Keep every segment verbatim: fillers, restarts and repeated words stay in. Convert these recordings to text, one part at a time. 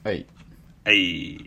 はい。 はい。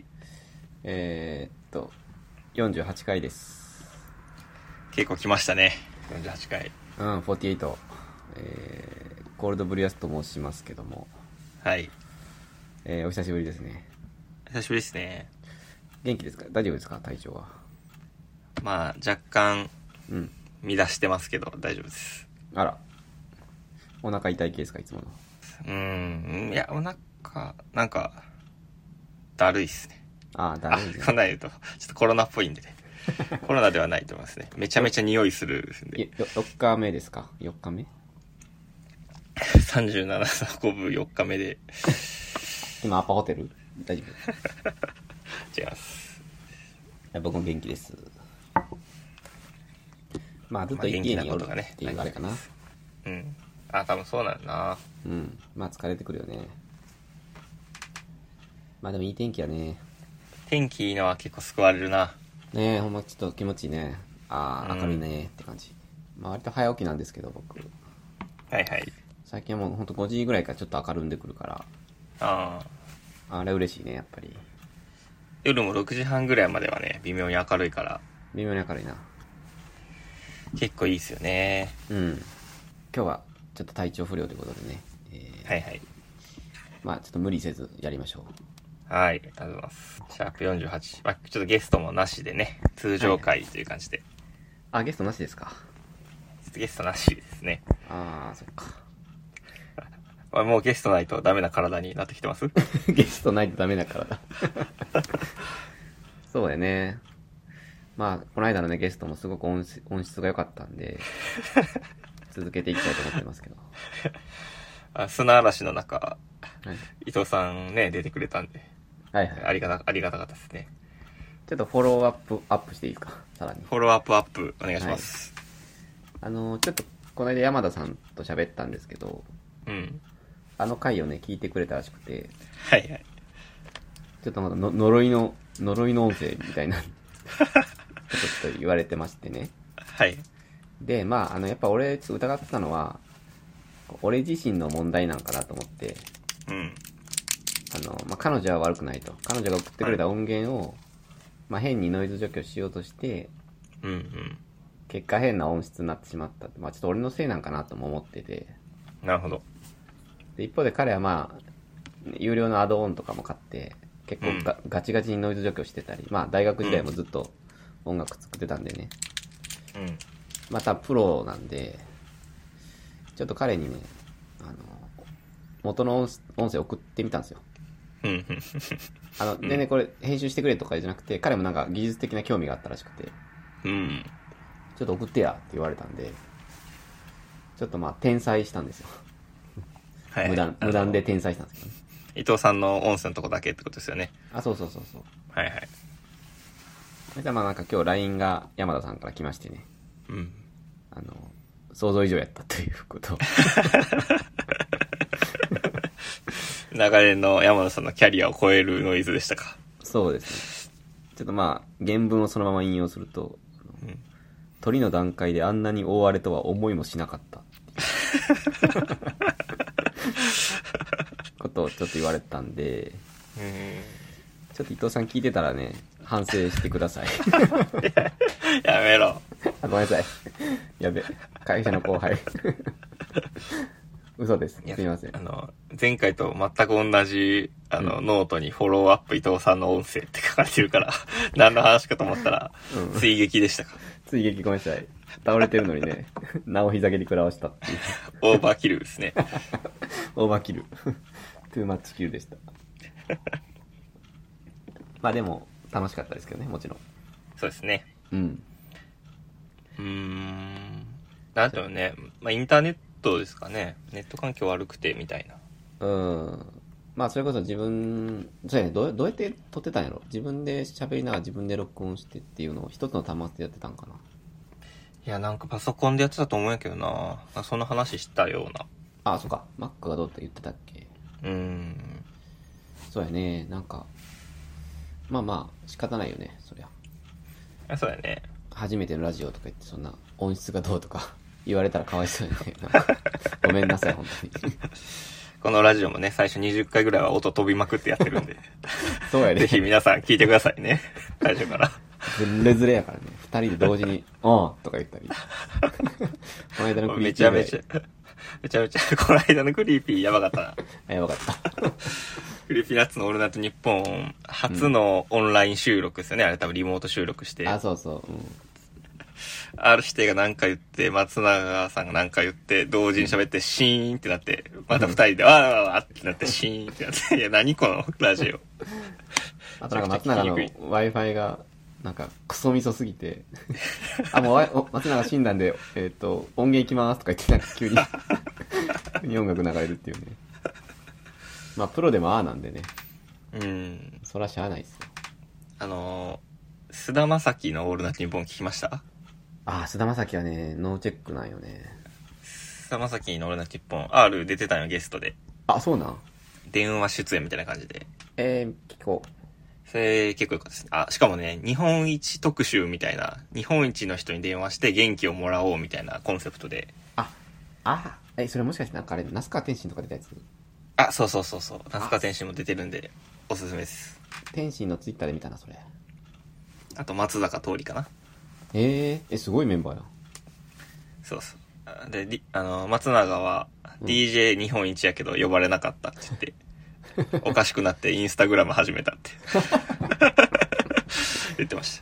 えー、っと、よんじゅうはちかいです。 結構来ましたね。よんじゅうはちかい。 うん、よんじゅうはち。えー、コールドブリュアスと申しますけども。 はい。 えー、お久しぶりですね。 久しぶりですね。 元気ですか？大丈夫ですか？体調は。 まあ、若干、 うん。 乱してますけど、大丈夫です。 あら。お腹痛い系ですか？いつもの。 うーん、いや、お腹、なんか、だるいっすね。 あー、だるいね。 あ、こんなん言うと、ちょっとコロナっぽいんでね。コロナではないと思いますね。めちゃめちゃ匂いするんで。 よ、よっかめですか？ よっ 日目さんじゅうなな運ぶよっかめで。 今、アパホテル大丈違います。 夫？僕も元気です。まあ、ずっまあ、元気と家なことがね。 におるっていうあれかな。 うん。あ、多分そうなんだな。 うん。まあ、疲れてくるよね。まあ、でもいい天気やね。 天気いいのは結構救われるな。 ねえ、ほんまちょっと気持ちいいね。ああ、 うん明るいねって感じ。まあ割と早起きなんですけど、僕。 はいはい。 最近はもうほんとごじぐらいからちょっと明るんでくるから、 ああ。 あれ嬉しいね、やっぱり。 夜もろくじはんぐらいまではね、微妙に明るいから、 微妙に明るいな。 結構いいっすよね。 うん。今日はちょっと体調不良ということでね。えー、 はいはい。 まあちょっと無理せずやりましょはい、ありがとうございます。シャープよんじゅうはち。まあ、ちょっとゲストもなしでね、通常回という感じで。 う。あ、ゲストなしですか？ ちょっとゲストなしですね。 ああ、そっか。 まあ、もうゲストないとダメな体になってきてますゲストないとダメだからだ。そうだよね。まあ、この間のね、ゲストもすごく音質音質が良かったんで、続けていきたいと思ってますけど。 あ、砂嵐の中、 はい、 伊藤さんね、出てくれたんで、 はいはい。 ありがた、ありがたかったですね。 ちょっとフォローアップ、アップしていいですか？さらに。 フォローアップアップお願いします。 はい、あの、ちょっと、この間山田さんと喋ったんですけど、 うん。 あの回をね、聞いてくれたらしくて、 はいはい。 ちょっとまだの呪いの、呪いの音声みたいな、ちょっと言われてましてね。 はい。 で、まあ、あの、やっぱ俺、ちょっと疑ってたのは、俺自身の問題なんかなと思って、 うん。 あの、まあ、彼女は悪くないと。彼女が送ってくれた音源を、まあ、変にノイズ除去しようとして、 うんうん。 結果変な音質になってしまった。まあ、ちょっと俺のせいなんかなとも思ってて。 なるほど。 で、一方で彼はまあ、有料のアドオンとかも買って、結構ガ,、うん、ガチガチにノイズ除去してたり、まあ大学時代もずっと音楽作ってたんでね。 うん。 またプロなんで、ちょっと彼にね、あの、元の音声送ってみたんですよ。 うん。 あの、でね、これ編集してくれとかじゃなくて、彼もなんか技術的な興味があったらしくて、 うん。 ちょっと送ってやって言われたんで、ちょっとまあ転載したんですよ。はい、無断、無断で転載したんですけどね。 伊藤さんの音声のとこだけってことですよね。 あ、そうそうそうそう。 はいはい。 それまあなんか今日 ライン が山田さんから来ましてね。 うん。 あの、想像以上やったということを。 流れの山田さんのキャリアを超えるノイズでしたか？ そうですね。ちょっとまあ、原文をそのまま引用すると、うん、鳥の段階であんなに大荒れとは思いもしなかったことをちょっと言われたんで、 うん、 ちょっと伊藤さん聞いてたらね、反省してください。 やめろ。 あ、ごめんなさい。やべ、会社の後輩。嘘です。すみません。 あの、前回と全く同じ、あの、うん、ノートにフォローアップ伊藤さんの音声って書かれてるから、何の話かと思ったら、うん、追撃でしたか？ 追撃ごめんなさい。倒れてるのにね、名を膝蹴り食らわしたっていう。 オーバーキルですね。 オーバーキル。トゥーマッチキルでした。まあでも、楽しかったですけどね、もちろん。 そうですね。 うん。 うーん。なんだろうね。まあ、インターネットですかね。ネット環境悪くて、みたいな。 うん。まあ、それこそ自分、そうやね、どう、どうやって撮ってたんやろ？自分で喋りながら自分で録音してっていうのを一つの端末でやってたんかな。 いや、なんかパソコンでやってたと思うんやけどな。その話したような。 ああ、そっか。Mac がどうって言ってたっけ？ うーん。 そうやね。なんか、まあまあ、仕方ないよね、そりゃ。 あ、そうやね。 初めてのラジオとか言ってそんな音質がどうとか言われたらかわいそうやね。なんかごめんなさい、本当に。 このラジオもね、最初にじゅっかいぐらいは音飛びまくってやってるんで。 そうやね。 ぜひ皆さん聞いてくださいね。最初から。 ずれずれやからね。二人で同時に、おーとか言ったり。この間のクリーピー。 めちゃめちゃ、めちゃめちゃ、この間のクリーピーやばかったな。 あ、やばかった。 クリーピーナッツのオールナイトニッポン、初のオンライン収録ですよね。うん、あれ多分リモート収録して。 あ、そうそう。うん。 R 指定が何か言って、松永さんが何か言って、同時に喋って、シーンってなって、また二人で、わーわーわーってなって、シーンってなって、いや、何このラジオ。 あとなんか松永の Wi-Fi が、なんかクソみそすぎて、あ、もう松永死んだんで、えっと、音源行きますとか言って、なんか急に、急に音楽流れるっていうね。まあ、プロでもああなんでね。 うん。 そらしゃあないっすよ。 あのー、菅田将暉のオールナイトニッポン聞きました？ ああ、菅田将暉はね、ノーチェックなんよね。 菅田将暉のオールナイトニッポン、R 出てたのゲストで。 あ、そうなん？ 電話出演みたいな感じで。 えー、聞こう。 それ結構よかったですね。あ、しかもね、日本一特集みたいな、日本一の人に電話して元気をもらおうみたいなコンセプトで。 あ、あ、え、それもしかしてなんかあれ、那須川天心とか出たやつ？ あ、そうそうそうそう。那須川天心も出てるんで、おすすめです。 天心のツイッターで見たな、それ。 あと、松坂桃李かな。 えー、え、すごいメンバーやん。 そうそう。で、あの、松永は、ディージェー 日本一やけど呼ばれなかったって言って、うん、おかしくなってインスタグラム始めたって。言ってました。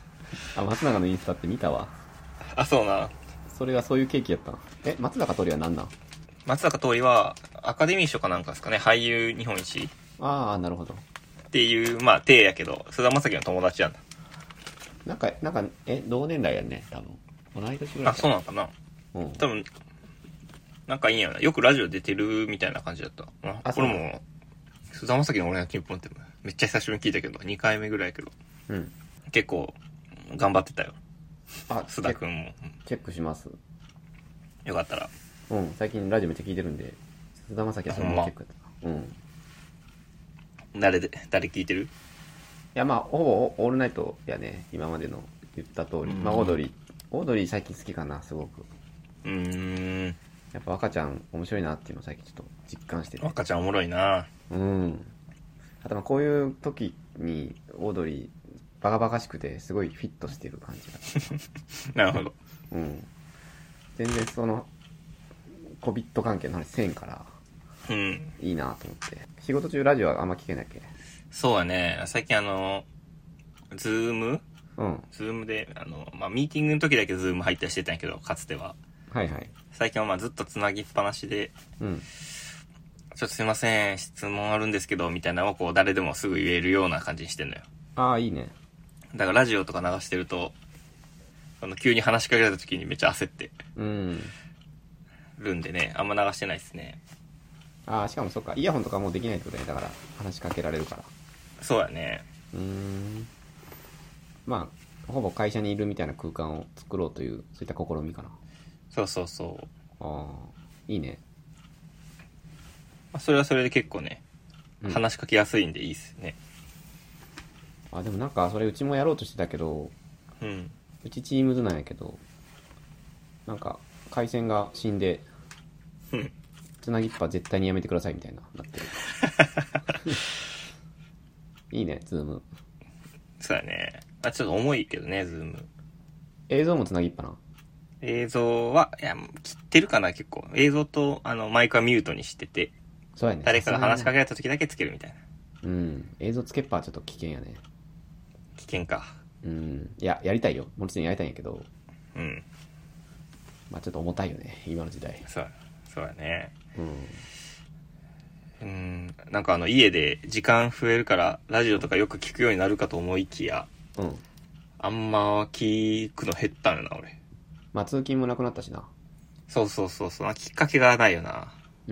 あ、松永のインスタって見たわ。 あ、そうな。 それがそういうケーキやったの？え、松坂桃李は何なん？ 松坂桃李は、アカデミー賞かなんかですかね、俳優日本一。 ああ、なるほど。 っていう、まあ、体やけど、菅田将暉の友達なんだ。 なんか、なんか、え、同年代やんね、多分。同い年ぐらい。 あ、そうなのかな。うん。多分、なんかいいんやろな。よくラジオ出てるみたいな感じだった。あ、これも、菅田将暉の俺のキンポンってめっちゃ久しぶりに聞いたけど、にかいめぐらいやけど。うん。結構、頑張ってたよ。あ、須田くんも。 チェックします。 よかったら。 うん、最近ラジオめっちゃ聞いてるんで、菅田将暉はそれもチェックやった。うん。 誰で、誰聞いてる？ いや、まあ、ほぼオールナイトやね、今までの言った通り。まあ、オードリー。オードリー最近好きかな、すごく。 うーん。 やっぱ若ちゃん面白いなっていうのを最近ちょっと実感してて。 若ちゃんおもろいな。 うん。あとまあこういう時にオードリーバカバカしくてすごいフィットしてる感じが。なるほど。 うん。全然そのコビット関係の話せんから、うん、いいなと思って。仕事中ラジオはあんま聞けないっけ？ そうやね。最近あのズーム、 うん、 ズームであのまあミーティングの時だけズーム入ったりしてたんやけど、かつては。 はいはい。 最近はまあずっとつなぎっぱなしで、うん、ちょっとすいません、質問あるんですけどみたいなのをこう誰でもすぐ言えるような感じにしてんのよ。 ああ、いいね。 だからラジオとか流してると、あの急に話しかけられた時にめっちゃ焦ってるんでね、あんま流してないですね。 ああ、しかもそっか、イヤホンとかもうできないってことね。だから話しかけられるから。 そうやね。 うーん。まあほぼ会社にいるみたいな空間を作ろうというそういった試みかな。 そうそうそう。 ああ、いいね。 まあ、それはそれで結構ね、うん、話しかけやすいんでいいっすね。 あ、でもなんかそれうちもやろうとしてたけど、うん、うちチームズなんやけど、なんか回線が死んで、うん、つなぎっぱ絶対にやめてくださいみたいななってる。いいね、ズーム。 そうだね。あ、ちょっと重いけどね、ズーム。 映像もつなぎっぱな。 映像は、いや、切ってるかな、結構。映像と、あの、マイクはミュートにしてて。 そうやね。 誰かが話しかけられた時だけつけるみたいな。 うん。映像つけっぱはちょっと危険やね。 危険か。 うん。いや、やりたいよ。もちろんやりたいんやけど。 うん。 まあちょっと重たいよね、今の時代。 そう、そうやね。うん。うん。なんかあの、家で時間増えるから、ラジオとかよく聞くようになるかと思いきや。うん。あんま聞くの減ったんよな、俺。 まあ通勤もなくなったしな。 そうそうそうそう。きっかけがないよな。 うん。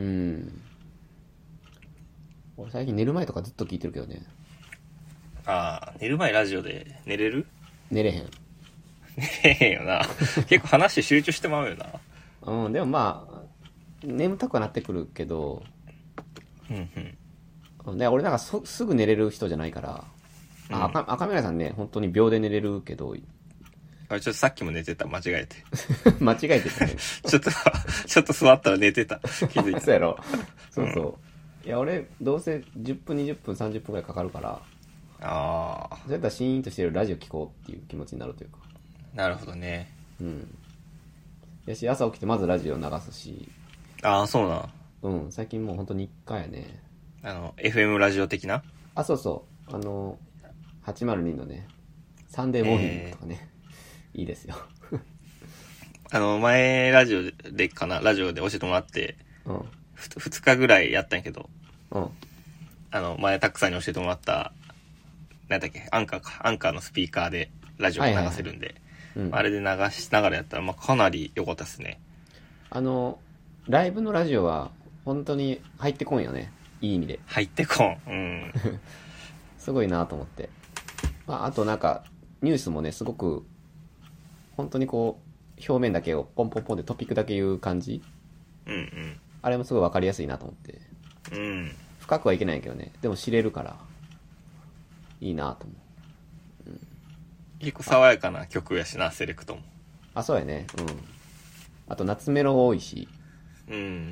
俺最近寝る前とかずっと聞いてるけどね。 ああ、寝る前ラジオで寝れる？ 寝れへん。 寝れへんよな。結構話集中してまうよな。 うん、でもまあ、眠たくはなってくるけど、 うんうん。で、俺なんかそすぐ寝れる人じゃないから、うん、あ赤、赤宮さんね、本当に秒で寝れるけど、 あ、ちょっとさっきも寝てた、間違えて。 間違えてたね。 ちょっと、ちょっと座ったら寝てた。気づいた。 そうやろ。そうそう。 いや俺どうせじゅっぷんにじゅっぷんさんじゅっぷんぐらいかかるから、 ああ、 そうやったらシーンとしてるラジオ聞こうっていう気持ちになるというか。 なるほどね。 うん。やし朝起きてまずラジオ流すし。 ああ、そうな。 うん、最近もうほんと日課やね。 あの エフエム ラジオ的な。 あ、そうそう、あのはちまるにのねサンデーモーニングとかね、えー、いいですよ。 あの前ラジオでかなラジオで教えてもらって、うん、ふつかぐらいやったんやけど、うん、あの前タックさんに教えてもらったなんだっけアンカーかアンカーのスピーカーでラジオが流せるんで、はいはいはい、うん、あれで流しながらやったら、まあ、かなり良かったですね。あのライブのラジオは本当に入ってこんよね、いい意味で入ってこん、うん、 すごいなと思って、まあ、あとなんかニュースもねすごく本当にこう表面だけをポンポンポンでトピックだけ言う感じ、うんうん、あれもすごい分かりやすいなと思って、うん、深くはいけないけどね、でも知れるからいいなと思う、うん、 結構爽やかな曲やしな、セレクトも。 あ、そうやね、うん。あと夏メロ多いし、うん。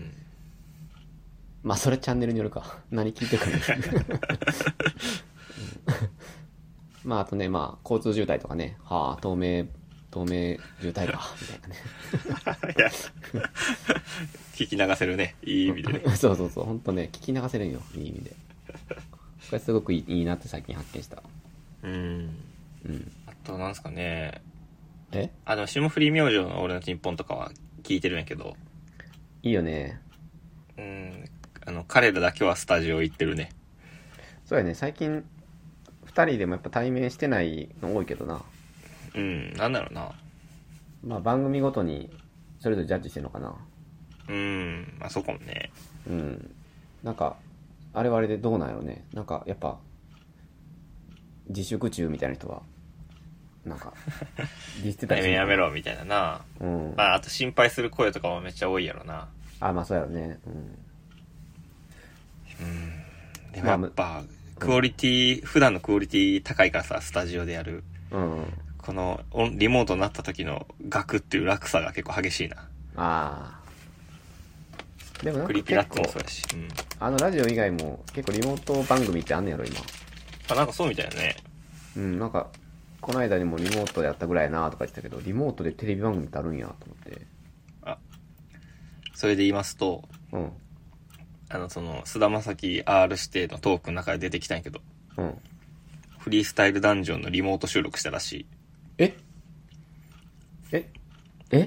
まあそれチャンネルによるか、何聞いてるかね、うん、まああとね、まあ交通渋滞とかね、はあ透明透明渋滞かみたいなね。いや聞き流せるね、いい意味でね。 そうそうそう、本当ね、聞き流せるんよ、いい意味で。これすごくいい、いいなって最近発見した。うん。 うん。あとなんすかね。 え？ あの霜降り明星の俺のチンポンとかは聞いてるんやけど。 いいよね。 うん。あの彼らだけはスタジオ行ってるね。 そうやね、最近二人でもやっぱ対面してないの多いけどな。 うん、なんだろうな。 まあ番組ごとにそれぞれジャッジしてるのかな。 うん、まあそうかもね。 うん。なんか、あれはあれでどうなんやろうね。なんかやっぱ、自粛中みたいな人は、なんか、 ディスってたりする。やめろみたいなな。うん。まああと心配する声とかもめっちゃ多いやろな。 あ、まあそうやろね。うん。 うん。でもやっぱ、クオリティ、うん、普段のクオリティ高いからさ、スタジオでやる。うん。このリモートになった時のガクっていう落差が結構激しいな。ああ。でもなんか結構クリピラッツもそうだし、うん、あのラジオ以外も結構リモート番組ってあんねやろ今。 あ、なんかそうみたいなね。 うん、なんかこの間にもリモートでやったぐらいやなとか言ってたけど、リモートでテレビ番組ってあるんやと思って。 あ、それで言いますと、うん、あのその菅田将暉 R 指定のトークの中で出てきたんやけど、うん、フリースタイルダンジョンのリモート収録したらしい。 えええ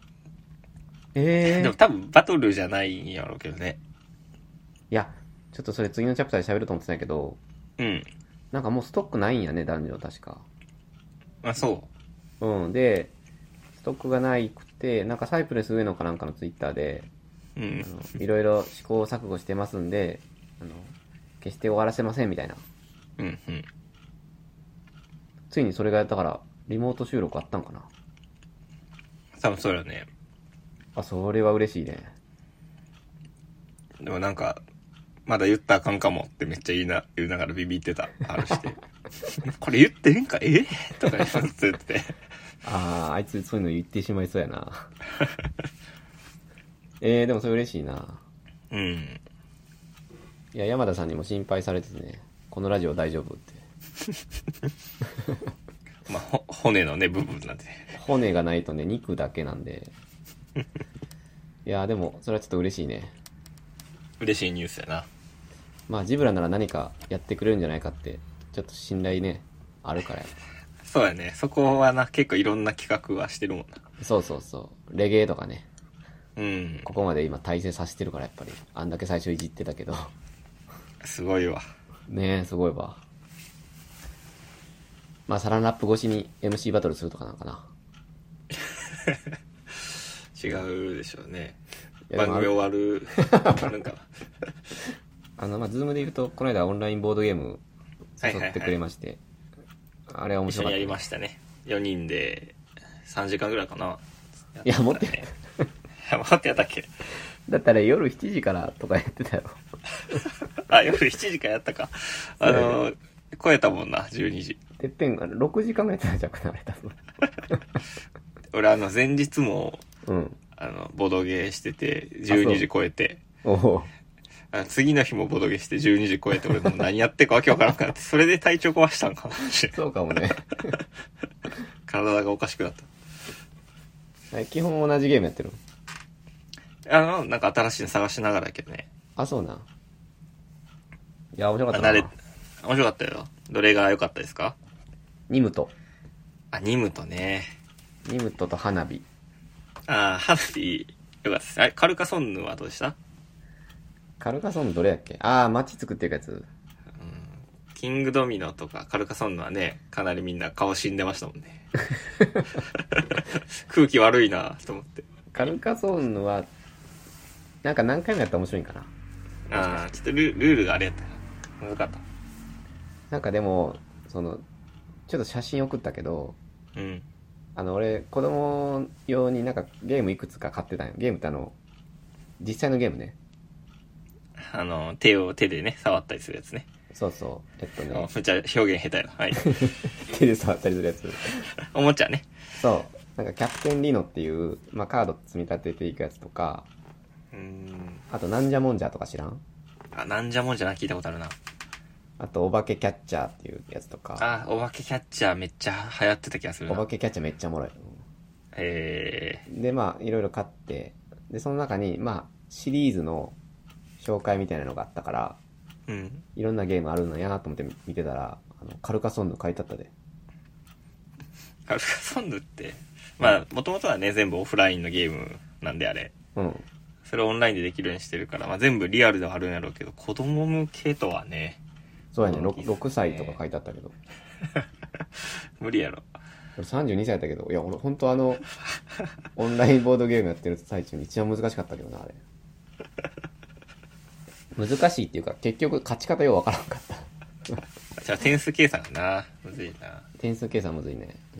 えー、 でも多分バトルじゃないんやろうけどね。 いや、ちょっとそれ次のチャプターで喋ると思ってたんやけど、うん。なんかもうストックないんやね、男女確か。 あ、そう。うん。で、ストックがないくて、なんかサイプレス上野かなんかのツイッターで、うん。あのいろいろ試行錯誤してますんで、あの、決して終わらせませんみたいな。うんうん。ついにそれが、だから、リモート収録あったんかな。 多分そうだね。 あ、それは嬉しいね。 でもなんか、まだ言ったらあかんかもってめっちゃ言いな、言いながらビビってた。あるして。これ言ってへんかえとか言ってて。 ああ、あいつそういうの言ってしまいそうやな。えー、でもそれ嬉しいな。うん。いや、山田さんにも心配されててね、このラジオ大丈夫って。 まあ、骨のね、部分なんで。 骨がないとね、肉だけなんで。いや、でも、それはちょっと嬉しいね。 嬉しいニュースやな。 まあ、ジブラなら何かやってくれるんじゃないかって、ちょっと信頼ね、あるからや。 そうやね。そこはな、結構いろんな企画はしてるもんな。 そうそうそう。レゲエとかね。うん。ここまで今体制させてるから、やっぱり。あんだけ最初いじってたけど。 すごいわ。 ねえ、すごいわ。まあ、サランラップ越しに エムシー バトルするとかなんかな。 違うでしょうね。番組終わる。あるんかな。 あの、まあ、ズームで言うと、この間オンラインボードゲーム誘ってくれまして。はいはいはい、あれは面白かった、 ね。一緒にやりましたね。よにんでさんじかんぐらいかな。 ね、いや、もっとやもっとやったっけ。 だったら夜しちじからとかやってたよ。 あ、夜しちじからやったか。あの、超えたもんな、じゅうにじ。 てっぺんがろくじかんぐらいやってたんじゃん、あれ多分。 俺あの前日も、うん、あのボドゲーしててじゅうにじ超えて、おあ次の日もボドゲしてじゅうにじ超えて俺もう何やってるかわけわからなくなって、それで体調壊したんかもしれない。 そうかもね。 体がおかしくなった。 基本同じゲームやってる？ あの、なんか新しいの探しながらやけどね。 あ、そうな。いや、面白かったな。 慣れ、面白かったよ。どれが良かったですか？ ニムト。 あ、ニムトね。 ニムトと花火。 あー、花火、よかったです。あれ、カルカソンヌはどうでした？ カルカソンヌどれやっけ？あー、街作ってるやつ。うん。 キングドミノとかカルカソンヌはね、かなりみんな顔死んでましたもんね。空気悪いなと思って。 カルカソンヌは、なんか何回もやったら面白いんかな。 ああ、ちょっとル、ルールがあれやったら。難かった。 なんかでも、その、ちょっと写真送ったけど、 うん。 あの、俺、子供用になんかゲームいくつか買ってたんよ。ゲームってあの、実際のゲームね。 あの、手を、手でね、触ったりするやつね。 そうそう。えっとね。 めっちゃ表現下手やな。はい。 手で触ったりするやつ。 おもちゃね。 そう。なんかキャプテンリノっていう、まあ、カード積み立てていくやつとか、 うーん。 あと、なんじゃもんじゃとか知らん？ あ、なんじゃもんじゃな、聞いたことあるな。 あと、お化けキャッチャーっていうやつとか。 あ、お化けキャッチャーめっちゃ流行ってた気がするな。 お化けキャッチャーめっちゃおもろい。 へえ。 で、まあ、いろいろ買って、で、その中に、まあ、シリーズの紹介みたいなのがあったから、 うん。 いろんなゲームあるのやなと思って見てたら、あの、カルカソンヌ書いてあったで。 カルカソンヌって、まあ、もともとはね、全部オフラインのゲームなんであれ。 うん。 それをオンラインでできるようにしてるから、まあ、全部リアルではあるんやろうけど、子供向けとはね。 そうやね、ろく, ろくさいとか書いてあったけど。 無理やろ。 俺さんじゅうにさいだったけど、いや、俺本当あの、オンラインボードゲームやってる最中に一番難しかったけどな、あれ。難しいっていうか、結局勝ち方ようわからんかった。 じゃあ点数計算がな、むずいな。 点数計算むずいね。うん。い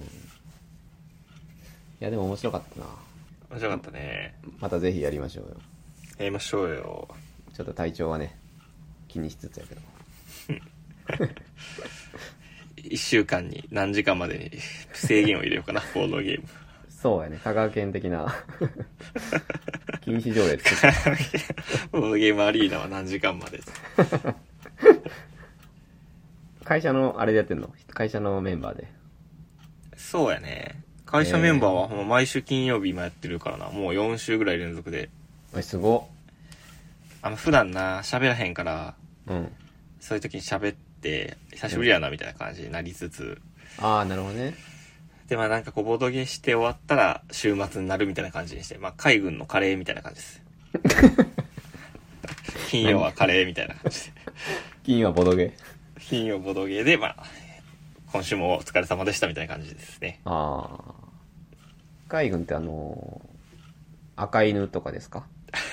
や、でも面白かったな。 面白かったね。 またぜひやりましょうよ。 やりましょうよ。 ちょっと体調はね、気にしつつやけど。 一週間に何時間までに制限を入れようかな、ボードゲーム。 そうやね、香川県的な禁止条例です。 ボードゲームアリーナは何時間まで。 会社のあれでやってんの？会社のメンバーで。 そうやね。会社メンバーはほんま毎週金曜日今やってるからな。もうよん週ぐらい連続で。 え、すごっ。 あの、普段な、喋らへんから、 うん。 そういう時に喋って、久しぶりやなみたいな感じになりつつ。 うん、ああ、なるほどね。 で、まあなんかこう、ボードゲーして終わったら、週末になるみたいな感じにして、まあ海軍のカレーみたいな感じです。金曜はカレーみたいな感じで。 金曜はボドゲ。 金曜ボードゲーで、まあ、今週もお疲れ様でしたみたいな感じですね。 ああ。海軍ってあのー、赤犬とかですか？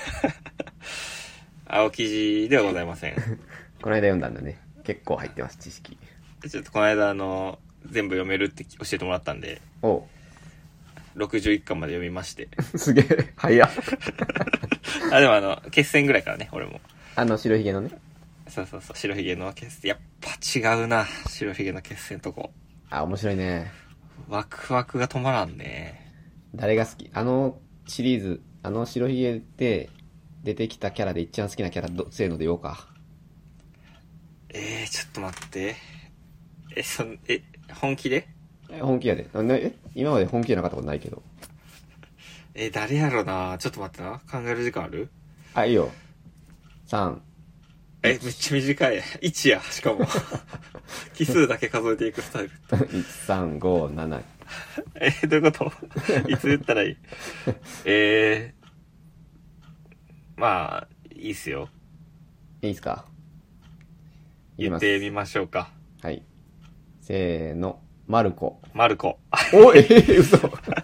青記事ではございません。 この間読んだんだね。結構入ってます、知識。 ちょっとこの間あの、全部読めるって教えてもらったんで、 おう。 ろくじゅういっかんまで読みまして。 すげえ、早っ。 あ、でもあの、決戦ぐらいからね、俺も。 あの、白ひげのね。 そうそうそう、白ひげの決戦。やっぱ違うな、白ひげの決戦とこ。 あ、面白いね。 ワクワクが止まらんね。 誰が好き？あのシリーズ、あの白ひげで出てきたキャラで一番好きなキャラど、せーので言おうか。 えー、ちょっと待って。え、そん、え、本気で？ え、本気やで。え、今まで本気じゃなかったことないけど。 え、誰やろな。ちょっと待ってな。考える時間ある？ あ、いいよ。さん。 え、めっちゃ短い。いちや、しかも。奇数だけ数えていくスタイル。 いち、さん、ご、なな。 え、どういうこといつ言ったらいい？えー、まあ、いいっすよ。 いいっすか？ 言ってみましょうか。 はい。せーの。マルコ。 マルコ。 お、えー、嘘。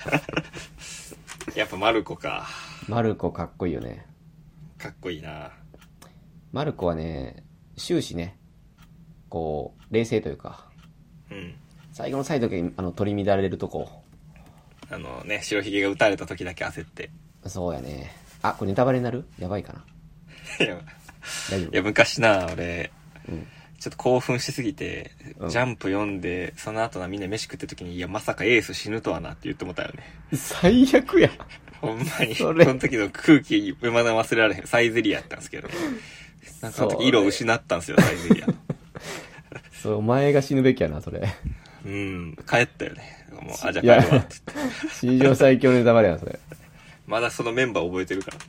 やっぱマルコか。 マルコかっこいいよね。 かっこいいな。 マルコはね、終始ね、こう、冷静というか、 うん。 最後の最後にあの取り乱れるとこ。 あのね、白ひげが撃たれた時だけ焦って。 そうやね。あ、これネタバレになる？やばいかな。 いや、 大丈夫？ いや昔な、俺、 うん、 ちょっと興奮しすぎて、 うん、 ジャンプ読んで、その後なみんな飯食ってる時に、いや、まさかエース死ぬとはなって言ってもたよね。 最悪や。 ほんまに、その時の空気、未だ忘れられへん。サイゼリアやったんですけど、 なんか色を失ったんですよ、サイゼリア。 そう、お前が死ぬべきやな、それ。 うん、帰ったよね。もう、あ、じゃあ帰るわって言って。 史上最強のネタバレやな、それ。 まだそのメンバー覚えてるから。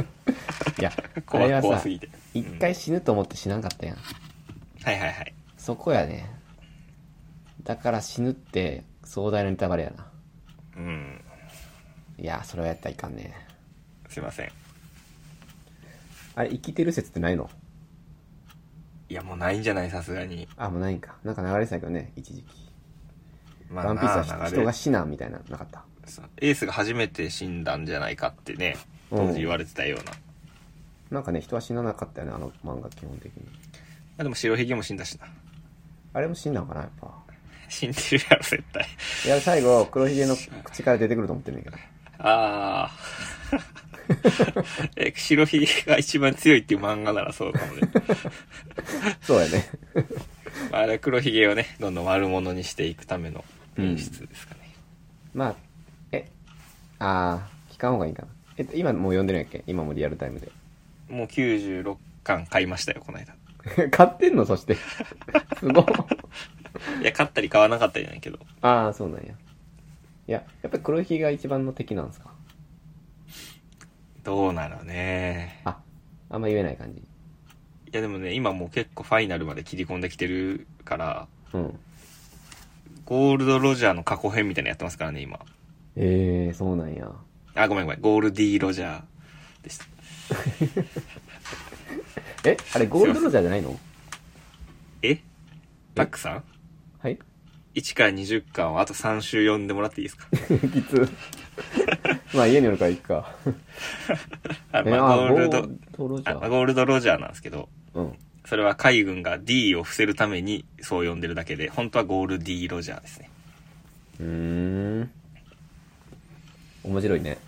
いや、 怖あれはさ怖すぎて。 一回死ぬと思って死なんかったやん。 はいはいはい。 そこやね。だから死ぬって壮大なネタバレやな。 うん。 いや、それはやったらいかんね。 すいません。 あれ、生きてる説ってないの？ いや、もうないんじゃない、さすがに。 あ、もうないんか。なんか流れてたけどね、一時期。 まあ、 ワンピースはなあ人が死なんみたいな、なかった。 エースが初めて死んだんじゃないかってね、当時言われてたような。 うん、なんかね、人は死ななかったよね、あの漫画基本的に。 あ、でも白ひげも死んだしな。 あれも死んだのかな、やっぱ。 死んでるやろ、絶対。 いや、最後、黒ひげの口から出てくると思ってんねんけど。 ああ。え、白ひげが一番強いっていう漫画ならそうかもね。 そうやね。 あれ、黒ひげをね、どんどん悪者にしていくための演出ですかね。 うん、まあ、え、ああ、聞かん方がいいかな。えっと、今もう読んでるんやっけ？今もリアルタイムで。 もうきゅうじゅうろっかん買いましたよ、この間。 買ってんの？そして。すごい。 いや、買ったり買わなかったりじゃないけど。 ああ、そうなんや。いや、やっぱり黒ひげが一番の敵なんですか？ どうなのね。 あ、あんま言えない感じ。 いやでもね、今もう結構ファイナルまで切り込んできてるから、 うん。 ゴールドロジャーの過去編みたいなのやってますからね、今。 ええー、そうなんや。 あ、ごめんごめん、ゴールディロジャーでした。 え、あれゴールドロジャーじゃないの？ えタックさん？ はい。 いちからにじゅっかんをあとさん週読んでもらっていいですか？ きつ。まあ家によるからいいか。 あ、まあ、ゴールド、 ゴールドロジャー。 あ、ゴールドロジャーなんですけど、 うん。 それは海軍が D を伏せるためにそう呼んでるだけで、本当はゴール D ロジャーですね。 うーん。面白いね。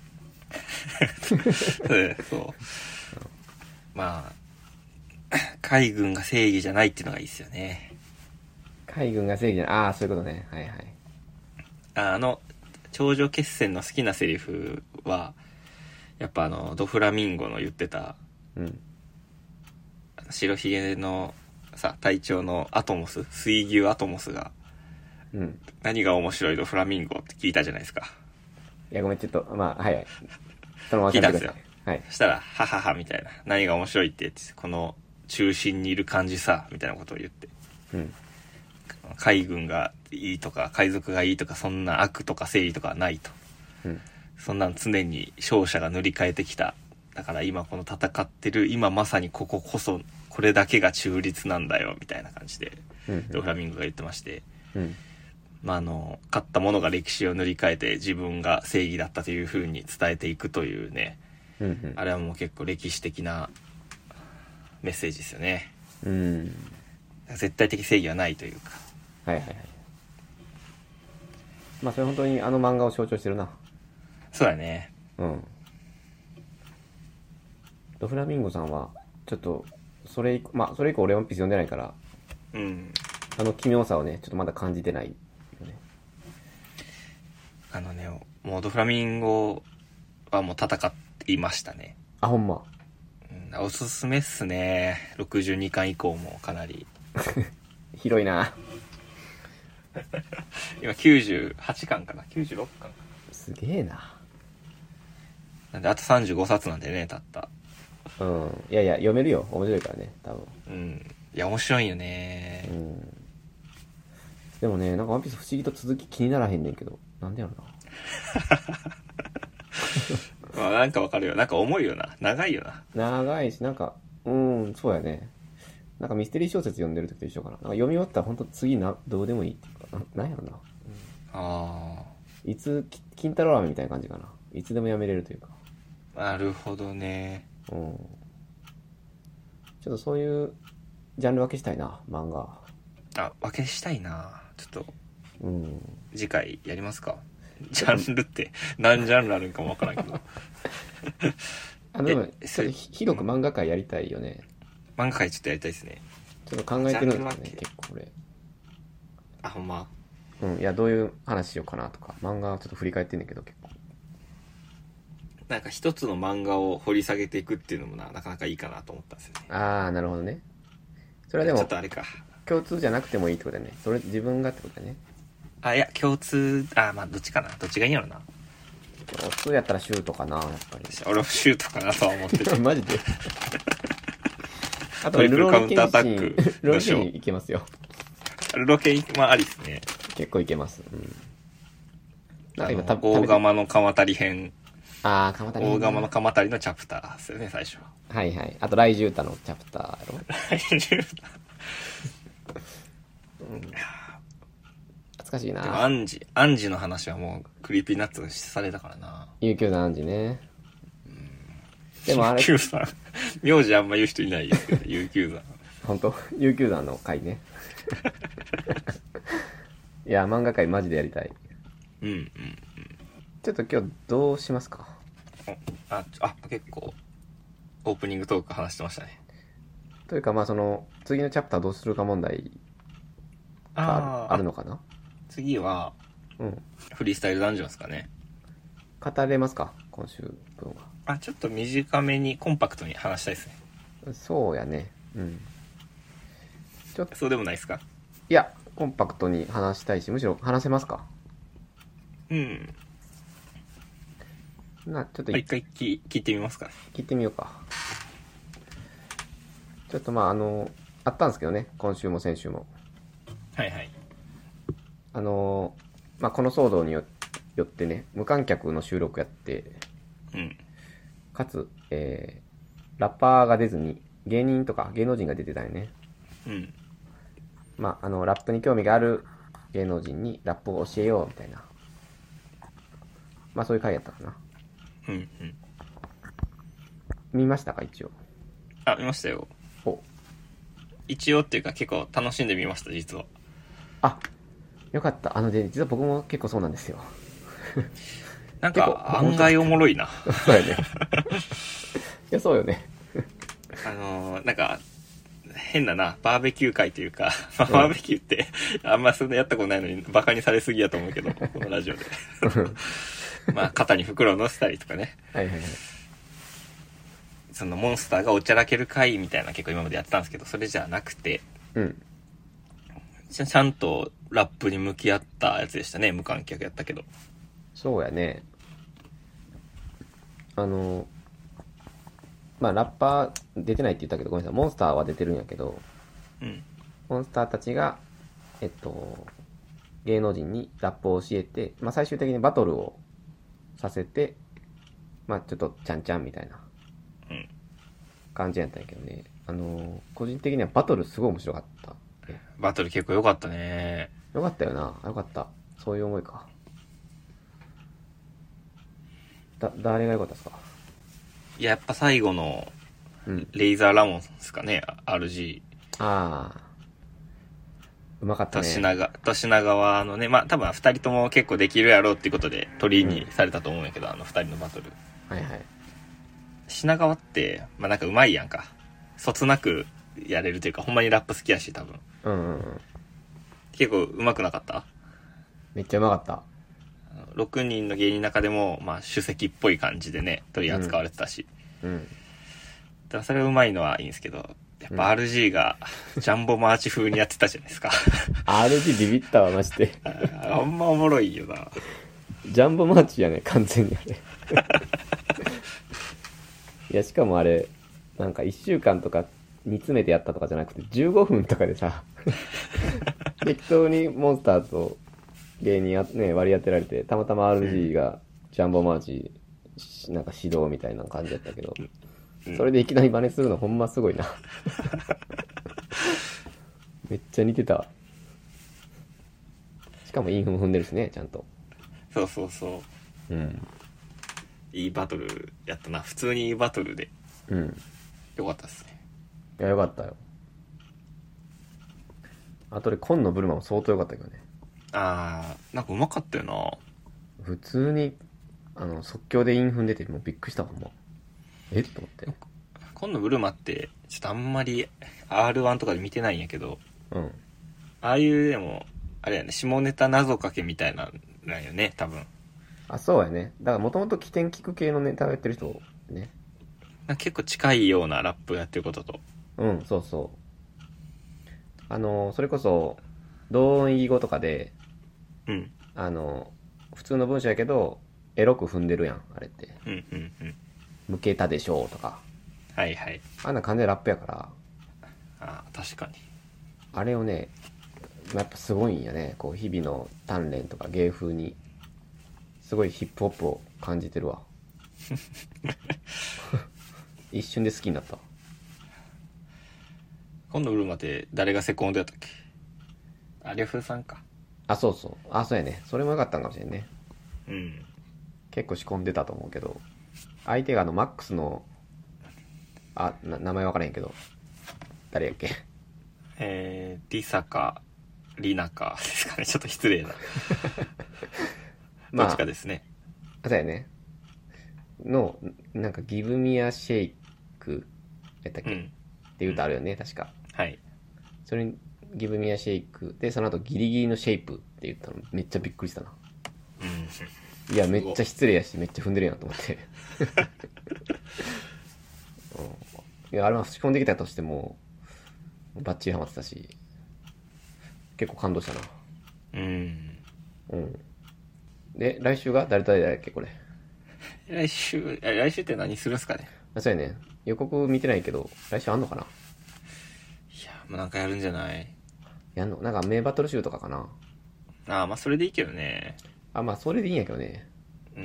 そう。まあ、海軍が正義じゃないっていうのがいいですよね。 海軍が正義じゃない。ああ、そういうことね。はいはい。 ああの、頂上決戦の好きなセリフは、やっぱあの、ドフラミンゴの言ってた、 うん。 白ひげのさ、隊長のアトモス、水牛アトモスが、 うん。 何が面白いドフラミンゴって聞いたじゃないですか。 いや、ごめん、ちょっと、まあ、はいはい。そのまま聞いたんですよ。 はい。 そしたら、ははは、みたいな。何が面白いってって、この中心にいる感じさ、みたいなことを言って。 うん。 海軍がいいとか、海賊がいいとか、そんな悪とか正義とかはないと。 うん。 そんなん常に勝者が塗り替えてきた。だから今この戦ってる、今まさにこここそ、これだけが中立なんだよ、みたいな感じで、 うん。 ドフラミンゴが言ってまして。 うん。 まあ、あの、勝った者が歴史を塗り替えて自分が正義だったという風に伝えていくというね、 うん。うん。 あれはもう結構歴史的なメッセージですよね。 うん。 絶対的正義はないというか。 はいはいはい。まあ、それ本当にあの漫画を象徴してるな。 そうだね。 うん。ドフラミンゴさんは、ちょっと、それ以降、まあ、それ以降俺ワンピース読んでないから、 うん。 あの奇妙さをね、ちょっとまだ感じてないよね。 あのね、もうドフラミンゴはもう戦いましたね。 あ、ほんま。 うん、おすすめっすね。ろくじゅうにかん以降もかなり。 広いな。 今きゅうじゅうはちかんかな ?きゅうじゅうろっかんかな。 すげえな。 なんであとさんじゅうごさつなんでね、たった。 うん。いやいや、読めるよ。面白いからね、多分。 うん。いや、面白いよね。 うん。でもね、なんかワンピース不思議と続き気にならへんねんけど。なんでやろな。まあなんかわかるよ。なんか重いよな。長いよな。 長いし、なんか、うん、そうやね。なんかミステリー小説読んでる時と一緒かな。なんか読み終わったら本当次な、どうでもいいっていうか、な、なんやろな。うん、 ああ。 いつ、金太郎飴みたいな感じかな。いつでもやめれるというか。 なるほどね。 うん。ちょっとそういうジャンル分けしたいな、漫画。 あ、分けしたいな。ちょっと、 うん。 次回やりますか。ジャンルって何ジャンルあるんかもわからんけど。 あの、でも、ちょっと広く漫画界やりたいよね。 漫画界ちょっとやりたいですね。 ちょっと考えてるんですよね、結構これ。 あ、ほんま。 うん、いや、どういう話しようかなとか、漫画ちょっと振り返ってんねんけど、結構。 なんか一つの漫画を掘り下げていくっていうのもな、なかなかいいかなと思ったんですよね。 ああ、なるほどね。それはでもちょっとあれか。 共通じゃなくてもいいってことだね。それ自分がってことだね。 あ、いや、共通、あ、まあどっちかな。どっちがいいんやろな。 共通やったらシュートかな、やっぱり。 俺もシュートかなとは思ってて。 マジで。あと、 トリプルカウンターアタック。ルロケンいけますよ。 ルロケン、まあありっすね。 結構いけます。うん。 なんか今多分、大釜の鎌足り編。 ああ、鎌足り編。大釜の鎌足りのチャプターですよね、最初。 はいはい。あと、来獣太のチャプターやろ。 来獣太。 うん、懐かしいな。 でもアンジ、アンジの話はもうクリーピーナッツされたからな。 悠久山アンジね。 うん。 でもあれ。 悠久山。名字あんま言う人いないですけど、悠久山。 本当悠久山の回ね。いや、漫画界マジでやりたい。 うんうんうん。 ちょっと今日どうしますか？ あ、あ、結構、オープニングトーク話してましたね。 というか、まあその、次のチャプターどうするか問題があるのかな？ 次は、うん。フリースタイルダンジョンですかね。 語れますか？今週分は。 あ、ちょっと短めにコンパクトに話したいですね。 そうやね。うん。 ちょっとそうでもないですか？ いや、コンパクトに話したいし、むしろ話せますか？ うん。 な、ちょっと一回聞いてみますかね。 聞いてみようか。ちょっとまあ、あの、あったんですけどね、今週も先週も。 はいはい。 あの、まあ、この騒動によってね、無観客の収録やって、 うん。 かつ、えー、ラッパーが出ずに、芸人とか芸能人が出てたよね。 うん。 まあ、あの、ラップに興味がある芸能人にラップを教えようみたいな。まあ、そういう回やったかな。 うんうん。 見ましたか、一応。 あ、見ましたよ。 お。 一応っていうか結構楽しんでみました、実は。 あ、よかった。あので、実は僕も結構そうなんですよ。 なんか、案外おもろいな。 そうやね。いや、そうよね。 あのー、なんか、変なな、バーベキュー会というか、まあ、バーベキューって、あんまそんなやったことないのに、バカにされすぎやと思うけど、このラジオで。まあ、肩に袋を乗せたりとかね。 はいはいはい。 そのモンスターがおちゃらける会みたいな結構今までやってたんですけど、それじゃなくて、 うん。 ちゃんとラップに向き合ったやつでしたね。無観客やったけど。 そうやね。あの、まあ、ラッパー出てないって言ったけど、ごめんなさい。モンスターは出てるんやけど、 うん。 モンスターたちが、えっと、芸能人にラップを教えて、まあ、最終的にバトルをさせて、まあ、ちょっとちゃんちゃんみたいな感じやったんやけどね。あの、個人的にはバトルすごい面白かった、ね。 バトル結構良かったね。 よかったよな。よかった。そういう思いか。だ、誰が良かったですか？ いや、やっぱ最後の、レイザーラモンですかね、うん、アールジー。 ああ。うまかったね。 年長、年長はのね、まあ多分二人とも結構できるやろうっていうことで鳥にされたと思うんやけど、うん、あの二人のバトル。 はいはい。 品川って、まあなんかうまいやんか。そつなくやれるというか、ほんまにラップ好きやし、多分。 うんうんうん。 結構うまくなかった？ めっちゃうまかった。 ろくにんの芸人の中でも、まあ主席っぽい感じでね、取り扱われてたし。うん。うん、だからそれがうまいのはいいんですけど、やっぱ アールジー がジャンボマーチ風にやってたじゃないですか。 アールジー ビビったわ、マジで。 あんまおもろいよな。 ジャンボマーチやね、完全にあれ。いや、しかもあれ、なんかいっしゅうかんとか煮詰めてやったとかじゃなくて、じゅうごふんとかでさ、適当にモンスターと芸人や、ね、割り当てられて、たまたま アールジー がジャンボマーチ、なんか指導みたいな感じだったけど、それでいきなり真似するのほんますごいな。めっちゃ似てた。しかもインフも踏んでるしね、ちゃんと。 そうそうそう。うん。いいバトルやったな。普通にいいバトルで。うん。よかったっすね。 いや、よかったよ。あとで、紺のブルマも相当よかったけどね。 あー、なんかうまかったよな。 普通に、あの、即興でイン踏んでて、もうびっくりしたもん、もう。えと思って。 紺のブルマって、ちょっとあんまり アールワン とかで見てないんやけど、うん。ああいう、でも、あれやね、下ネタ謎かけみたいな、なんよね、多分。 あ、そうやね。だからもともと起点聞く系のネタをやってる人ね。 結構近いようなラップやってることと。 うん、そうそう。あの、それこそ、同音異義語とかで、 うん。 あの、普通の文章やけど、エロく踏んでるやん、あれって。 うんうんうん。 向けたでしょうとか。 はいはい。 あんな完全ラップやから。 ああ、確かに。 あれをね、やっぱすごいんやね。こう、日々の鍛錬とか芸風に、すごいヒップホップを感じてるわ。一瞬で好きになった。 今度ウルマって誰がセコンドやったっけ？あ、呂布さんか。 あ、そうそう。あ、そうやね。それもよかったんかもしれんね。 うん。 結構仕込んでたと思うけど、相手があの、マックスの、あ、な名前分からへんけど、誰やっけ？ えー、リサか、リナかですかね。ちょっと失礼な。 まあ、 どっちかですね。 そうやね。の、なんか、ギブミアシェイクやったっけ、うん、っていう歌あるよね、確か。 はい。 それに、ギブミアシェイクで、その後ギリギリのシェイプって言ったのめっちゃびっくりしたな。うん。いや、めっちゃ失礼やし、めっちゃ踏んでるやんと思って。いや、あれは仕込んできたとしても、バッチリハマってたし、結構感動したな。うん。うん。で、来週が誰と誰だっけ、これ。 来週、来週って何するんすかね。 あ、そうやね。予告見てないけど、来週あんのかな。いや、もうなんかやるんじゃない？ やんの？なんか名バトル集とかかな。 ああ、まあそれでいいけどね。 あ、まあそれでいいんやけどね。 うん。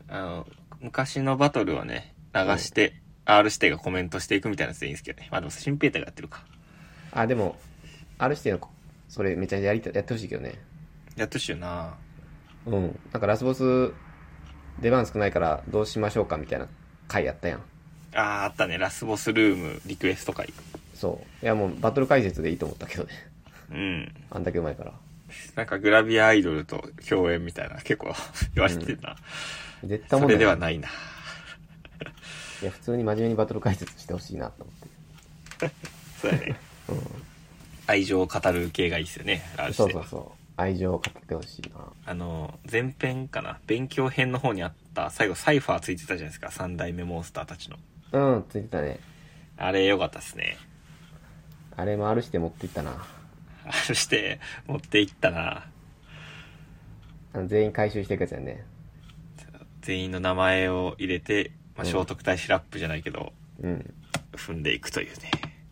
あの、昔のバトルをね、流して、うん、R 指定がコメントしていくみたいなやつでいいんですけどね。まあでも、新ペーターがやってるか。 あ、でも、R 指定の、それめっちゃやりた、やってほしいけどね。 やってほしいよな。 うん。なんかラスボス、出番少ないからどうしましょうかみたいな回やったやん。 ああ、あったね。ラスボスルームリクエスト回。 そう。いやもうバトル解説でいいと思ったけどね。 うん。 あんだけうまいから。 なんかグラビアアイドルと共演みたいな結構言われてた、 うん、絶対もそれではないな。 いや普通に真面目にバトル解説してほしいなと思ってそうやね、うん、愛情を語る系がいいっすよね。 そうそうそう、愛情を語ってほしいな。 あの前編かな、勉強編の方にあった最後サイファーついてたじゃないですか、三代目モンスターたちの。 うん、ついてたね。 あれ良かったっすね。 あれもあるして持っていったな。 あるして持っていったな。 あの全員回収していくやつやね。 全員の名前を入れて、まあ、聖徳太子ラップじゃないけど、 うん、 踏んでいくというね。うん。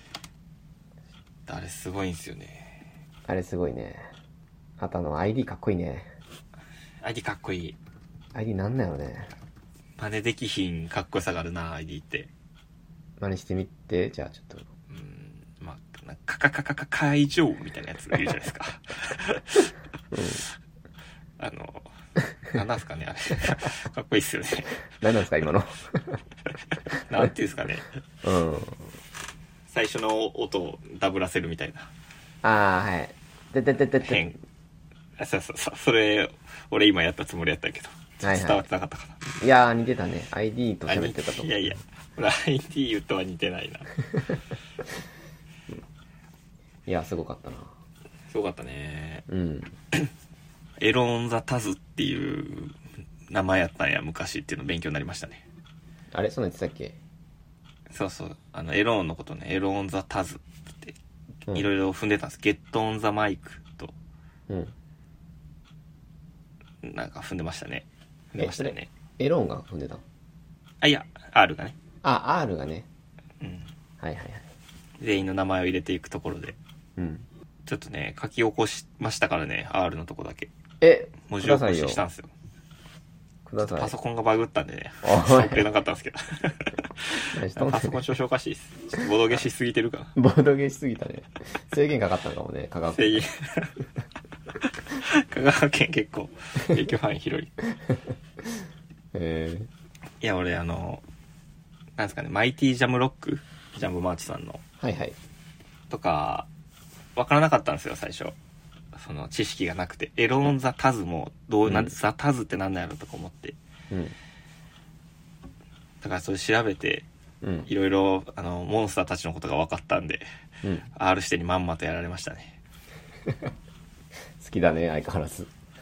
あれすごいんすよね。 あれすごいね。あとあの アイディー かっこいいね。 アイディー かっこいい。 アイディー なんなんやろね。 真似できひんかっこよさがあるな、アイディー って。 真似してみて、じゃあちょっと。 うん、まあ、カカカカカ会場みたいなやついるじゃないですか。うん、あの、なんなんすかね、あれ。かっこいいっすよね。 何なんすか、今の。 なんていうんですかね。 うん。 最初の音をダブらせるみたいな。 ああ、はい。ででででで。 変。あ、そうそうそう。それ、俺今やったつもりやったけど。はいはい、伝わってなかったかな。 いやー、似てたね。アイディー と喋ってたと思う。 いやいや、俺 アイディー とは似てないな。 いや、すごかったな。 すごかったね。 うん。 エロン・ザ・タズっていう名前やったんや、昔っていうの勉強になりましたね。 あれそんなん言ってたっけ？ そうそう。あの、エロンのことね、エロン・ザ・タズって、いろいろ踏んでたんです。ゲット・オン・ザ・マイクと、うん。なんか踏んでましたね。踏んでましたよね。 エロンが踏んでた？ あ、いや、R がね。 あ、R がね。 うん。 はいはいはい。 全員の名前を入れていくところで。うん。ちょっとね、書き起こしましたからね、R のとこだけ。 え、 文字起こししたんですよ。 ください。 パソコンがバグったんでね、送れなかったんですけど。パソコン調子おかしいです。ちょっとボドゲしすぎてるから。 ボドゲしすぎたね。制限かかったのかもね、香川県。制限。香川県結構影響範囲広い。 へー。いや、俺あの、なんですかね、マイティジャムロック、ジャンボマーチさんの。 はいはい。とか、わからなかったんですよ、最初。その知識がなくて。エロン・ザ・タズも、どうなんで、うん、ザ・タズってなんなんやろとか思って。うん。だからそれ調べて、うん、いろいろ、あの、モンスターたちのことが分かったんで、うん、R 指定にまんまとやられましたね。 好きだね、相変わらず。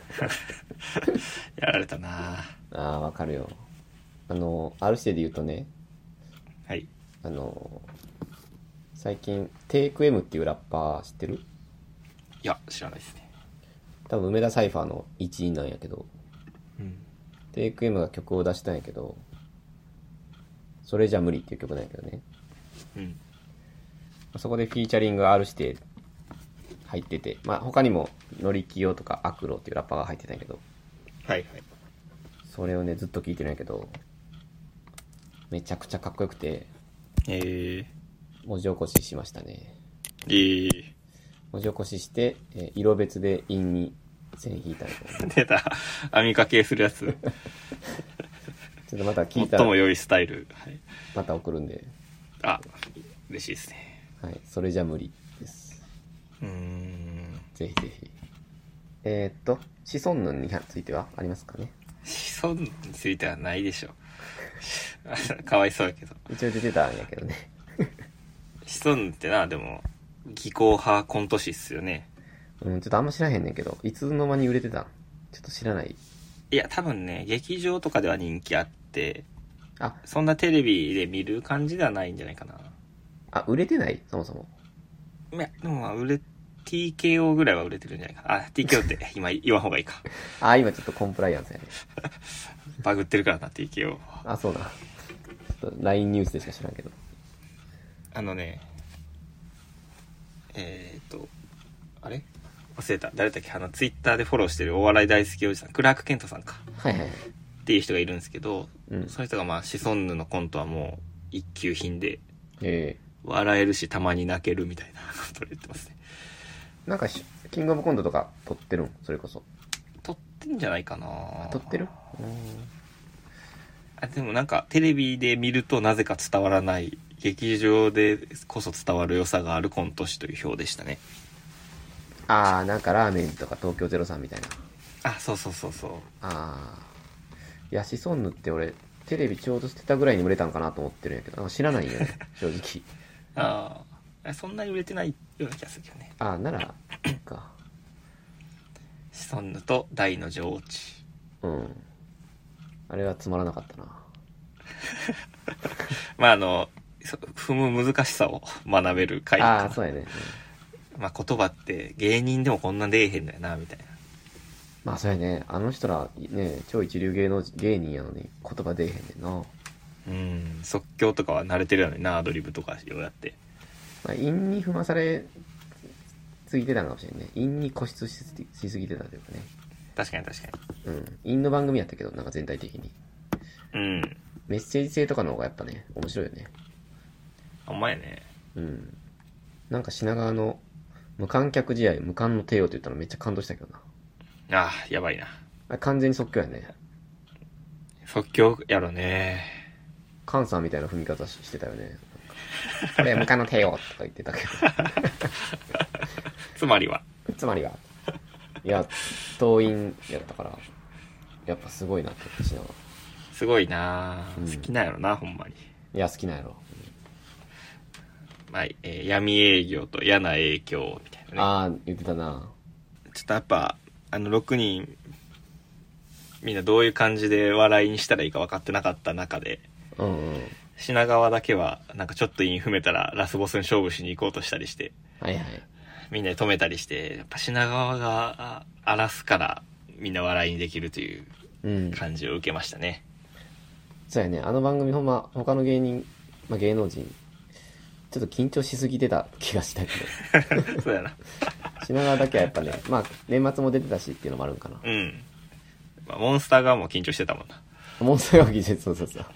やられたな。 ああ、わかるよ。あの、R 指定で言うとね、 はい。 あの、最近、テイク M っていうラッパー知ってる？ いや、知らないですね。 多分梅田サイファーの一員なんやけど、 うん。 テイク M が曲を出したんやけど、それじゃ無理っていう曲なんやけどね。 うん。 そこでフィーチャリング R 指定入ってて、まあ他にもノリキヨとかアクロっていうラッパーが入ってたんやけど、 はいはい。 それをねずっと聴いてるんやけど、めちゃくちゃかっこよくて、 え文字起こししましたね。 ー、えー、 文字起こしして、えー色別で韻に線引いたりとか、ね、 出た。編み掛けするやつ。 ちょっとまた聞いたら最も良いスタイル。はい。 また送るんで、 あ、嬉しいですね。 はい、それじゃ無理です。 うーん。 ぜひぜひ。えー、っと、シソンヌについてはありますかね？ 子孫についてはないでしょ。かわいそうやけど。 一応出てたんやけどね。 子孫ってな、でも、技巧派コント師っすよね。 うん、ちょっとあんま知らへんねんけど、いつの間に売れてたん？ちょっと知らない。 いや、多分ね、劇場とかでは人気あって、 あ、 そんなテレビで見る感じではないんじゃないかな。 あ、売れてないそもそも。 いや、でもまあ、売れ、ティーケーオー ぐらいは売れてるんじゃないかな。あ、ティーケーオー って今言わん方がいいか。 あ、今ちょっとコンプライアンスやね。 バグってるからな、ティーケーオー。 あ、そうだ。ちょっと ライン ニュースでしか知らんけど。 あのね、えーっと、あれ忘れた。誰だっけ？あの、ツイッターでフォローしてるお笑い大好きおじさん、クラークケントさんか。 はいはいはい。 っていう人がいるんですけど、 うん。 その人がまあ、シソンヌのコントはもう一級品で、 え笑えるし、たまに泣けるみたいなことを言ってますね。 ー、なんかし、キングオブコントとか撮ってるん？それこそ。 撮ってんじゃないかな。 撮ってる？ あ、でもなんか、テレビで見るとなぜか伝わらない、劇場でこそ伝わる良さがあるコント師という表でしたね。 あー、なんかラーメンとか東京ゼロさんみたいな。 あ、そうそうそうそう。 あー。いや、シソンヌって俺、テレビちょうど捨てたぐらいに売れたんかなと思ってるんやけど、あ知らないよね、正直。 ああ、そんなに売れてないような気がするけどね。 あー、なら、いいか。 シソンヌと大の女王地。 うん。あれはつまらなかったな。 まああの、踏む難しさを学べる回かな。 ああ、そうやね。 うん、まあ言葉って芸人でもこんな出えへんだよな、みたいな。 まあそうやね。あの人ら、ね、超一流芸能芸人やのに言葉出えへんねんな。 うん、即興とかは慣れてるよねな、アドリブとかようやって。 まあ、陰に踏まされついてたのかもしれんね。陰に固執ししすぎてたというかね。 確かに確かうん。陰の番組やったけど、なんか全体的に。 に。うん。 メッセージ性とかの方がやっぱね、面白いよね。 ほんまやね。 うん。なんか品川の無観客試合無観の帝王って言ったのめっちゃ感動したけどな。 ああ、やばいな。 あれ完全に即興やね。 即興やろね。 カンさんみたいな踏み方ししてたよね。これ無観の帝王とか言ってたけど。 つまりは。 つまりは。いや、党員やったから、やっぱすごいなって私は。 すごいな、うん、好きなんやろな、ほんまに。 いや、好きなんやろ。 うん、まあ、えー、闇営業と嫌な影響みたいなね。 ああ、言ってたな。 ちょっとやっぱ、あの、ろくにん、みんなどういう感じで笑いにしたらいいか分かってなかった中で、 うんうん。 品川だけは、なんかちょっとイン踏めたらラスボスに勝負しに行こうとしたりして、 はいはい。 みんなで止めたりして、やっぱ品川が荒らすからみんな笑いにできるという感じを受けましたね。 うん、そうやね。あの番組ほんま、他の芸人、まあ、芸能人、ちょっと緊張しすぎてた気がしたけど。そうやな。 品川だけはやっぱね、まあ、年末も出てたしっていうのもあるんかな。 うん。まあ、モンスター側も緊張してたもんな。 モンスター側も緊張してた、そうそうそう。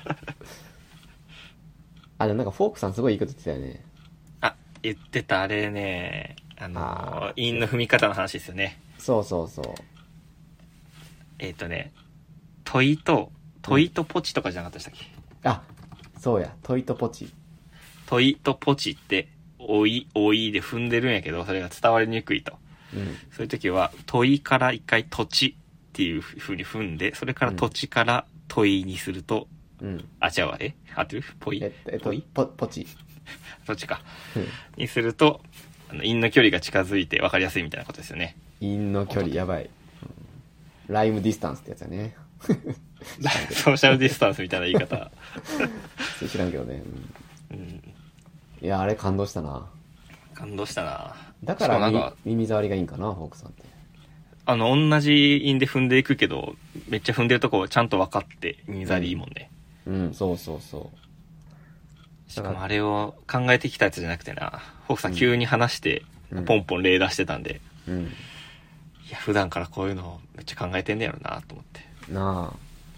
あ、でもなんかフォークさんすごいいいこと言ってたよね。 あ、言ってた、あれね、あの、韻の踏み方の話ですよね。 そうそうそう。 えっ、ー、とね、問いと、問いとポチとかじゃなかったでしたっけ、 うん、あ、そうや、問いとポチ。 問いとポチって、おい、おいで踏んでるんやけど、それが伝わりにくいと。うん、そういう時は、問いから一回土地っていう風に踏んで、それから土地から問いにすると、うん、あ、違うわ、え合ってるポイええっと、ポ、ポチ。 そっちか。にすると、あの、陰の距離が近づいて分かりやすいみたいなことですよね。 陰の距離、やばい。 ライムディスタンスってやつやね。 ソーシャルディスタンスみたいな言い方。 知らんけどね。 うん。うん、 いや、あれ感動したな。 感動したな。 だからなんか耳障りがいいんかな、フォークさんって。 あの、同じ韻で踏んでいくけど、めっちゃ踏んでるとこちゃんと分かって耳障りいいもんね。 うん、うん、そうそうそう。 しかもあれを考えてきたやつじゃなくてな、フォークさん急に話して、ポンポン例出してたんで、うん、うん、いや、普段からこういうのめっちゃ考えてんねやろなと思って。 なあ。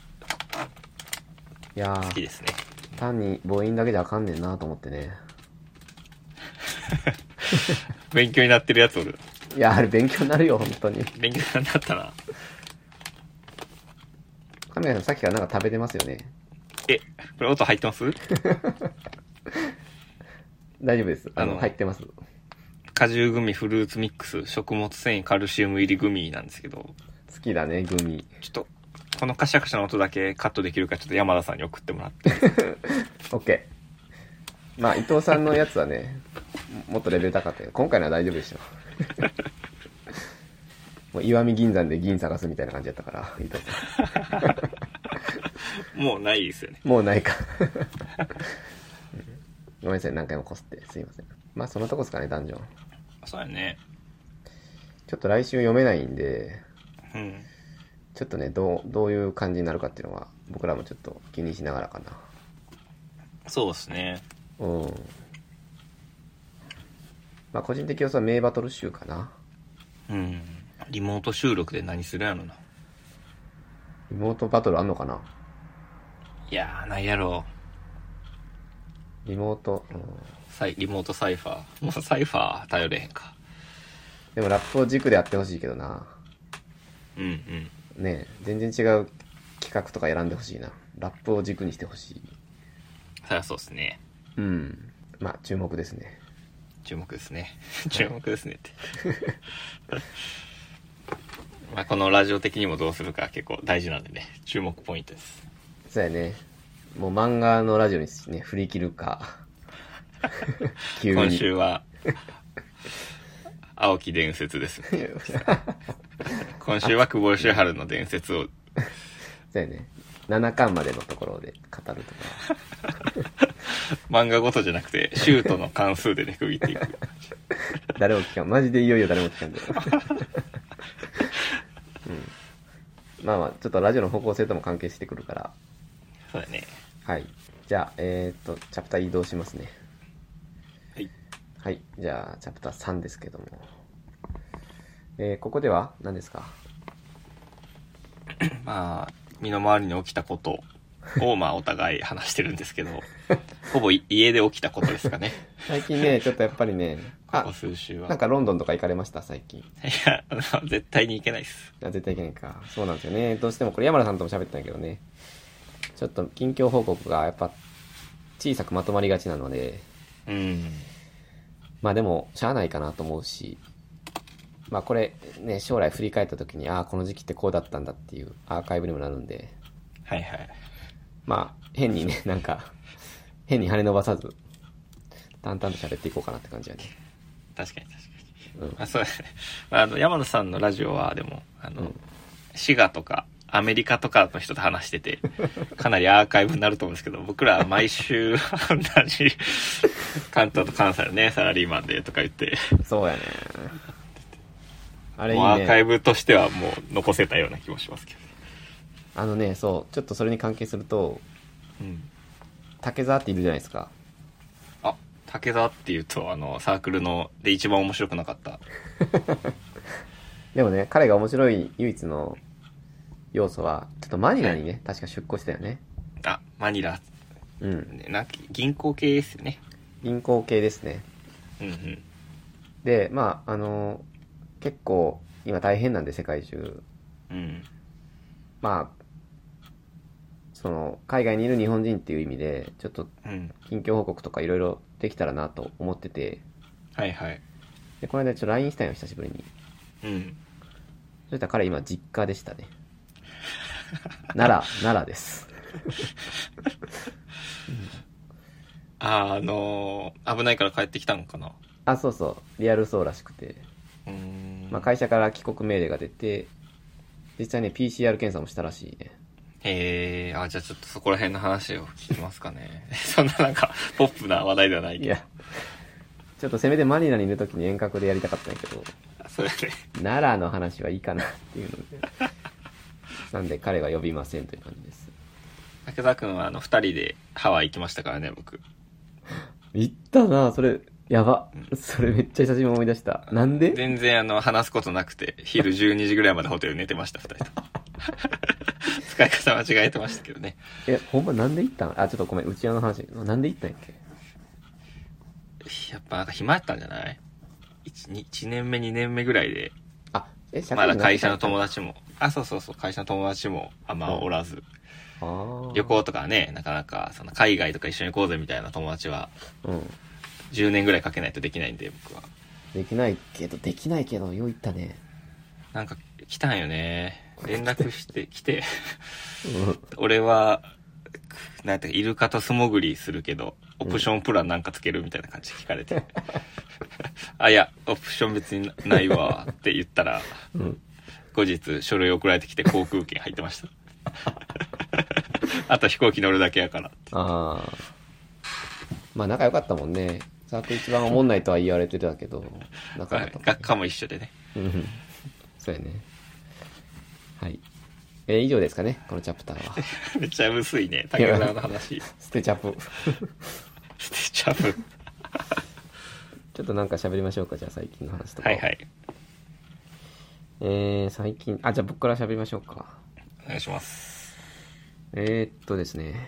いや好きですね。 単に母音だけじゃあかんねんなと思ってね。 勉強になってるやつおる。 いや、あれ勉強になるよ、本当に。 勉強になったな。 カメラさんさっきからなんか食べてますよね。 え、これ音入ってます？ 大丈夫です。あの、あの入ってます。 果汁グミフルーツミックス食物繊維カルシウム入りグミなんですけど。 好きだね、グミ。 ちょっと、このカシャカシャの音だけカットできるかちょっと山田さんに送ってもらって。 オッケー。まあ、伊藤さんのやつはね、もっとレベル高かったけど、今回のは大丈夫でしょ。もう石見銀山で銀探すみたいな感じだったから、伊藤さん。もうないですよね。 もうないか。ごめんなさい、何回もこすってすいません。まあそのとこですかね、ダンジョン。 そうやね。 ちょっと来週読めないんで、 うん。 ちょっとね、どう、どういう感じになるかっていうのは、僕らもちょっと気にしながらかな。 そうですね。 うん。まあ個人的予想は名バトル集かな。 うん。リモート収録で何するやろな。 リモートバトルあんのかな。 いやー、ないやろ。 リモート、うん、 サイリモートサイファー。もうサイファー頼れへんか。 でもラップを軸でやってほしいけどな。 うんうん。 ねえ、全然違う企画とか選んでほしいな。ラップを軸にしてほしい。 そりゃそうですね。 うん。まあ注目ですね。 注目ですね。注目ですねって。まあこのラジオ的にもどうするか結構大事なんでね、注目ポイントです。 そうやね。もう漫画のラジオにね、振り切るか。 急に今週は、青木伝説です。今週は久保義治の伝説を。 そうやね。ななかんまでのところで語るとか。 漫画ごとじゃなくて、シュートの関数でね、区切っていく。 誰も聞かん。マジでいよいよ誰も聞かんで。うん、まあまあ、ちょっとラジオの方向性とも関係してくるから。 そうだね。 はい。じゃあ、えー、っと、チャプター移動しますね。 はい。 はい。じゃあ、チャプターさんですけども。えー、ここでは何ですか？ まあ、身の回りに起きたことを、まあ、お互い話してるんですけど、ほぼ家で起きたことですかね。 最近ね、ちょっとやっぱりね、 ここ数週は。 なんかロンドンとか行かれました最近？いや、絶対に行けないっす。 いや、絶対行けないか。そうなんですよね。どうしてもこれ山田さんとも喋ったんだけどね。ちょっと近況報告がやっぱ小さくまとまりがちなので、 うん。 まあでも、しゃあないかなと思うし、まあこれね、将来振り返った時に、ああ、この時期ってこうだったんだっていうアーカイブにもなるんで、 はいはい。 まあ、変にね、なんか、変に跳ね伸ばさず、淡々と喋っていこうかなって感じやね。 確かに確かに。うん、あ、そうですね。あの、山田さんのラジオは、でも、あの、うん、滋賀とか、アメリカとかの人と話してて、かなりアーカイブになると思うんですけど、僕らは毎週同じ関東と関西のね、サラリーマンでとか言って。 そうやね。あれいいね。 もうアーカイブとしてはもう残せたような気もしますけど。 あのね、そう、ちょっとそれに関係すると、うん、竹澤っているじゃないですか。 あ、竹澤っていうと、あの、サークルので一番面白くなかった。 でもね、彼が面白い唯一の要素は、ちょっとマニラにね、はい、確か出向したよね。 あ、マニラ。 うん。 な銀行系ですよね。 銀行系ですね。 うんうん。 で、まあ、あの、結構、今大変なんで、世界中。 うん。 まあ、その、海外にいる日本人っていう意味で、ちょっと、近況報告とかいろいろできたらなと思ってて。 はいはい。 で、この間ちょっと ライン したんよ、久しぶりに。 うん。 そしたら彼今実家でしたね。奈良、奈良です。 あ、あのー、危ないから帰ってきたのかな。 あ、そうそう。リアルそうらしくて。 うーん。 まあ会社から帰国命令が出て、 実際ね、ピーシーアール 検査もしたらしいね。 へえー、あ、じゃあちょっとそこら辺の話を聞きますかね。そんななんか、ポップな話題ではないけど。いや、 ちょっとせめてマニラにいるときに遠隔でやりたかったんやけど、 そうですね。 奈良の話はいいかなっていうので。なんで彼は呼びませんという感じです。 竹澤くんはあの、二人でハワイ行きましたからね、僕。 行ったなそれ、やば。それめっちゃ久しぶりに思い出した。なんで全然あの、話すことなくて、昼じゅうにじぐらいまでホテル寝てました、二人と。使い方間違えてましたけどね。 え、ほんまなんで行ったん？あ、ちょっとごめん、内輪の話。なんで行ったんやっけ？ やっぱなんか暇やったんじゃない？ 1, 1年目にねんめぐらいで。 あ、え、社まだ会社の友達も、あ、そうそうそう、会社の友達もあんまおらず。 あ旅行とかね、なかなか、その海外とか一緒に行こうぜみたいな友達は、 うん。 じゅうねんぐらいかけないとできないんで、僕は。 できないけど、できないけど、よう言ったね。 なんか、来たんよね。連絡してきて、 うん、 俺は、なんていうか、イルカと素潜りするけど、オプションプランなんかつけるみたいな感じで聞かれて。あ、いや、オプション別にないわって言ったら、 うん、 後日書類送られてきて航空券入ってました。あと飛行機乗るだけやからって。 ああ。まあ仲良かったもんね。サークル一番おもんないとは言われてたけど、仲良かったもんね、 学科も一緒でね。 うん。そうやね。はい。えー、以上ですかね、このチャプターは。 めっちゃ薄いね、竹澤の話。 ステチャプ。 ステチャプ。 ちょっとなんか喋りましょうか、じゃあ最近の話とか。 はいはい。 えー、最近、あ、じゃあ僕から喋りましょうか。 お願いします。 えー、っとですね。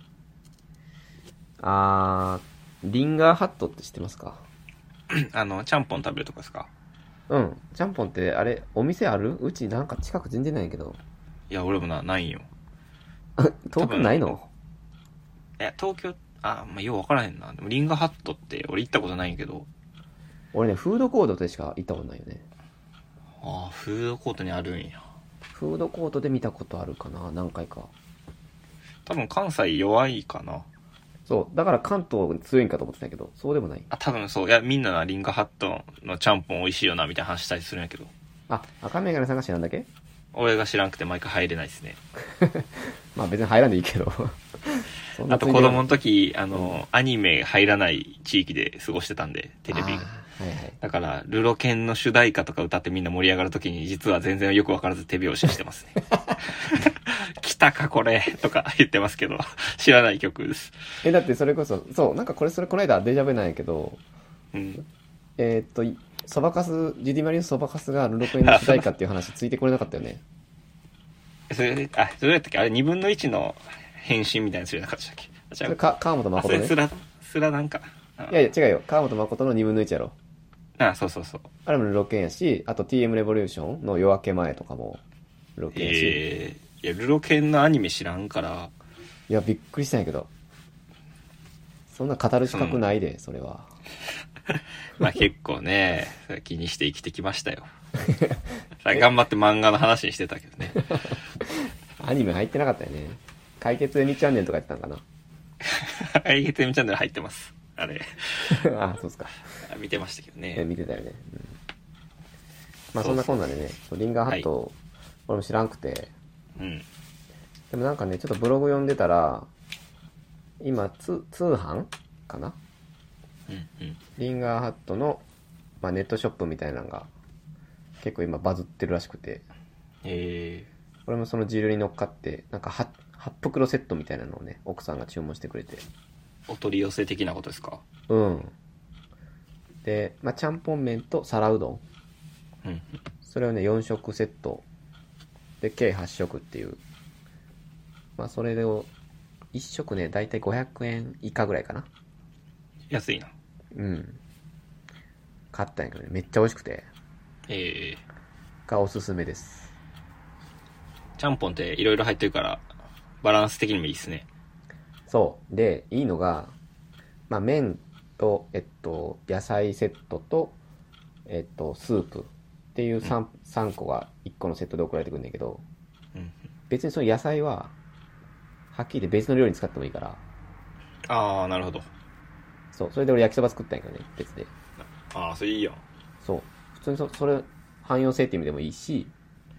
あー、リンガーハットって知ってますか？ あの、ちゃんぽん食べるとこですか？ うん。ちゃんぽんって、あれ、お店ある？うちなんか近く全然ないけど。 いや、俺もな、ないんよ。 遠くないの？ いや、東京、あ、まあ、よう分からへんな。でも、リンガーハットって俺行ったことないんやけど。 俺ね、フードコートでしか行ったことないよね。 ああ、フードコートにあるんや。 フードコートで見たことあるかな、何回か。 多分関西弱いかな。 そう、だから関東強いんかと思ってたけど、そうでもない。 あ、多分そう。いや、みんなな、リンガーハットのちゃんぽん美味しいよな、みたいな話したりするんやけど。 あ、赤メガネさんが知らんだけ？ 俺が知らんくて毎回入れないですね。 まあ別に入らんでいいけど。 あと子供の時、あの、アニメ入らない地域で過ごしてたんで、テレビが。 はいはい、 だから、ルロケンの主題歌とか歌ってみんな盛り上がる時に、実は全然よくわからず手拍子してますね。来たかこれとか言ってますけど、知らない曲です。 え、だってそれこそ、そう、なんかこれそれこの間デジャブなんやけど、 うん。 えー、っと、そばかす、ジュディマリのそばかすがルロケンの主題歌っていう話ついてこれなかったよね。 それで、あ、どうやったっけあれ、二分の一の変身みたいなするなかったっけ？あ、 それか、川本誠ね。 あ、それすら、すらなんか。 いやいや、違うよ。川本誠の二分の一やろ。 あ、そうそうそう。 あれもルロケンやし、あと ティーエム レボリューションの夜明け前とかもルロケンやし。 えー、いや、ルロケンのアニメ知らんから。 いや、びっくりしたんやけど。そんな語る資格ないで、それは。 まあ結構ね、気にして生きてきましたよ。頑張って漫画の話にしてたけどね。 アニメ入ってなかったよね。解決エミチャンネルとかやってたんかな。 解決エミチャンネル入ってます。あれ。 あ、そうっすか。 見てましたけどね。 え、見てたよね。うん、まあそんなこんなでね、そうリンガーハット、はい、俺も知らんくて。 うん。 でもなんかね、ちょっとブログ読んでたら、今、通販かな、 うんうん、 リンガーハットの、まあ、ネットショップみたいなのが結構今バズってるらしくて、 えー、俺もそのジルに乗っかってなんか 8, 8袋セットみたいなのをね奥さんが注文してくれて、 お取り寄せ的なことですか？ うんで、まあ、ちゃんぽん麺と皿うどん、 うん、 それをねよん食セットで計はち食っていう、まあそれをいっ食ねだいたいごひゃくえん以下ぐらいかな。 安いな。 うん。買ったんやけどね、めっちゃ美味しくて。 ええー。がおすすめです。 ちゃんぽんっていろいろ入ってるから、バランス的にもいいですね。 そう。で、いいのが、まあ、麺と、えっと、野菜セットと、えっと、スープっていう 3,、うん、さんこがいっこのセットで送られてくるんだけど、うん、別にその野菜は、はっきり言って別の料理に使ってもいいから。 ああ、なるほど。 そう。それで俺焼きそば作ったんやけどね、別で。 ああ、それいいよ。 そう。普通にそ、それ、汎用性って意味でもいいし、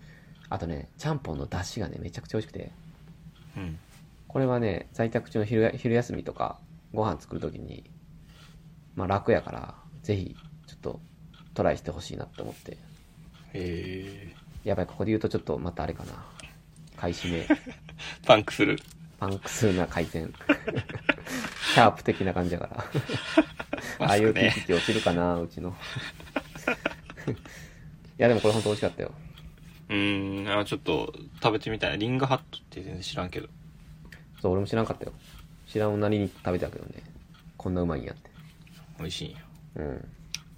あとね、ちゃんぽんの出汁がね、めちゃくちゃ美味しくて。 うん。 これはね、在宅中の昼昼休みとか、ご飯作るときに、まあ楽やから、ぜひ、ちょっと、トライしてほしいなって思って。へえ。 やばい、ここで言うとちょっとまたあれかな。買い占め。 パンクする。 パンクするな回転。シャープ的な感じだから。ああいう機器落ちるかな、うちの。いや、でもこれほんと美味しかったよ。 うーん、あ、ちょっと食べてみたいな。リンガハットって全然知らんけど。 そう、俺も知らんかったよ。知らんなりに食べたけどね。こんなうまいんやって。 美味しいんや。 うん。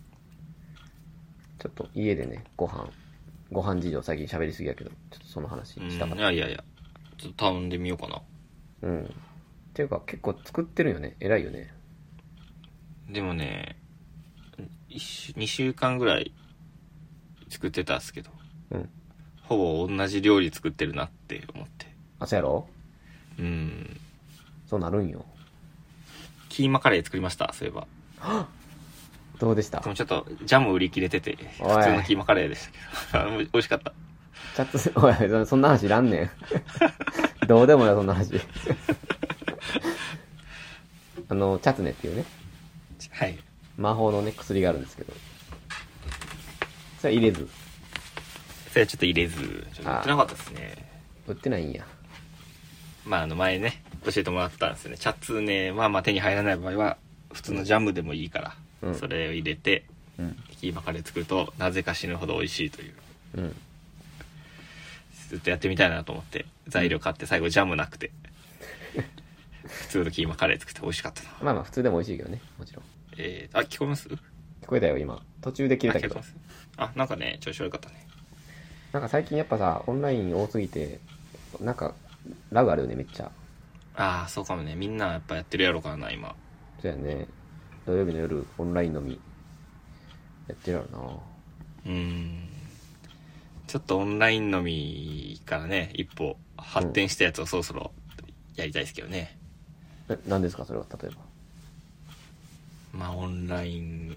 ちょっと家でね、ご飯、ご飯事情最近喋りすぎやけど、ちょっとその話したかった。 いやいやいや、ちょっと頼んでみようかな。 うん。っていうか結構作ってるよね。偉いよね。 でもね、にしゅうかんぐらい作ってたんですけど、 うん。 ほぼ同じ料理作ってるなって思って。 あ、そうやろ？ うん。 そうなるんよ。 キーマカレー作りました、そういえば。 どうでした？ でもちょっとジャム売り切れてて、普通のキーマカレーでしたけど、美味しかった。 チャツ、おい、そんな話いらんねん。どうでもよ、そんな話。あの、チャツネっていうね。 はい。 魔法のね、薬があるんですけど。それは入れず。 それはちょっと入れず、ちょっと売ってなかったですね。 売ってないんや。 まあ、あの前ね、教えてもらったんですよね。チャツネ、まあまあ手に入らない場合は、普通のジャムでもいいから、うん、それを入れて、うん、キーマカレー作ると、なぜか死ぬほど美味しいという。うん。ずっとやってみたいなと思って、材料買って最後ジャムなくて。普通のキーマカレー作って美味しかったな。 まあまあ普通でも美味しいけどね、もちろん。 えー、あ、聞こえます？聞こえたよ、今。途中で切れたけど。 あ、あ、なんかね、調子悪かったね。 なんか最近やっぱさ、オンライン多すぎて、なんか、ラグあるよね、めっちゃ。 ああ、そうかもね。みんなやっぱやってるやろからな、今。 そうやね。土曜日の夜、オンライン飲み、やってるやろな。 うーん。ちょっとオンライン飲みからね、一歩発展したやつをそろそろやりたいですけどね。 うん、え、何ですか、それは、例えば。 まあ、オンライン、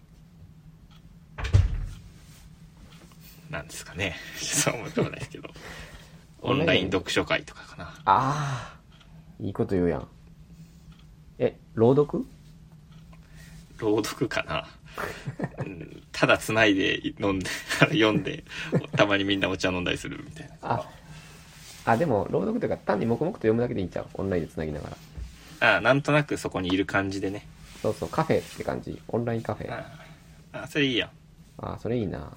なんですかね。そう思ってもないですけど。オンライン読書会とかかな。 ああ、いいこと言うやん。え、朗読？ 朗読かな。ただ繋いで飲んで読んでたまにみんなお茶飲んだりするみたいな。 ああ、でも朗読というか単に黙々と読むだけでいいんちゃう？オンラインで繋ぎながら。あ、なんとなくそこにいる感じでね。 そうそう、カフェって感じ。オンラインカフェ。 ああ、それいいやん。 あ、それいいな。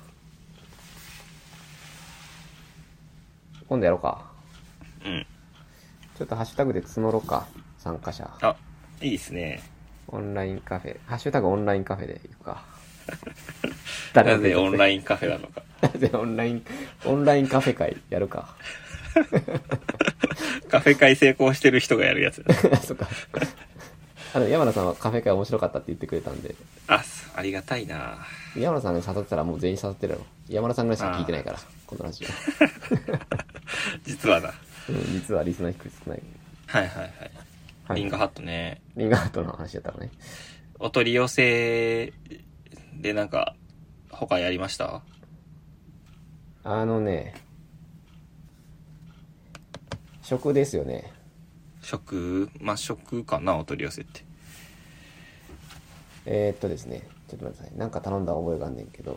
今度やろうか。 うん。 ちょっとハッシュタグで募ろうか、参加者。 あ、いいですね。 オンラインカフェ。ハッシュタグオンラインカフェで行くか。 なぜオンラインカフェなのか。 なぜオンライン、オンラインカフェ会やるか。 カフェ会成功してる人がやるやつ。 そっか。あの、山田さんはカフェ会面白かったって言ってくれたんで。 あ、ありがたいな。 山田さんが誘ってたらもう全員誘ってるやろ。山田さんぐらいしか聞いてないから、このラジオ。 実はな。 うん、実はリスナー低い少ない。 はいはいはい。はい、リンガーハットね。 リンガーハットの話やったのね。 お取り寄せでなんか、他やりました？ あのね、食ですよね。 食、まあ、食かな、お取り寄せって。 えー、っとですね、ちょっと待ってください。なんか頼んだ覚えがあんねんけど。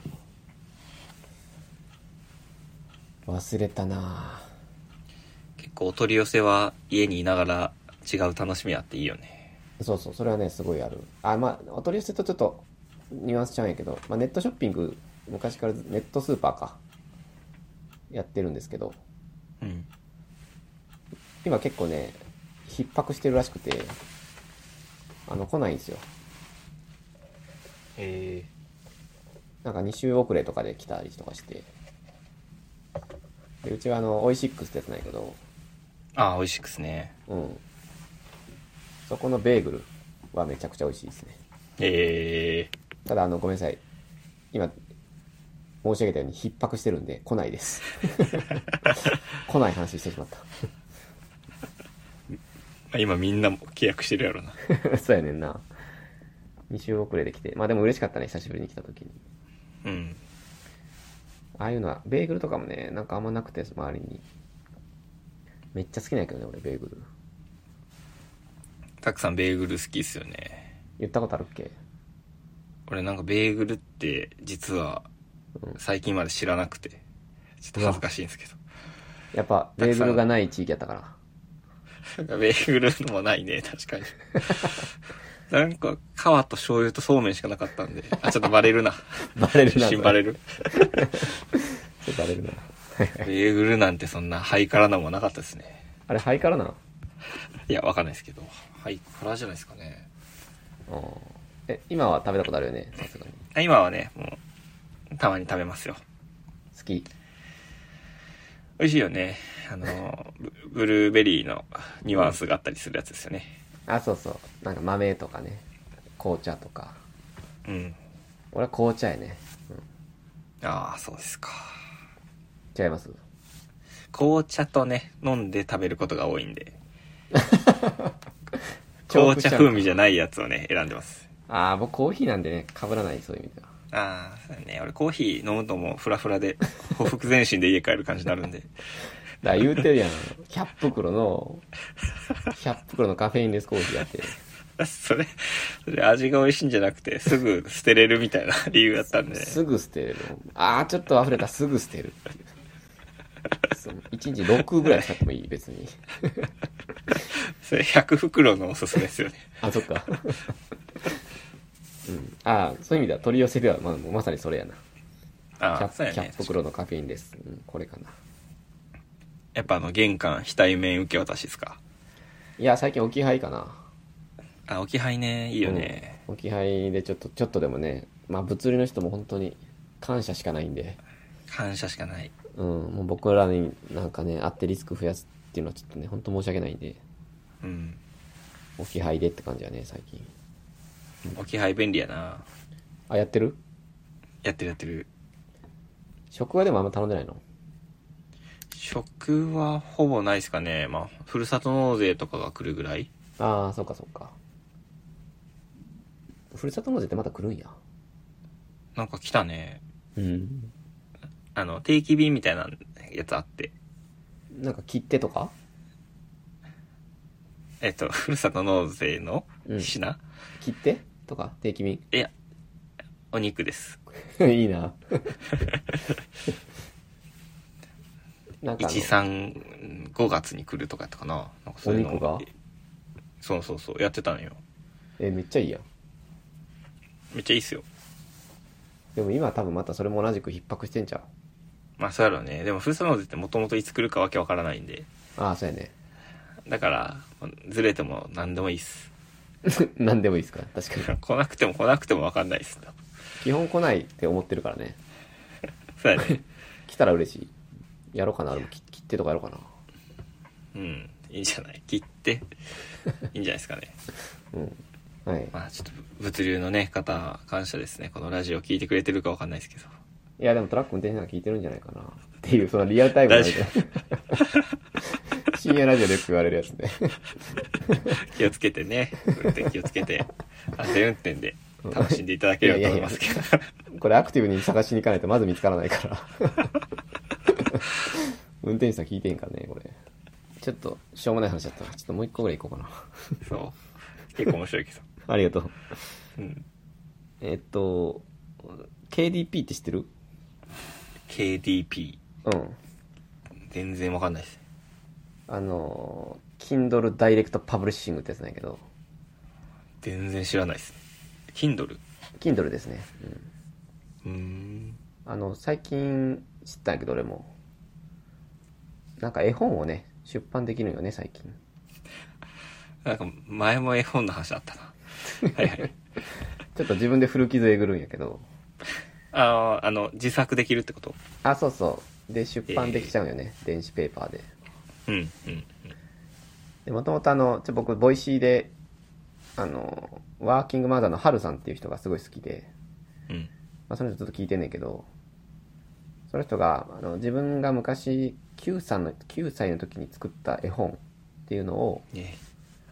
忘れたな。 結構お取り寄せは家にいながら違う楽しみあっていいよね。 そうそう、それはね、すごいある。あ、まあ、お取り寄せとちょっとニュアンスちゃうんやけど、まあ、ネットショッピング、昔からネットスーパーか、やってるんですけど、 うん。 今結構ね、逼迫してるらしくて、あの、来ないんですよ。 へえ。 なんかに週遅れとかで来たりとかして。でうちはあの、オイシックスってやつなんやけど。 ああ、オイシックスね。 うん。そこのベーグルはめちゃくちゃ美味しいですね。 へえ。 ただあの、ごめんなさい。今、申し上げたように逼迫してるんで来ないです。来ない話してしまった。 今みんなも契約してるやろな。 そうやねんな。に週遅れで来て。まあでも嬉しかったね、久しぶりに来た時に。 うん。 ああいうのは、ベーグルとかもね、なんかあんまなくて、周りに。めっちゃ好きなんやけどね、俺、ベーグル。 たくさんベーグル好きっすよね。 言ったことあるっけ？ 俺なんかベーグルって実は最近まで知らなくて、ちょっと恥ずかしいんですけど。 やっぱ、ベーグルがない地域やったから。 ベーグルもないね、確かに。なんか、皮と醤油とそうめんしかなかったんで。あ、ちょっとバレるな。 バレるな。 出身バレる。 ちょっとバレるな。 ベーグルなんてそんなハイカラなもんなかったですね。 あれ、ハイカラなの？ いや、わかんないですけど。ハイカラじゃないですかね。 え、今は食べたことあるよね、さすがに。 今はね、もう、たまに食べますよ。 好き？ 美味しいよね。あの、ブルーベリーのニュアンスがあったりするやつですよね。 あ、そうそう。なんか豆とかね。紅茶とか。 うん。 俺は紅茶やね。 うん、ああ、そうですか。 違います？ 紅茶とね、飲んで食べることが多いんで。紅茶風味じゃないやつをね、選んでます。 ああ、僕コーヒーなんでね、被らない、そういう意味では。 ああ、そうね。俺コーヒー飲むともうフラフラで、ほふく前進で家帰る感じになるんで。 だから言うてるやん。ひゃっ袋の、ひゃっ袋のカフェインレスコーヒーやって。 それ、それ味が美味しいんじゃなくて、すぐ捨てれるみたいな理由やったんで、ね。 すぐ捨てれる。ああ、ちょっと溢れた、すぐ捨てるっていう。いちにちろくぐらい使ってもいい、別に。 それひゃく袋のおすすめですよね。 あ、そっか。うん、ああ、そういう意味では取り寄せでは、まあ、まさにそれやな。 ああ、そうやね。 ひゃく袋のカフェインです。うん、これかな。 やっぱあの、玄関非対面受け渡しですか？ いや、最近置き配かな。 あ、置き配ね、いいよね。 うん、置き配でちょっと、ちょっとでもね、まあ物理の人も本当に感謝しかないんで。 感謝しかない。 うん、もう僕らになんかね、会ってリスク増やすっていうのはちょっとね、本当申し訳ないんで。 うん。 置き配でって感じやね、最近。 置き配便利やな。 あ、やってる？ やってるやってる。 食はでもあんま頼んでないの？ 食はほぼないですかね。まあ、ふるさと納税とかが来るぐらい。 ああ、そうかそうか。ふるさと納税ってまた来るんや。 なんか来たね。 うん。 あの、定期便みたいなやつあって。 なんか切手とか？ えっと、ふるさと納税の品、うん、 切手とか定期便？ いや、お肉です。 いいな。 なんかいち、さん、ごがつに来るとかやったかな。なんかそういうのお肉が？ そうそうそう、やってたのよ。 え、めっちゃいいやん。 めっちゃいいっすよ。 でも今多分またそれも同じく逼迫してんちゃう？ まあそうやろうね。でもふるさと納税ってもともといつ来るかわけわからないんで。 ああ、そうやね。 だから、ずれても何でもいいっす。 何でもいいっすか？確かに。 来なくても来なくてもわかんないっす。 基本来ないって思ってるからね。 そうやね。 来たら嬉しい。やろうかな。でも切手とかやろうかな。 うん。いいんじゃない？切って。いいんじゃないですかね。 うん。はい。 まあちょっと物流のね、方、感謝ですね。このラジオ聞いてくれてるかわかんないですけど。 いや、でもトラック運転手さんが聞いてるんじゃないかな。っていう、そのリアルタイムの深夜ラジオでよく言われるやつね。 気をつけてね。運転気をつけて。安全運転で楽しんでいただければと思いますけど。いやいやいやこれアクティブに探しに行かないとまず見つからないから。運転手さん聞いてんからね、これ。ちょっと、しょうもない話だったな。ちょっともう一個ぐらい行こうかな。 そう。結構面白いけど。 ありがとう。 うん。 えっと、ケーディーピー って知ってる？ ケーディーピー。うん。 全然わかんないです。 あの、Kindle Direct Publishing ってやつなんやけど。 全然知らないです。Kindle？ Kindle ですね。 うん。うーん。 あの、最近知ったんやけど俺も。なんか絵本をね、出版できるよね、最近。 なんか前も絵本の話あったな。はいはい。 ちょっと自分で古傷えぐるんやけど。 ああ、あの、自作できるってこと？ あ、そうそう。で、出版できちゃうよね。えー、電子ペーパーで。 うん、うん、うん。 で、もともとあの、ちょ、僕、ボイシーで、あの、ワーキングマザーのハルさんっていう人がすごい好きで、 うん。 まあ、その人ずっと聞いてんねんけど、その人が、あの、自分が昔、きゅうさいの、きゅうさいの時に作った絵本っていうのを、 ね、うん。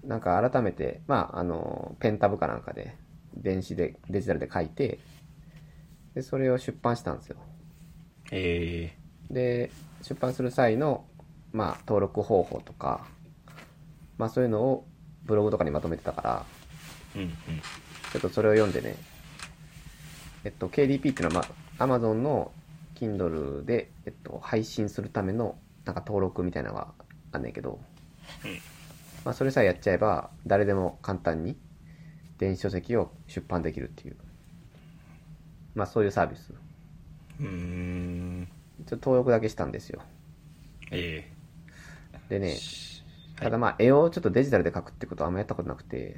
なんか改めて、まあ、あの、ペンタブかなんかで、電子で、デジタルで書いて、で、それを出版したんですよ。 へえ。で、出版する際の、まあ、登録方法とか、まあそういうのをブログとかにまとめてたから、 うんうん。 ちょっとそれを読んでね、えっと、ケーディーピー っていうのは、まあ、Amazon の Kindle で、えっと、配信するための、なんか登録みたいなのがあんねんけど、 うん。 まあそれさえやっちゃえば、誰でも簡単に電子書籍を出版できるっていう、まあそういうサービス。 うーん。 ちょっと登録だけしたんですよ。 えでね、 はいただまあ絵をちょっとデジタルで描くってことはあんまやったことなくて、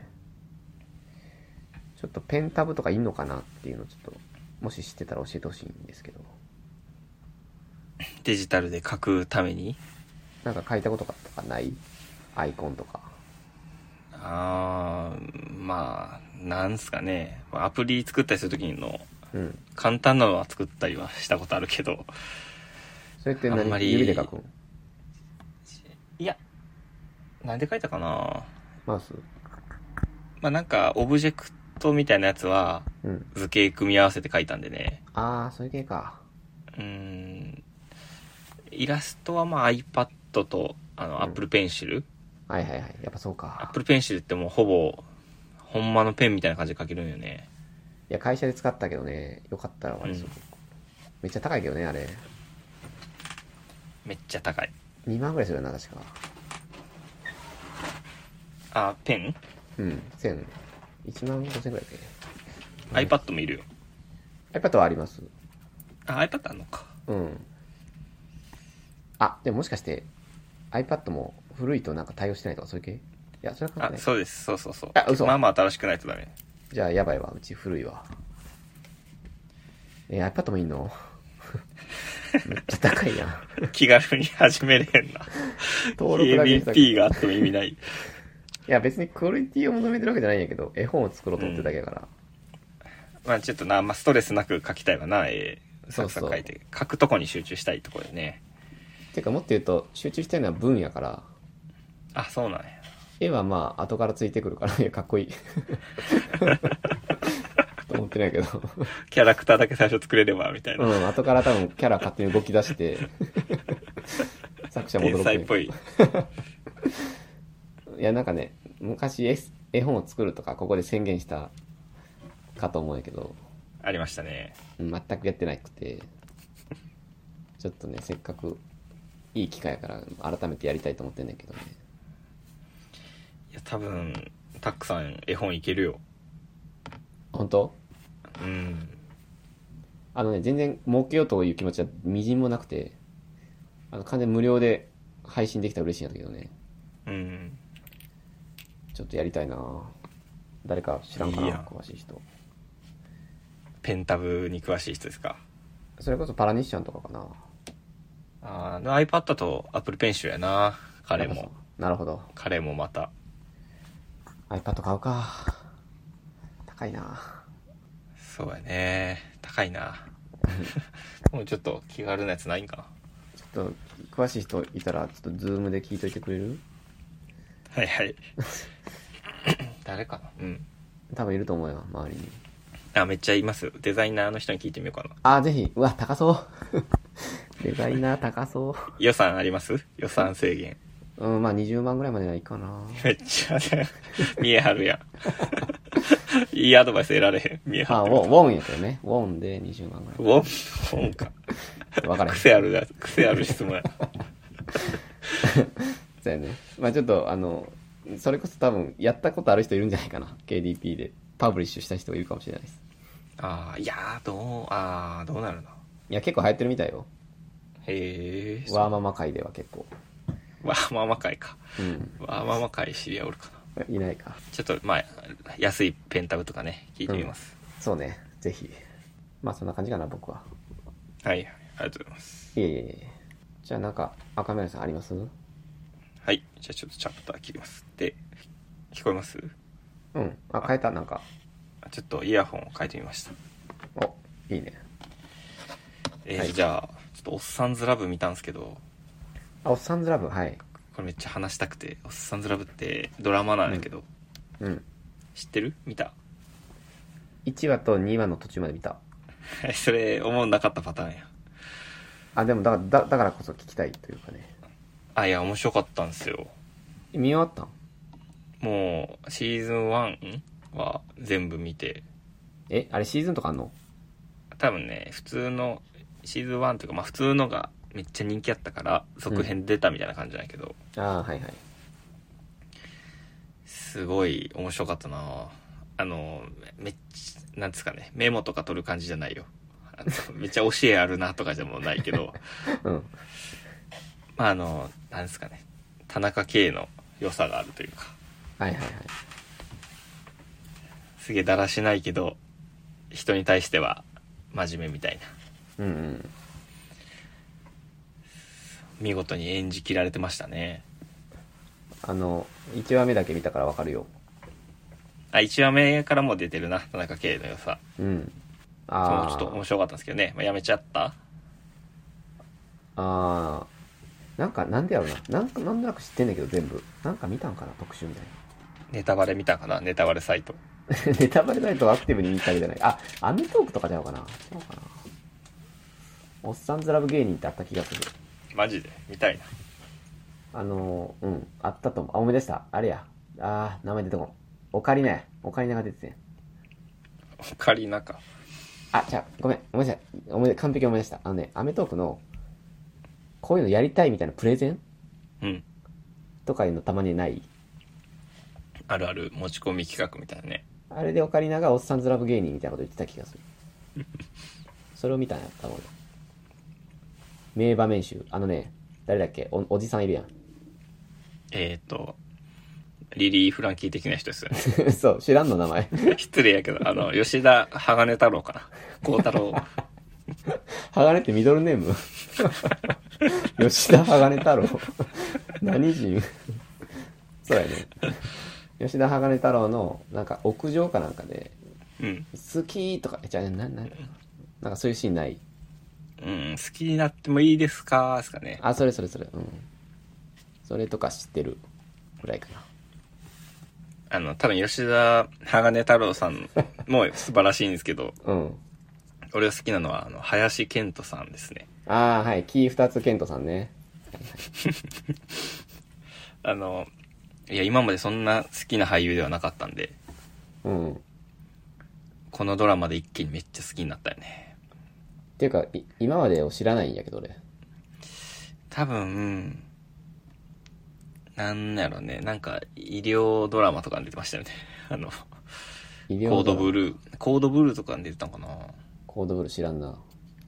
ちょっとペンタブとかいんのかなっていうのをちょっと、もし知ってたら教えてほしいんですけど。 デジタルで書くためになんか書いたこととかないアイコンとか。 あー、まあ、なんすかね。アプリ作ったりするときの、 うん。 簡単なのは作ったりはしたことあるけど。 それって何あんまり指で書くん？ いや、なんで書いたかな。 マウス？ まあなんか、オブジェクトみたいなやつは、 うん。 図形組み合わせて書いたんでね。 あー、そういう系か。 うーん。イラストはまあ iPad と、あの、 うん Apple Pencil。 はいはいはい。やっぱそうか。 Apple Pencil ってもうほぼ、ほんまのペンみたいな感じで書けるんよね。 いや、会社で使ったけどね、よかったらあれ、 うんすごくめっちゃ高いけどね、あれ。 めっちゃ高い。 にまんぐらいするよな、確か。 あ、ペン？ うん、千、いちまんごせんぐらいで。 iPad もいるよ。 iPad はあります。 あ、iPad あんのか。 うん。あ、でももしかして、iPad も古いとなんか対応してないとかそういう系？いや、それは関係あ、 ない。 そうです。そうそうそう。 あ嘘まあまあ新しくないとダメ。 じゃあ、やばいわ。うち古いわ。えー、iPad もいいの？めっちゃ高いやん。 気軽に始めれへんな。 登録だけしたケーディーピー があっても意味ない。 いや、別にクオリティを求めてるわけじゃないんやけど、絵本を作ろうと思ってるだけだから。 まあちょっとな、まあストレスなく書きたいわな、絵。 そうそうサクサク書いて。書くとこに集中したいところでね。 てかもっと言うと、集中したいのは文やから、 あ、そうなんや。 絵はまあ、後からついてくるから、いや、かっこいい。と思ってないけど。 キャラクターだけ最初作れれば、みたいな。 うん、後から多分キャラ勝手に動き出して、作者も驚く。 天才っぽい。 いや、なんかね、昔絵絵本を作るとか、ここで宣言したかと思うんやけど、 ありましたね。 全くやってなくて、ちょっとね、せっかくいい機会やから改めてやりたいと思ってんねんけどね。 いや、多分、タックさん絵本いけるよ。 本当？ うん。 あのね、全然儲けようという気持ちはみじんもなくて、あの完全無料で配信できたら嬉しいんだけどね。 うん。 ちょっとやりたいな。誰か知らんかないいや詳しい人。 ペンタブに詳しい人ですか？ それこそパラニッシャンとかかな。 ああ、iPad と Apple Pencil やな。彼も。 なるほど。 彼もまた。 iPad 買うか。高いな。 そうやね。高いな。もうちょっと気軽なやつないんかな。 ちょっと詳しい人いたらちょっとズームで聞いといてくれる？ はいはい。誰かな。うん。 多分いると思うよ、周りに。 あ、めっちゃいますよ。デザイナーの人に聞いてみようかな。 あ、ぜひ。うわ、高そう。デザイナー高そう。 予算あります？予算制限。 うん、まあにじゅうまんぐらいまではいいかな。 めっちゃね、見えはるやん。いいアドバイス得られへん。見えあ、ウはってる。 ォン、ウォンやけどね。ウォンでにじゅうまんぐらい。 ウォン、ウォンか。 わからへん。 癖あるやつ、癖ある質問や。 そうやね。まあちょっと、あの、それこそ多分、やったことある人いるんじゃないかな。ケーディーピー で。パブリッシュした人がいるかもしれないです。 ああ、いやー、どう、あー、どうなるな。 いや、結構流行ってるみたいよ。 へえ。 ワーママ界では結構。 ワーママ会か。 うん。 ワーママ会知り合いおるかな。 いないか。 ちょっと、まあ、安いペンタブとかね、聞いてみます。 うん、そうね。ぜひ。まあそんな感じかな、僕は。 はいはい。ありがとうございます。 いえいえいえ。じゃあなんか、赤目さんあります？ はい。じゃあちょっとチャプター切ります。で、聞こえます？ うん。あ、変えた、なんか。 ちょっとイヤホンを変えてみました。 お、いいね。 えーはい、 じゃあ、ちょっとおっさんずラブ見たんですけど、 あ、おっさんずラブ、はい。 これめっちゃ話したくて、おっさんずラブってドラマなんだけど、 うん。うん、 知ってる？見た？ いちわとにわの途中まで見た。 それ、思んなかったパターンや。 あ、でもだだだからこそ聞きたいというかね。 あ、いや面白かったんですよ。 見終わったん？ もうシーズンワンは全部見て。 え、あれシーズンとかあんの？ 多分ね、普通のシーズンワンというか、まあ普通のがめっちゃ人気あったから続編出たみたいな感じじゃないけど、 うん、ああはいはい、 すごい面白かったな。あのめっちゃなんですかね、メモとか取る感じじゃないよ。あのめっちゃ教えあるなとかじゃもうないけど、 うん、 まああのなんですかね、田中圭の良さがあるというか、 はいはいはい、 すげえだらしないけど人に対しては真面目みたいな、 うんうん、 見事に演じきられてましたね。 あのいちわめだけ見たからわかるよ。 あ、いちわめからも出てるな、田中圭の良さ。 うん。 ああ、ちょっと面白かったんですけどね、まあ、やめちゃった。 ああ、なんかなんでやろな、なんかなんとなく知ってんだけど全部なんか見たんかな、特集みたいな。 ネタバレ見たかな、ネタバレサイト。 ネタバレサイトをアクティブに見たわけじゃない。あ、アメトークとかちゃうかな。違うかな。おっさんずラブ芸人ってあった気がする。 マジで見たいな。あのー、うんあったと思う。あ、思い出した。あれや、あー名前出てこん。オカリナや。オカリナが出てて。 オカリナか。 あ、じゃあごめん、思い出した。思い出完璧思い出した。あのね、アメトークのこういうのやりたいみたいなプレゼンうんとかいうのたまにない？ あるある、持ち込み企画みたいなね。 あれでオカリナがおっさんずラブ芸人みたいなこと言ってた気がする。それを見たんやったもん。名場面集。あのね、誰だっけ、 お, おじさんいるやん。 えっ、ー、とリリー・フランキー的な人ですよね。そう知らんの名前。 失礼やけど、あの吉田鋼太郎かな、鋼太郎。 鋼ってミドルネーム？吉田鋼太郎。何人？そうやね。吉田鋼太郎のなんか屋上かなんかで、 うん、 好きとか、じゃあなななんかそういうシーンない？ うん、好きになってもいいですかですかね。 あ、それそれそれ、うん。それとか知ってるぐらいかな。 あの多分吉田鋼太郎さんも素晴らしいんですけど、 うん。 俺が好きなのはあの林遣都さんですね。 ああはい、キー二つ健人さんね。 あのいや今までそんな好きな俳優ではなかったんで、 うん。 このドラマで一気にめっちゃ好きになったよね。 っていうかい今までを知らないんやけど俺。 多分なんやろね、なんか医療ドラマとかに出てましたよね。あの医療コードブルーコードブルーとかに出てたのかな。 コードブルー知らんな。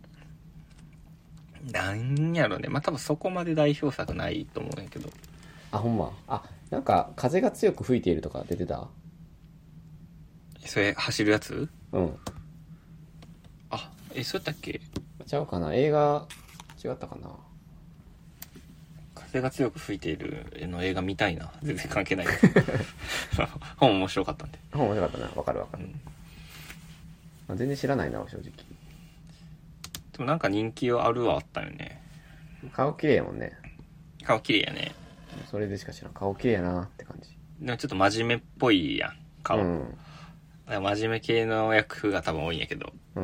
なんやろね、まあ多分そこまで代表作ないと思うんやけど。 あ、ほんま。あ、なんか風が強く吹いているとか出てた？ それ走るやつ？ うん。 あ、え、そうやったっけ？ ちゃうかな、映画違ったかな。 風が強く吹いているの映画見たいな。全然関係ない本面白かったんで。 本面白かったな。わかるわかる、うん、全然知らないな正直。 でもなんか人気はあるはあったよね。 顔綺麗やもんね。 顔綺麗やね。 それでしか知らん。顔綺麗やなって感じ。 でもちょっと真面目っぽいやん顔、うん、真面目系の役が多分多いんやけど、うん、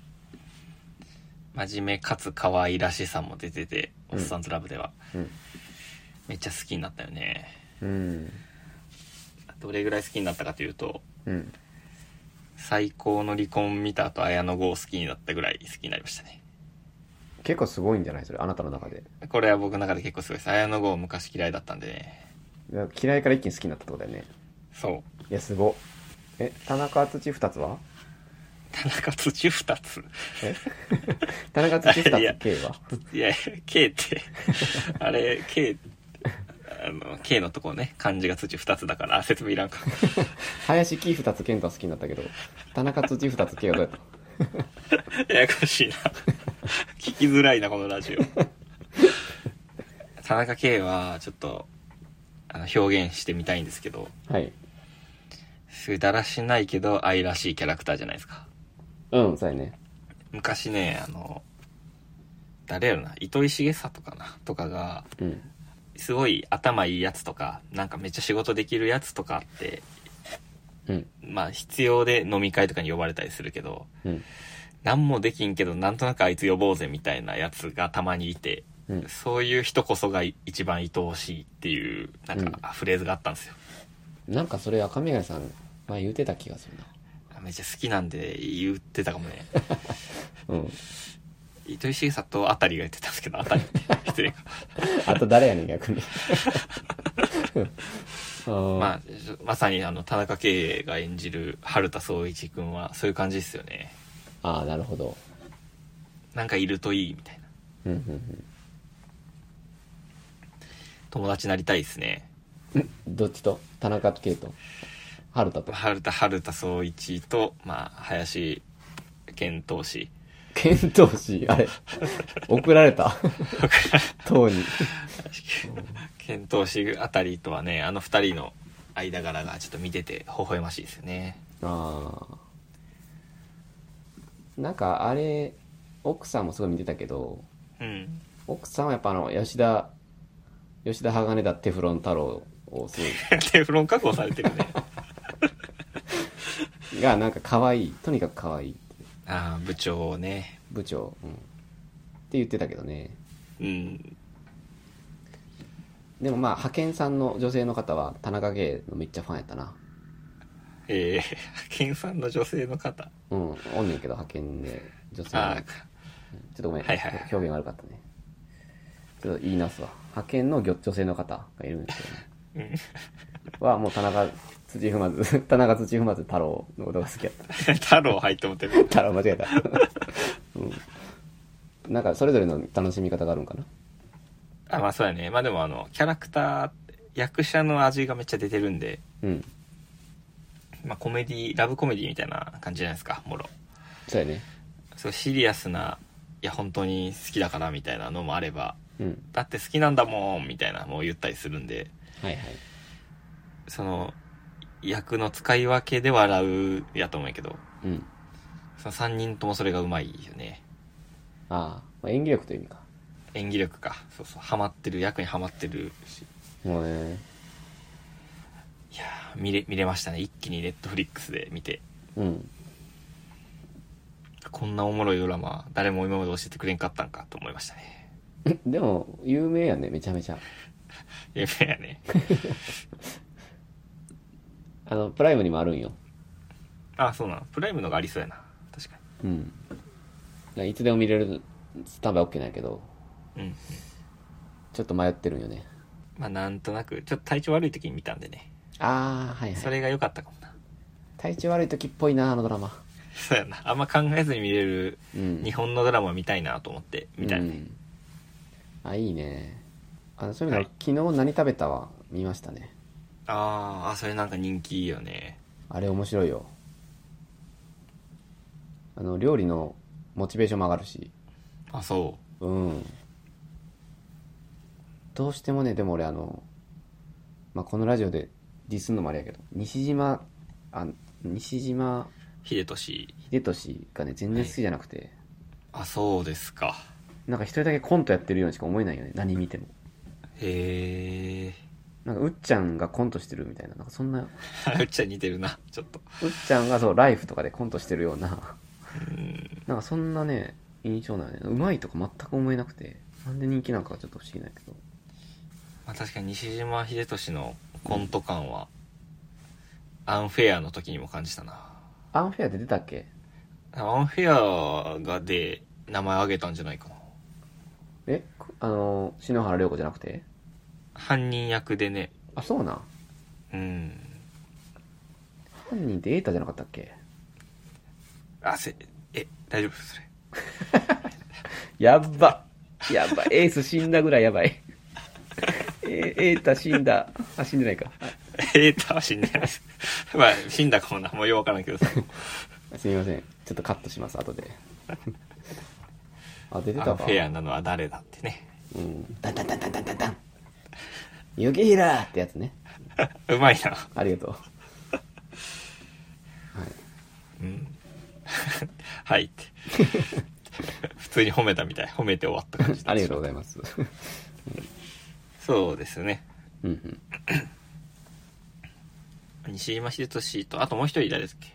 真面目かつ可愛らしさも出てて、うん、おっさんずラブでは、うん、めっちゃ好きになったよね。うん。どれぐらい好きになったかというと、うん、最高の離婚見た後綾野剛を好きになったぐらい好きになりましたね。 結構すごいんじゃないそれ、あなたの中で。 これは僕の中で結構すごいです。綾野剛昔嫌いだったんでね。 嫌いから一気に好きになったってことだよね。 そう。 いやすご。え、田中敦二つは？ 田中土二つえ田中土二つ K は？ いやいや K ってあれ K あの K のとこね、漢字が土二つだから説明いらんか。 林木二つ健太好きになったけど、田中土二つ K はどうやった？ ややこしいな。聞きづらいなこのラジオ。田中圭はちょっとあの表現してみたいんですけど、はい、すごいだらしないけど愛らしいキャラクターじゃないですか。 うん、そうやね。 昔ね、あの誰やろな、糸井重里かなとかが、うん、すごい頭いいやつとかなんかめっちゃ仕事できるやつとかって、うん、まあ必要で飲み会とかに呼ばれたりするけど、うん、 何もできんけどなんとなくあいつ呼ぼうぜみたいなやつがたまにいて、うん、そういう人こそが一番愛おしいっていうなんかフレーズがあったんですよ、 うん、なんかそれ赤眼鏡さん前言ってた気がするな。めっちゃ好きなんで言ってたかもね。 うん、 糸井重里とあたりが言ってたんですけど、あたり失礼か。 あと誰やねん逆に。 まあまさにあの田中圭が演じる春田宗一君はそういう感じですよね。 ああなるほど。 なんかいるといいみたいな。 うんうんうん。 友達になりたいですね。 どっちと？田中圭と春田と。 春田春田宗一とまあ林遣唐使。 遣唐使あれ送られた。党に。 遣唐使あたりとはね、あの二人の間柄がちょっと見てて微笑ましいですよね。 ああ。なんかあれ奥さんもすごい見てたけど、 うん、 奥さんはやっぱあの吉田吉田鋼田テフロン太郎をすごいテフロン確保されてるね。 がなんか可愛い、とにかく可愛い。 ああ部長ね。 部長、うん、って言ってたけどね。 うん。 でもまあ派遣さんの女性の方は田中圭のめっちゃファンやったな。 ええー、派遣さんの女性の方。 うん、おんねんけど派遣で女性の。あ、ちょっとごめん、はいはい、表現悪かったね。ちょっと言い直すわ。派遣の女性の方がいるんですけどね。うん、はもう田中土踏まず田中土踏まず太郎のことが好きやった。 太郎入って思ってる。 太郎間違えた。うん、なんかそれぞれの楽しみ方があるんかな。 あ、まあそうやね。まあでもあのキャラクター役者の味がめっちゃ出てるんで、 うん、 まあコメディラブコメディみたいな感じじゃないですか、もろ。 そうやね。 そうシリアスないや本当に好きだからみたいなのもあれば、 うん、 だって好きなんだもんみたいなもう言ったりするんで、 はいはい、 その役の使い分けで笑うやと思うけど、 うん、 そのさんにんともそれがうまいよね。 ああ、演技力という意味か。 演技力か。そうそう、ハマってる、役にハマってるし。 もうね、 いやー見れ見れましたね。一気にネットフリックスで見て、 うん、 こんなおもろいドラマ誰も今まで教えてくれんかったんかと思いましたね。 でも有名やね、めちゃめちゃ。 有名やね。 あのプライムにもあるんよ。 あ、そうなの。プライムのがありそうやな、確かに。うん。いつでも見れるスタンバイ OK なんやけど、 うん、うん、 ちょっと迷ってるんよね。 まあなんとなくちょっと体調悪い時に見たんでね。 ああ、はいはい。 それが良かったかもな。 体調悪い時っぽいな、あのドラマ。 そうやな。あんま考えずに見れる日本のドラマ見たいなと思って見たよね。うん、 あ、いいね。あのそういう意味では、はい、昨日何食べたは見ましたね。 ああ、それなんか人気いいよね。 あれ面白いよ。あの料理のモチベーションも上がるし。 あ、そう。 うん。どうしてもね、でも俺あの、まあ、このラジオでディスんのもあれやけど、西島、あ、西島秀俊。 秀俊がね、全然好きじゃなくて。はい、 あ、そうですか。 なんか一人だけコントやってるようにしか思えないよね、何見ても。 へえ。 なんかうっちゃんがコントしてるみたいな、なんかそんな。うっちゃん似てるな、ちょっと。 うっちゃんがそうライフとかでコントしてるような。 うん。 なんかそんなね印象なのね。うまいとか全く思えなくて、なんで人気なんかはちょっと不思議なんやけど。 まあ確かに西島秀俊のコント感は、うん、アンフェアの時にも感じたな。 アンフェアで出たっけ？ アンフェアがで名前挙げたんじゃないかな。 え、あの篠原涼子じゃなくて？ 犯人役でね。 あ、そうなん。 うん。 犯人って瑛太じゃなかったっけ？ あ、せ、え、大丈夫それ。 やっば。やばい。エース死んだぐらいやばい。え、瑛太死んだ。あ、死んでないか。 瑛太は死んでないです。まあ、死んだかもな。もうよくわからんけどさ。 すみません。ちょっとカットします、後で。あ、出てたか。 アンフェアなのは誰だってね。 うん。ダンダンダンダンダンダンダン。雪平ってやつね。 うまいな。 ありがとう。はい。 うん。はいって。普通に褒めたみたい。褒めて終わった感じ。 ありがとうございます。 そうですね。 うんうん。 西島秀俊と、あともう一人誰ですっけ？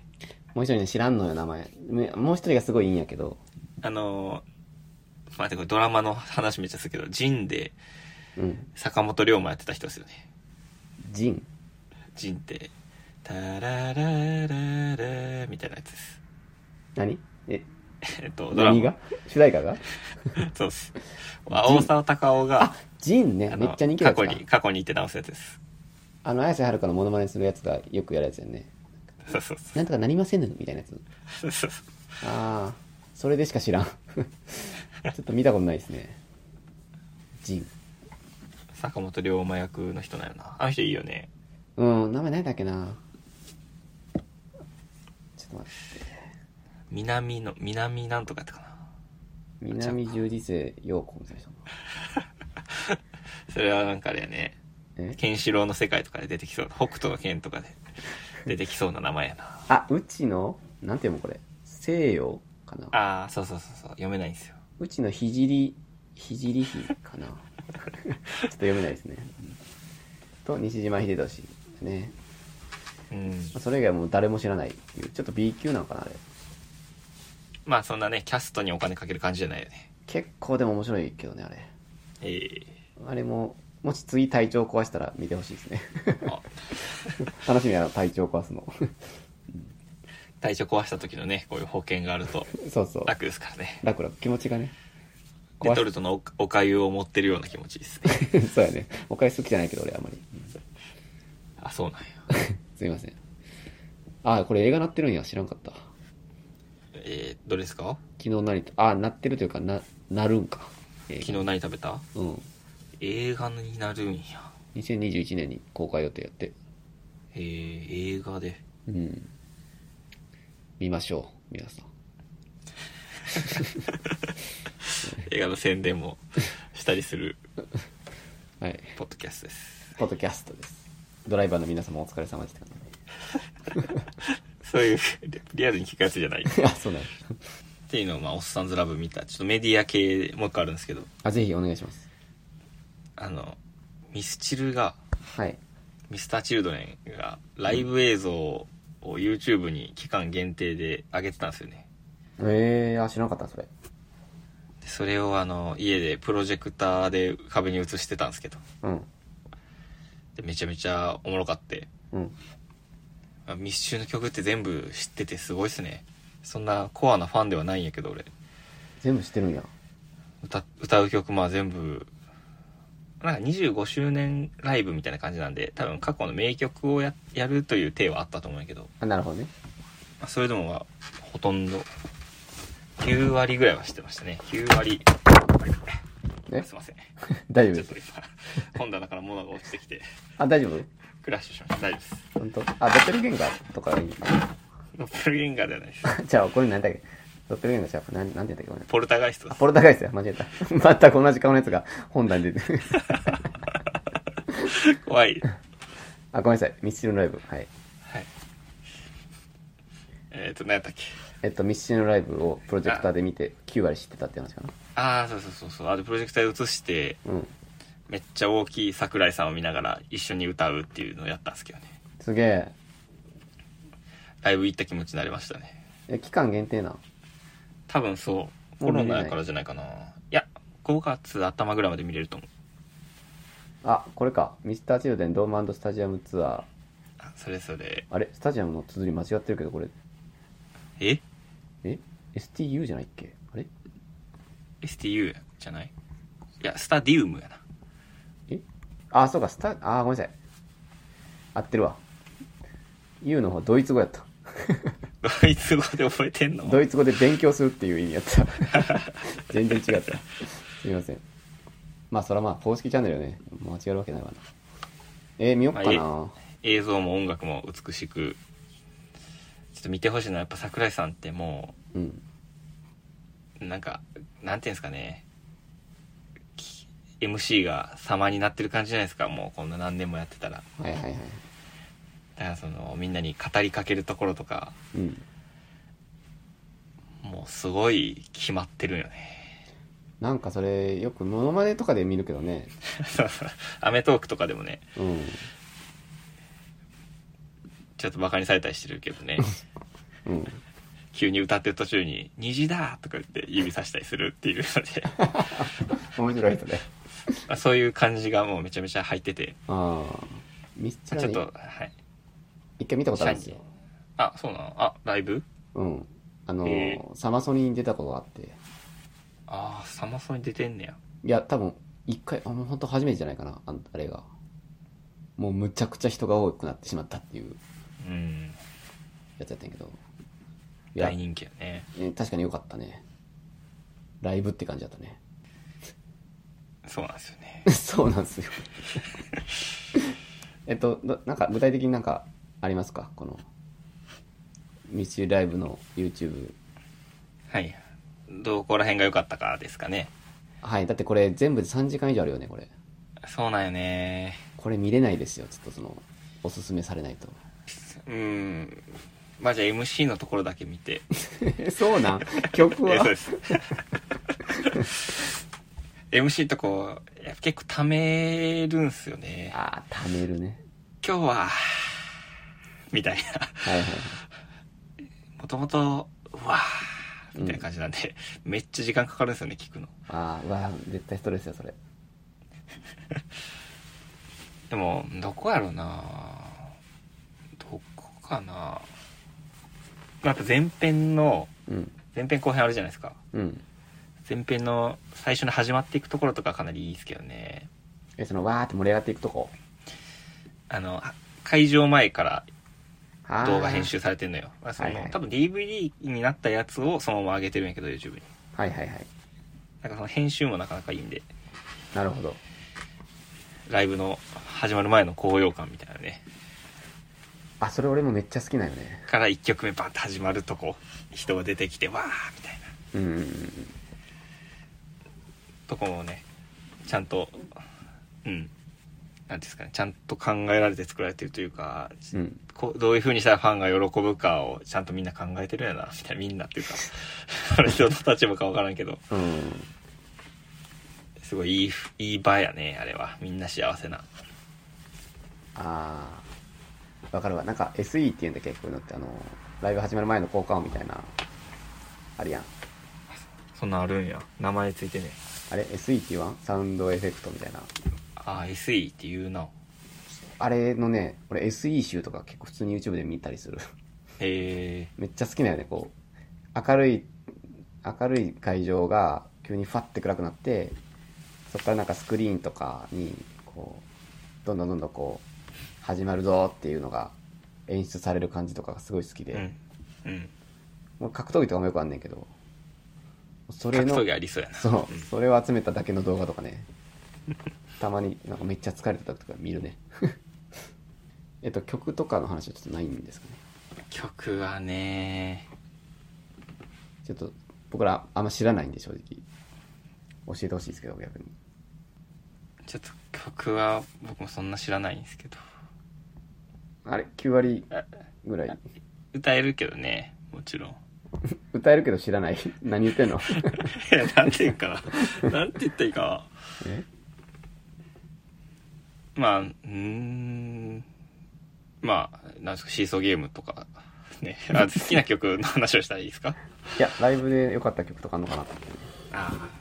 もう一人ね、知らんのよ、名前。もう一人がすごいいいんやけど。 あのー、待って、これドラマの話めっちゃするけど、ジンで、うん。坂本龍馬やってた人ですよね。 ジンジンって、タララララみたいなやつです。 何ええっと、ドラマ。 何が主題歌がそうです。大沢たかおが、 あ、ジンね。めっちゃ人気だった。 過去に、過去に言って直すやつです。 あの、綾瀬はるかのモノマネするやつがよくやるやつやね。 そうそうそう。 なんとかなりませんみたいなやつ。 そうそうそう。 ああ、それでしか知らん。ちょっと見たことないですね。ジン。 坂本龍馬役の人なんやな。あの人いいよね。 うん、名前何だっけな。ちょっと待って。 南の、南なんとかやったかな。 南十字星陽子みたいな人。 それはなんかあれやね。ケンシロウの世界とかで出てきそうな、北斗の剣とかで出てきそうな名前やな。 あ、うちのなんていうのこれ、西洋かな。 ああ、そうそうそうそう、読めないんですよ。 うちのひじりひじりひかな。ちょっと読めないですね。と西島秀俊ですね。うん。それ以外もう誰も知らないっていう、ちょっと B 級なのかなあれ。 まあそんなね、キャストにお金かける感じじゃないよね。 結構でも面白いけどねあれ。 ええー、 あれももし次体調壊したら見てほしいですね。楽しみやな、体調壊すの。 体調壊した時のね、こういう保険があるとそうそう楽ですからね。 楽々気持ちがね。 レトルトの お, おかゆを持ってるような気持ちですね。そうやね。おかゆ好きじゃないけど俺あんまり。 あ、そうなんや。 すいません。あ、これ映画なってるんや、知らんかった。 えー、どれですか？ 昨日何あ、なってるというかななるんか。 昨日何食べた？ うん。 映画になるんや。 にせんにじゅういちねんに公開予定やって。 えー、映画で。 うん。見ましょう、皆さん。 映画の宣伝もしたりする、 はい。 ポッドキャストです。 ポッドキャストです。ドライバーの皆様お疲れ様でした。 そういうリアルに聞くやつじゃない。 あ、そうなんです。 っていうのを、まあ、おっさんずラブ見た。ちょっとメディア系もう一個あるんですけど。 あ、ぜひお願いします。 あの、ミスチルが、 はい。 ミスターチルドレンがライブ映像を YouTube に期間限定で上げてたんですよね。 えー、あ、知らなかった、それ。 でそれをあの、家でプロジェクターで壁に映してたんですけど。うん。で、めちゃめちゃおもろかって。うん。ミスチルの曲って全部知っててすごいっすね。そんなコアなファンではないんやけど俺。 全部知ってるんや。 歌、歌う曲まあ全部、なんかにじゅうごしゅうねんライブみたいな感じなんで、多分過去の名曲を や, やるという体はあったと思うんやけど。 あ、なるほどね。 まあ、それでも、まあ、ほとんど、きゅうわりぐらいは知ってましたね。きゅうわり。ね、すいません。 大丈夫です。 ちょっと今、本棚から物が落ちてきて。 あ、大丈夫？ クラッシュしました。大丈夫です。 本当？あ、ドッペルゲンガーとかいいかな。 ドッペルゲンガーではないです。 じゃあ、これ何だっけ？ドッペルゲンガーちゃう。なん、なんて言ったっけこれ。 ポルターガイストです。 あ、ポルターガイストや。間違えた。全く同じ顔のやつが本棚に出てる。 怖い。 あ、ごめんなさい。ミスチルのライブ。はい。はい。 えっと、何やったっけ？ えっと、ミスチルのライブをプロジェクターで見てきゅうわり知ってたって話かな。 ああ、そうそうそうそう。あで、プロジェクターで映して、うん。めっちゃ大きい桜井さんを見ながら一緒に歌うっていうのをやったんですけどね。 すげえ。 ライブ行った気持ちになりましたね。 え、期間限定な？ 多分そう。コロナやからじゃないかな。いや、ごがつ頭ぐらいまで見れると思う。 あ、これか。ミスターチルドレンドーム&スタジアムツアー。 あ、それそれ。 あれスタジアムの綴り間違ってるけど、これ。 ええ エスティーユー じゃないっけ？あれエスティーユー じゃない？いや、スタディウムやな。 えあ、そうか、スタ、あ、ごめんなさい。合ってるわ。U の方、ドイツ語やった。 ドイツ語で覚えてんの？ ドイツ語で勉強するっていう意味やった。全然違った。すいません。まあ、そらまあ、公式チャンネルよね。間違えるわけないわな。えー、見よっかな、まあ、 映像も音楽も美しく。ちょっと見てほしいのはやっぱ桜井さんってもう、うん、なんか、なんていうんですかね。エムシー が様になってる感じじゃないですか。もうこんな何年もやってたら。 はいはいはい。 だからそのみんなに語りかけるところとか、うん、もうすごい決まってるよね。 なんかそれよくモノマネとかで見るけどね。 アメトークとかでもね、うん、ちょっとバカにされたりしてるけどね。 うん、 急に歌ってる途中に虹だとか言って指さしたりするっていうので面白いですね。 そういう感じがもうめちゃめちゃ入ってて、 ああミスチルちょっとはい一回見たことあるんですよ。 あ、そうなの。あ、ライブ？ うんあのーえー、 サマソニに出たことがあって。 ああサマソニ出てんねや。 いや多分一回あもう本当初めてじゃないかな、ああれがもうむちゃくちゃ人が多くなってしまったっていうやつやったんやけど、 いや大人気やね。 確かに良かったね。ライブって感じだったね。 そうなんですよねそうなんですよえっとなんか具体的になんかありますか、このミスチルライブの YouTube。 はい、どこら辺が良かったかですかね。 はい、だってこれ全部でさんじかん以上あるよねこれ。 そうなんよね。 これ見れないですよ、ちょっとそのおすすめされないと。 うーんまあじゃあ エムシー のところだけ見てそうなん曲はそうです エムシー とこうや結構ためるんすよね。 ああためるね。 今日はみたいなはいはいもともとうわみたいな感じなんで、うん、めっちゃ時間かかるんですよね聞くの。 ああうわ絶対ストレスよそれでもどこやろうな、どこかな。なんか前編の、うん、前編後編あるじゃないですか、うん、前編の最初に始まっていくところとかかなりいいですけどね。 えそのわーって盛り上がっていくとこ、 あの会場前から動画編集されてるのよ。その、はいはい、多分 ディーブイディー になったやつをそのまま上げてるんやけど YouTube に。 はいはいはい。 なんかその編集もなかなかいいんで。 なるほど。 ライブの始まる前の高揚感みたいなね。 あ、それ俺もめっちゃ好きなんよね。 からいっきょくめバンって始まるとこ、人が出てきてわーみたいな。うんうんうん。とこもね、ちゃんと、うん。なんですかね、ちゃんと考えられて作られてるというか、うん、こうどういう風にしたらファンが喜ぶかをちゃんとみんな考えてるやなみたいな、みんなっていうかあれ人の立場か分からんけど、うん、すごいいいいい場やねあれは。みんな幸せな。 あー分かるわ。なんか エスイー っていうんだっけ、こういうのって、あのライブ始まる前の効果音みたいなあるやん。 そんなんあるんや、名前ついてね。 あれ エスイー って言わん？サウンドエフェクトみたいな。 あー エスイー って言うな。 あれのね、俺 エスイー 集とか結構普通に YouTube で見たりする。 へえ。 めっちゃ好きなよね。こう明るい明るい会場が急にファッて暗くなって、そこからなんかスクリーンとかにこうどんどんどんどんこう始まるぞっていうのが演出される感じとかがすごい好きで、うんうん、もう格闘技とかもよくあんねんけど、 それの格闘技ありそうやな。 そう、うん、それを集めただけの動画とかねたまになんかめっちゃ疲れた時とか見るねえっと曲とかの話はちょっとないんですかね。 曲はね、 ちょっと僕らあんま知らないんで正直教えてほしいですけど、逆に。 ちょっと曲は僕もそんな知らないんですけど。 あれきゅう割ぐらい歌えるけどね、もちろん歌えるけど知らない何言ってんのいや、なんて言うかななんて言ったらいいか。えまあ、うーんまあ、なんですか、シーソーゲームとかね。あ、好きな曲の話をしたらいいですか？ いや、ライブで良かった曲とかあんのかなって。 ああ。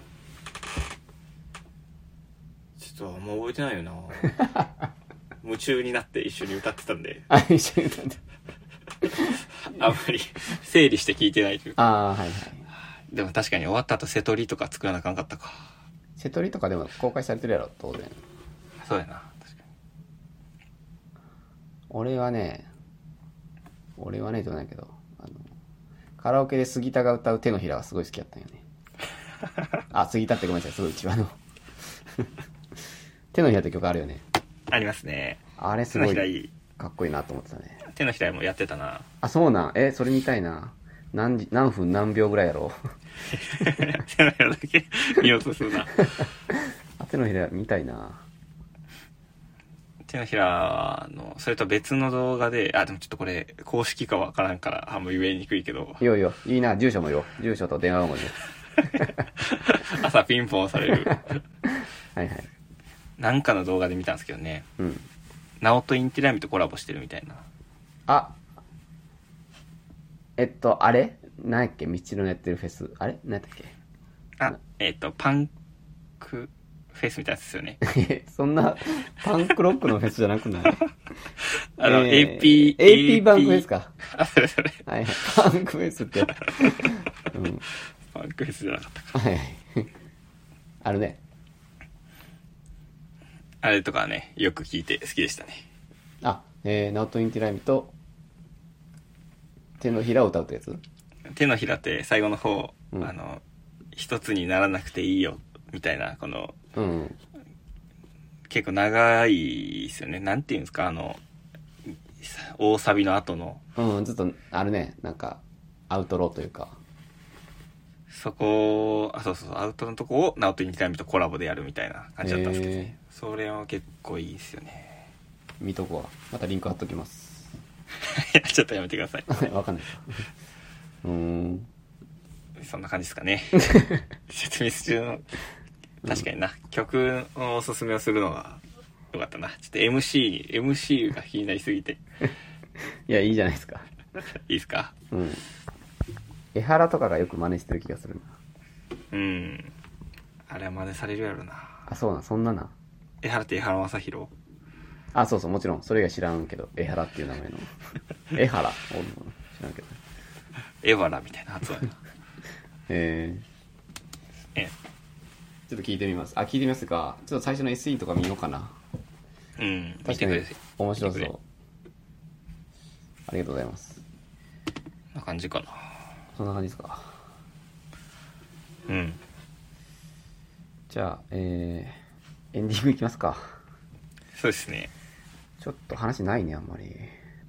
ちょっともう覚えてないよな夢中になって一緒に歌ってたんで。 あ、一緒に歌ってあんまり整理して聞いてないというか。 ああ、はいはい。 でも確かに終わった後瀬戸りとか作らなあかんかったか。 瀬戸りとかでも公開されてるやろ、当然。 そうやな、確かに。 俺はね、俺はねじゃないけど、あのカラオケで杉田が歌う手のひらがすごい好きだったんよねあ、杉田ってごめんなさい、すごい内輪の手のひらって曲あるよね。 ありますね。 あれすごいかっこいいなと思ってたね。 手のひらもやってたな。 あ、そうなん。え、それ見たいな。何時何分何秒ぐらいやろ手のひらだけ見ようとするなあ、手のひら見たいな。 手のひらのそれと別の動画で、あ、でもちょっとこれ公式かわからんからあんま言いにくいけど。 いいよいいよ、いいな。住所もよ、住所と電話番号もよ朝ピンポンされるはいはい。 なんかの動画で見たんですけどね、うん、ナオトインティライミとコラボしてるみたいな。 あ、 えっと、あれ何やっけ道のやってるフェス。あれ何やったっけあ、えっと、パンクフェスみたいなやつですよね。 そんな、パンクロックのフェスじゃなくないあの、 えー、 エーピー、 エーピー パンクフェスか。 あ、それそれ。 はいはい。パンクフェスって。うん。 パンクフェスじゃなかったか。 はいはい。あるね。 あれとかね、よく聞いて好きでしたね。 あ、えー、ナオトインティライミと、手のひらを歌うってやつ？ 手のひらって最後の方、 うん、 あの、一つにならなくていいよ、みたいな、この、 うん、 結構長いですよね。なんていうんですか、あの、大サビの後の。 うん、ずっと、あるね、なんか、アウトローというか。 そこ、あ、そうそう、アウトのとこを、ナオトインティライミとコラボでやるみたいな感じだったんですけどね。それは結構いいですよね。 見とこわ。またリンク貼っときます。 いや、ちょっとやめてください。 わかんない。うーん。 そんな感じですかね。説明中の、確かにな、うん、曲のおすすめをするのがよかったな。ちょっと エムシー に、エムシー が気になりすぎて。 いや、いいじゃないですか。 いいですか？ うん。江原とかがよく真似してる気がするな。うん。あれは真似されるやろな。 あ、そうなん、そんなな。 江原って江原正宏？ あ、そうそう、もちろん。それが知らんけど、江原っていう名前の。江原知らんけど。 江原みたいな発音。 へえ。えちょっと聞いてみます。あ、聞いてみますか。ちょっと最初の エスイー とか見ようかな。 うん。 確かに面白そう。ありがとうございます。 こんな感じかな。 そんな感じですか。 うん。 じゃあ、えー、エンディングいきますか。 そうですね。 ちょっと話ないね、あんまり。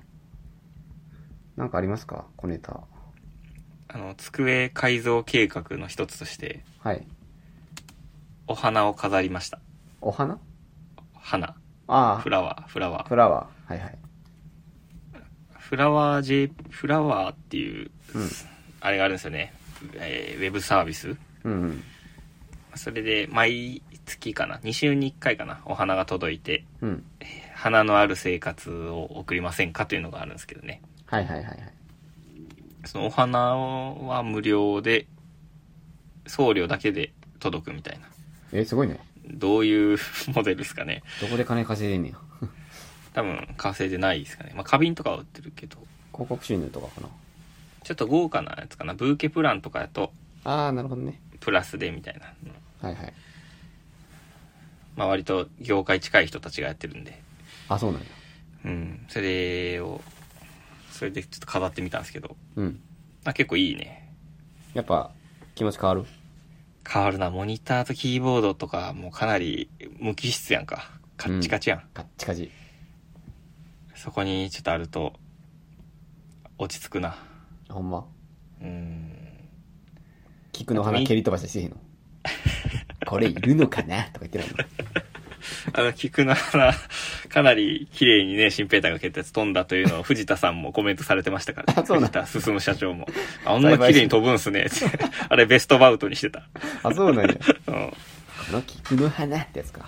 なんかありますか、小ネタ。 あの、机改造計画の一つとして、 はい。 お花を飾りました。 お花？ 花。 ああ。 フラワー、フラワー。 フラワー。はいはい。 フラワー J、フラワーっていう、 うん、 あれがあるんですよね。えー、ウェブサービス。 うんうん。 それで、毎月かな、に週にいっかいかな、お花が届いて、 うん、 花のある生活を送りませんかというのがあるんですけどね。 はいはいはいはい。 そのお花は無料で、送料だけで届くみたいな。 えー、すごいね。 どういうモデルですかね。 どこで金稼いでんねや。 多分稼いでないですかね。まあ花瓶とかは売ってるけど。 広告収入とかかな。 ちょっと豪華なやつかな。ブーケプランとかやと。 ああ、なるほどね。 プラスでみたいな。 はいはい。 まあ割と業界近い人たちがやってるんで。 あ、そうなんや。 うん。それを、それでちょっと飾ってみたんですけど。 うん。 あ、結構いいね。 やっぱ気持ち変わる？ 変わるな。モニターとキーボードとかもうかなり無機質やんか。カッチカチやん。うん、 カッチカチ。 そこにちょっとあると落ち着くな。 ほんま？ うーん。 菊の花蹴り飛ばしたりしてへんの？これいるのかなとか言ってないの？ あの菊の花かなり綺麗にね、シンペーターが蹴ったやつ飛んだというのを藤田さんもコメントされてましたから、ね、藤田進社長もあんな綺麗に飛ぶんすねってあれベストバウトにしてた。 あ、そうなんや。 うん、 この菊の花ってやつか。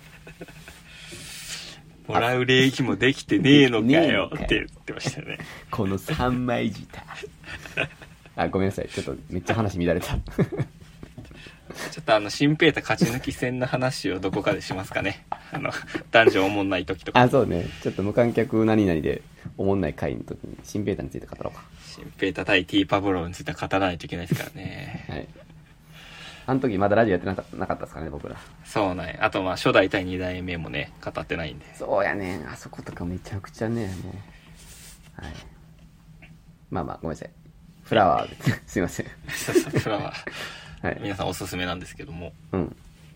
もらう礼儀もできてねえのかよって言ってましたね。 この三枚舌。あ、ごめんなさい、ちょっとめっちゃ話乱れた。 ちょっとあのシンペーター勝ち抜き戦の話をどこかでしますかね。あの男女おもんない時とか。 あ、そうね。ちょっと無観客何々でおもんない回の時にシンペーターについて語ろうか。 シンペーター対ティーパブロについては語らないといけないですからね。 はい。あの時まだラジオやってなかった、なかったですかね、僕ら。 そうね。あとまあ初代対二代目もね語ってないんで。 そうやね。あそことかめちゃくちゃね、もう。はい。まあまあごめんなさい。フラワーで。すいません。 そうそう、フラワー。 はい、 皆さんおすすめなんですけども、 うん、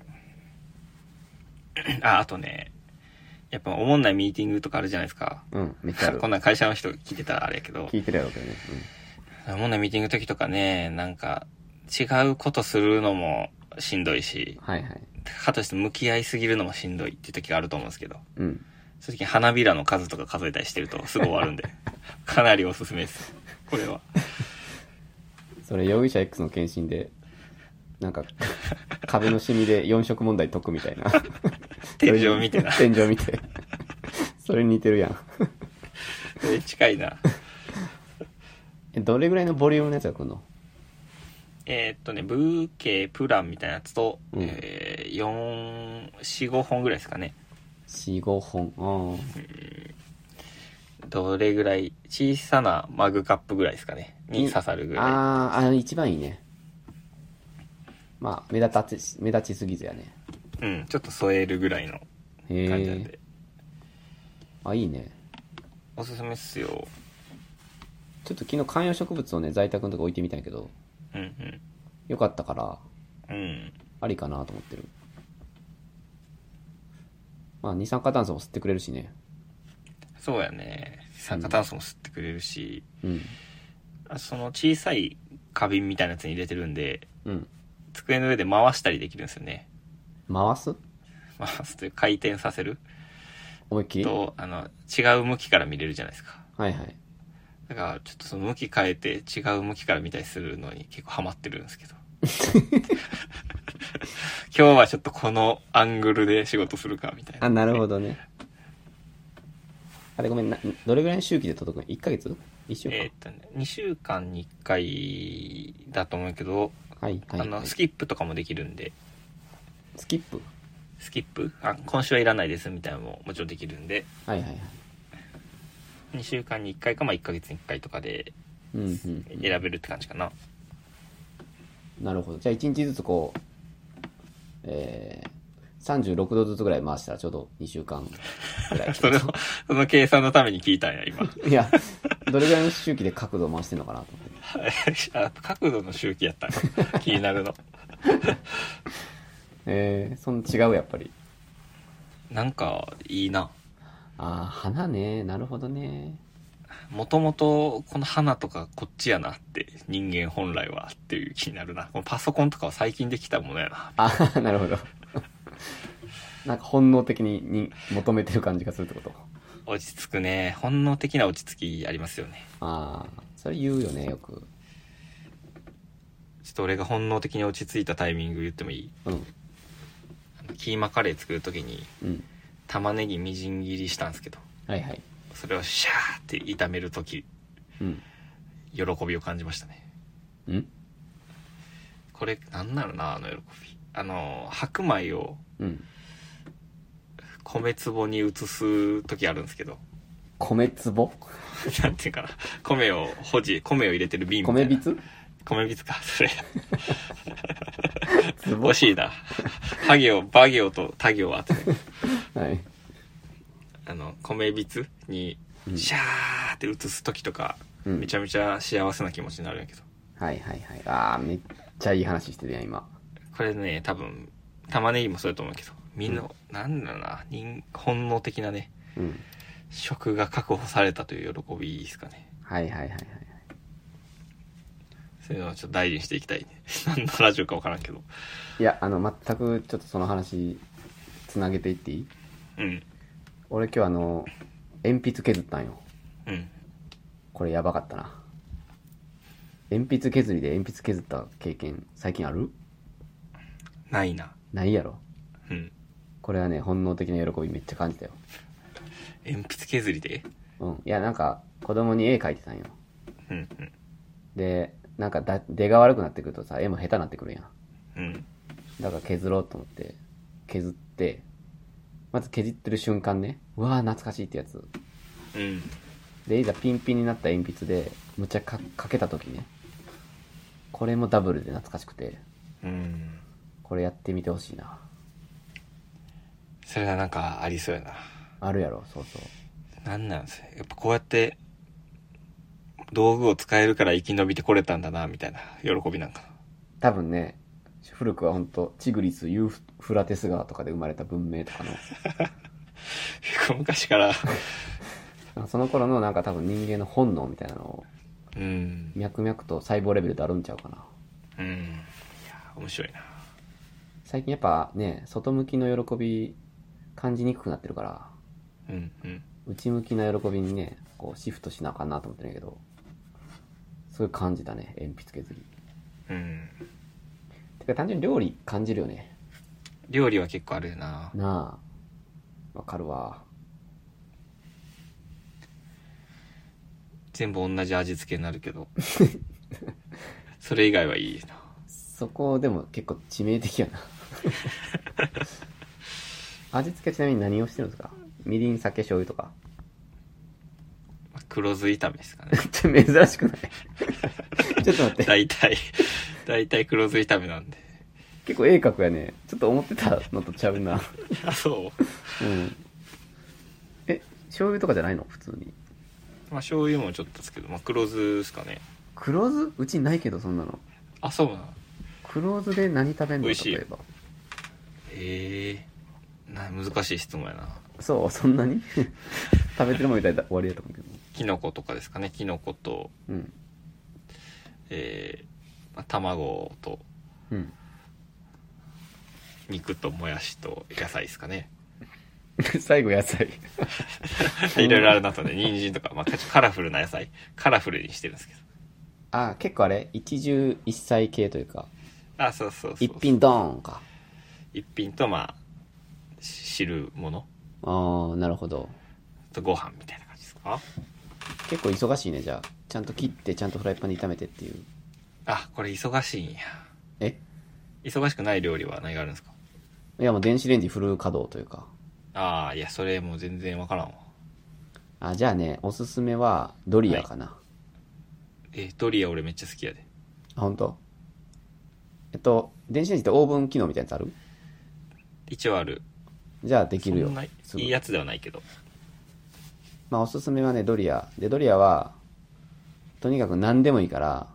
ああとね、やっぱおもんないミーティングとかあるじゃないですか。 うん、めっちゃある。 こんな会社の人聞いてたらあれやけど、 聞いてるやろうけどね。 うん、おもんないミーティングの時とかね、なんか違うことするのもしんどいし、 はいはい。 かとして向き合いすぎるのもしんどいっていう時があると思うんですけど、 うん。 そういう時花びらの数とか数えたりしてるとすぐ終わるんで、かなりおすすめです。これは。 それ容疑者 X の検診で。なんか壁のシミでよん色問題解くみたいな。 天井見てな。 天井見て。それに似てるやん。 それ近いな。 どどれぐらいのボリュームのやつが来るの？ えー、っとねブーケプランみたいなやつと、 うん、 えー、よん、よん、ごほんぐらいですかね。 よん、ごほん。ああ。どれぐらい小さなマグカップぐらいですかねに刺さるぐらい。 ああ、あの一番いいね。まあ目立ち目立ちすぎずやね。 うん、ちょっと添えるぐらいの感じなんで。 あ、いいね。 おすすめっすよ。 ちょっと昨日観葉植物をね在宅のとこ置いてみたんやけど、 うんうん、 よかったから、 うん、 ありかなと思ってる。まあ二酸化炭素も吸ってくれるしね。 そうやね。二酸化炭素も吸ってくれるし、 うん、 その小さい花瓶みたいなやつに入れてるんで、 うん、 机の上で回したりできるんですよね。 回す？ 回すという回転させる思いっきりと、あの違う向きから見れるじゃないですか。 はいはい。 だからちょっとその向き変えて違う向きから見たりするのに結構ハマってるんですけど今日はちょっとこのアングルで仕事するかみたいな。 あ、なるほどね。あれごめんな、どれぐらいの周期で届くの？いっかげつ？ いっ 週間？ えー、っとねにしゅうかんにいっかいだと思うけど、 はいはい、はい、 あのスキップとかもできるんで。 スキップスキップあ今週はいらないですみたいなのももちろんできるんで、 はいはいはい。 にしゅうかんにいっかいか、まあ、いっかげつにいっかいとかで選べるって感じかな、 うんうん、なるほど。じゃあいちにちずつこう、えー、さんじゅうろくどずつぐらい回したらちょうどにしゅうかんぐらいそれをその計算のために聞いたんや今いやどれぐらいの周期で角度を回してんのかなと思ってあ角度の周期やったの気になるのえー、そんな違うやっぱり。 なんかいいな。 ああ、花ね。なるほどね。 もともとこの花とかこっちやなって人間本来はっていう気になるな。このパソコンとかは最近できたものやな。 ああ、なるほど。なんか本能的にに求めてる感じがするってこと？ 落ち着くね。本能的な落ち着きありますよね。 ああ、それ言うよね、よく。 ちょっと俺が本能的に落ち着いたタイミング言ってもいい？ うん。 キーマカレー作るときに、 うん、 玉ねぎみじん切りしたんですけど、 はいはい、 それをシャーって炒めるとき、 うん、 喜びを感じましたね。 ん？ これなんなのな、あの喜び。あの白米を米壺に移すときあるんですけど、 米壺なんていうかな、米を保持米を入れてる瓶みたいな。 米びつ？ 米びつかそれ惜しいな。ハ行バ行とタ行ははい。 あの米びつにシャーって移す時とか、 うん、 めちゃめちゃ幸せな気持ちになるんやけど。 はいはいはい。ああ、めっちゃいい話してるやん今。 これね、多分玉ねぎもそうだと思うけど、みんな、うん、なんだろうな、人本能的なね、うん、食が確保されたという喜びですかね。 はいはいはいはい。 そういうのはちょっと大事にしていきたいね。何のラジオか分からんけど。 いや、あの全くちょっとその話つなげていっていい？ うん。 俺今日あの鉛筆削ったんよ。 うん。 これやばかったな。鉛筆削りで鉛筆削った経験最近ある？ ないな。 ないやろ。 うん。 これはね、本能的な喜びめっちゃ感じたよ。 鉛筆削りで？ うん。いや、なんか子供に絵描いてたんよ。 うんうん。 で、なんかだ出が悪くなってくるとさ、絵も下手になってくるやん。 うん。 だから削ろうと思って削って、まず削ってる瞬間ね、うわー懐かしいってやつ。 うん。 で、いざピンピンになった鉛筆でむちゃかかけた時ね、これもダブルで懐かしくて、 うん。 これやってみてほしいな。 それはなんかありそうやな。 あるやろ、そうそう。 なんなんですよ。やっぱこうやって道具を使えるから生き延びてこれたんだなみたいな喜びなんかな。 多分ね、古くは本当チグリスユーフラテス川とかで生まれた文明とかの結構昔からその頃のなんか多分人間の本能みたいなのを、 うん、 脈々と細胞レベルであるんちゃうかな。 うん。いや面白いな。 最近やっぱね、外向きの喜び感じにくくなってるから、 うんうん、 内向きな喜びにね、こうシフトしなあかんなと思ってるんやけど、すごい感じたね、鉛筆削り。 うん。 てか単純に料理感じるよね。 料理は結構あるよな。 なあ、わかるわ。 全部同じ味付けになるけどそれ以外はいいな。 そこでも結構致命的やな味付けちなみに何をしてるんですか？みりん、酒、醤油とか。 黒酢炒めですかね珍しくないちょっと待って。 大体大体黒酢炒めなんで。 結構鋭角やね。ちょっと思ってたのとちゃうなあ、そううんえ、醤油とかじゃないの普通に？ まあ醤油もちょっとですけど、まあ、黒酢ですかね。 黒酢うちないけどそんなの。 あ、そうなの。 黒酢で何食べんの？ 美味しい。 例えば。 へえー、な難しい質問やな。 そうそんなに食べてるもんみたいだ終わりやと思うけど。 キノコとかですかね。キノコと、 うん、 えーまあ、卵と、 うん、 肉ともやしと野菜ですかね最後野菜いろいろあるなとね。人参とか、まあ、カラフルな野菜カラフルにしてるんですけど。 あ、結構あれ一汁一菜系というか。 あ、そうそうそうそう。 一品ドーンか。 一品とまあ汁物。 ああ、なるほど。 とご飯みたいな感じですか。 結構忙しいね。じゃあちゃんと切ってちゃんとフライパンで炒めてっていう。 あ、これ忙しいんや。 え、 忙しくない料理は何があるんですか？ いやもう電子レンジフル稼働というか。 ああ、いやそれもう全然わからんわ。 あ、じゃあね、おすすめはドリアかな。はい、 えドリア俺めっちゃ好きやで。 あ、本当？えっと電子レンジってオーブン機能みたいなやつある？ 一応ある。 じゃあできるよ。 いいやつではないけど。 まあおすすめはねドリアで、ドリアはとにかく何でもいいから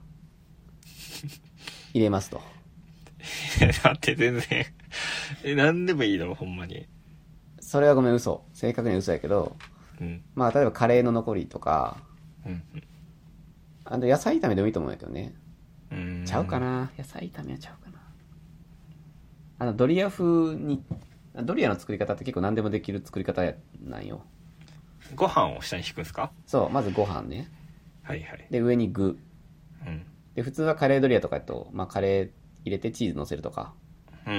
入れますとだって全然え何でもいいのほんまに。 それはごめん、嘘、正確に嘘やけど、 うん、 まあ例えばカレーの残りとか、 うんうん、 あの野菜炒めでもいいと思うんだけどね。 うーん、 ちゃうかな、野菜炒めはちゃうかな。あのドリア風に、ドリアの作り方って結構何でもできる作り方なんよ。 ご飯を下に敷くんですか？ そう、まずご飯ね。 はいはい。 で上に具、 うん、 で普通はカレードリアとかやと、まあ、カレー入れてチーズ乗せるとか。 うん、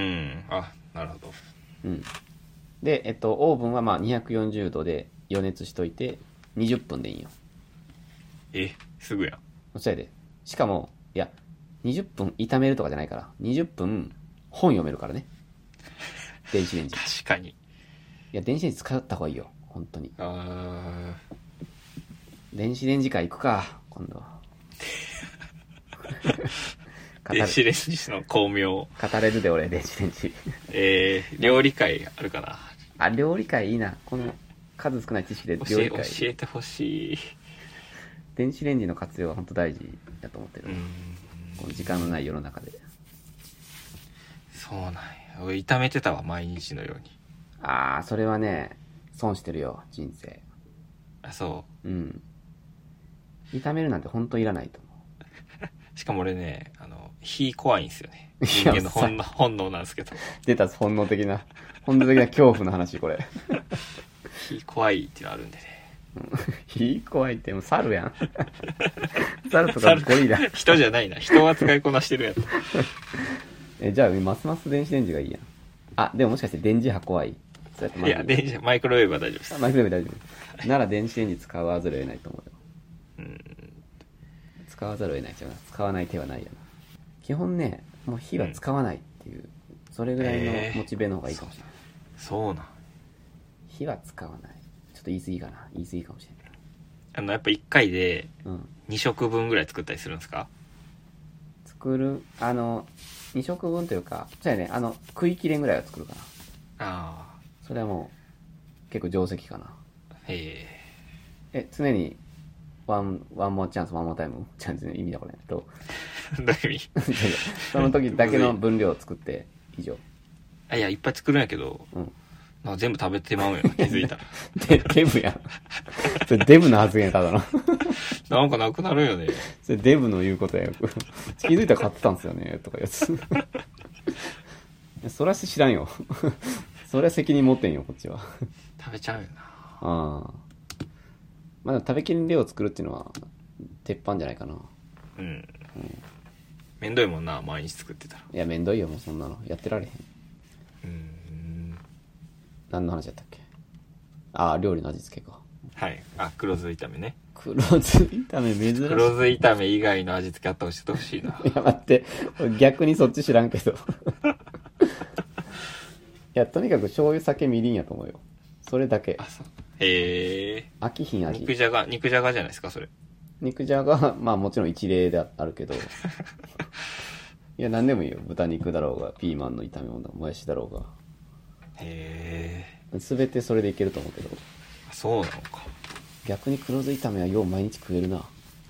あ、なるほど。 うん。で、えっと、オーブンはまあにひゃくよんじゅうどで予熱しといてにじゅっぷんでいいんよ。 え、すぐやん。 そやで。しかも、いや、にじゅっぷん炒めるとかじゃないから、にじゅっぷん本読めるからね。電子レンジ。 確かに。いや、電子レンジ使った方がいいよ。本当に。 あ電子レンジ会行くか、今度は。 電子レンジの巧妙。語れるで、俺、電子レンジ。 えー、料理会あるかな。 あ、料理会いいな。この数少ない知識で料理会。 教えてほしい。 電子レンジの活用は本当大事だと思ってる。うん、この時間のない世の中で。 そうなんや。俺炒めてたわ、毎日のように。 ああ、それはね、損してるよ、人生。 あ、そう。 うん。炒めるなんて本当いらないと思う。しかも俺ね、あの、火怖いんですよね。人間の本能本能なんですけど。 出た、本能的な、本能的な恐怖の話、これ。 火怖いっていうのあるんでね。 火怖いってもう猿やん。猿とかゴリラ。 人じゃないな。人は使いこなしてるやつ。 え、じゃあ、ますます電子レンジがいいやん。あ、でももしかして電磁波怖い？ そうやっていや、電磁波、マイクロウェーブは大丈夫です。 マイクロウェーブ大丈夫。なら電子レンジ使わざるを得ないと思うよ。うん。使わざるを得ない。違うな。使わない手はないやな。基本ね、もう火は使わないっていう、うん、それぐらいのモチベの方がいいかもしれない。 えー、そうなん。 火は使わない。ちょっと言い過ぎかな。言い過ぎかもしれない。 あの、やっぱいっかいで、に食分ぐらい作ったりするんですか？ うん、作る、あの、に食分というか、そうやね、あの、食い切れんぐらいは作るかな。ああ。それはもう、結構定石かな。へえ。え、常に、ワン、ワンモアチャンス、ワンモアタイムチャンスの意味だこれ。と。 どういう意味？ その時だけの分量を作って、以上。 あ、いや、いっぱい作るんやけど、うん。なんか全部食べてまうんや、気づいたら。 デデブやん。それデブの発言ただの。 なんかなくなるよね。 それデブの言うことやよ。気づいたら買ってたんですよね、とかやつ。それは知らんよ。それは責任持ってんよ、こっちは。 食べちゃうよな。 ああ。まあでも食べきりの量を作るっていうのは、鉄板じゃないかな。うん。うん、 めんどいもんな、毎日作ってたら。 いや、めんどいよ、もうそんなの。やってられへん。 うん。 何の話だったっけ？ああ、料理の味付けか。 はい。あ、黒酢炒めね。 黒酢炒め珍しい。 黒酢炒め以外の味付けあったら教えてほしいな。 いや待って、逆にそっち知らんけど。いや、とにかく醤油、酒、みりんやと思うよ。それだけ。 あ、そう。へえ。 飽きひん味。 肉じゃが、肉じゃがじゃないですか、それ。 肉じゃが、まあもちろん一例であるけど。いや、何でもいいよ。豚肉だろうが、ピーマンの炒め物だ、もやしだろうが。 へえ。すべてそれでいけると思うけど。 そうなのか。 逆に黒酢炒めはよう毎日食えるな。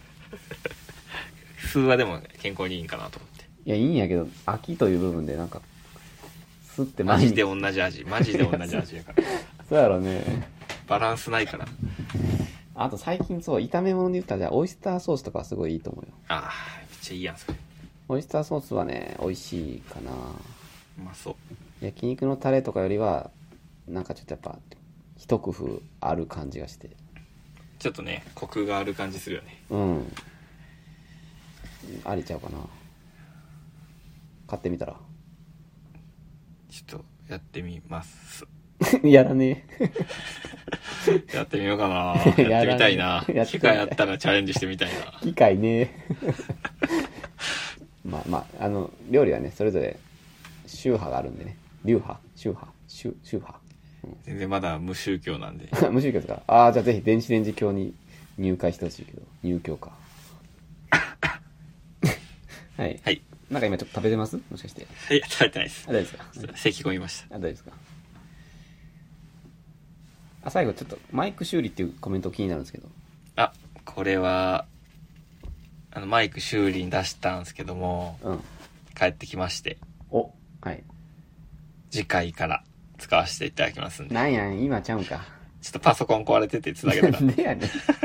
酢はでも健康にいいんかなと思って。 いや、いいんやけど、飽きという部分でなんか、酢ってマジで同じ味。マジで同じ味やから。 そうやろね。 バランスないから。 あと最近そう、炒め物で言ったら、じゃあオイスターソースとかはすごいいいと思うよ。 ああ、めっちゃいいやん、それ。 オイスターソースはね、美味しいかな。 うまそう。 焼肉のタレとかよりは、なんかちょっとやっぱ、一工夫ある感じがして。 ちょっとね、コクがある感じするよね。 うん。ありちゃうかな。買ってみたら。 ちょっと、やってみます。 やらねえ。やってみようかな。やってみたいな。機会あったらチャレンジしてみたいな。 機会ねまあまあ、あの、料理はね、それぞれ宗派があるんでね。流派宗派宗宗派、 うん、全然まだ無宗教なんで。 無宗教ですか。ああ、じゃあぜひ電子レンジ教に入会してほしいけど。入教か。はい。 はい。 なんか今ちょっと食べてます？もしかして。 いや、食べてないです。 あ、大丈夫ですか。 咳込みました。 あ、大丈夫ですか。あ、最後ちょっとマイク修理っていうコメント気になるんですけど。 あ、これは、あの、マイク修理に出したんですけども、うん。帰ってきまして。 お、はい。 次回から使わせていただきますんで。 なんやん、今ちゃうんか。 ちょっとパソコン壊れてて繋げたら。 なんでやねん。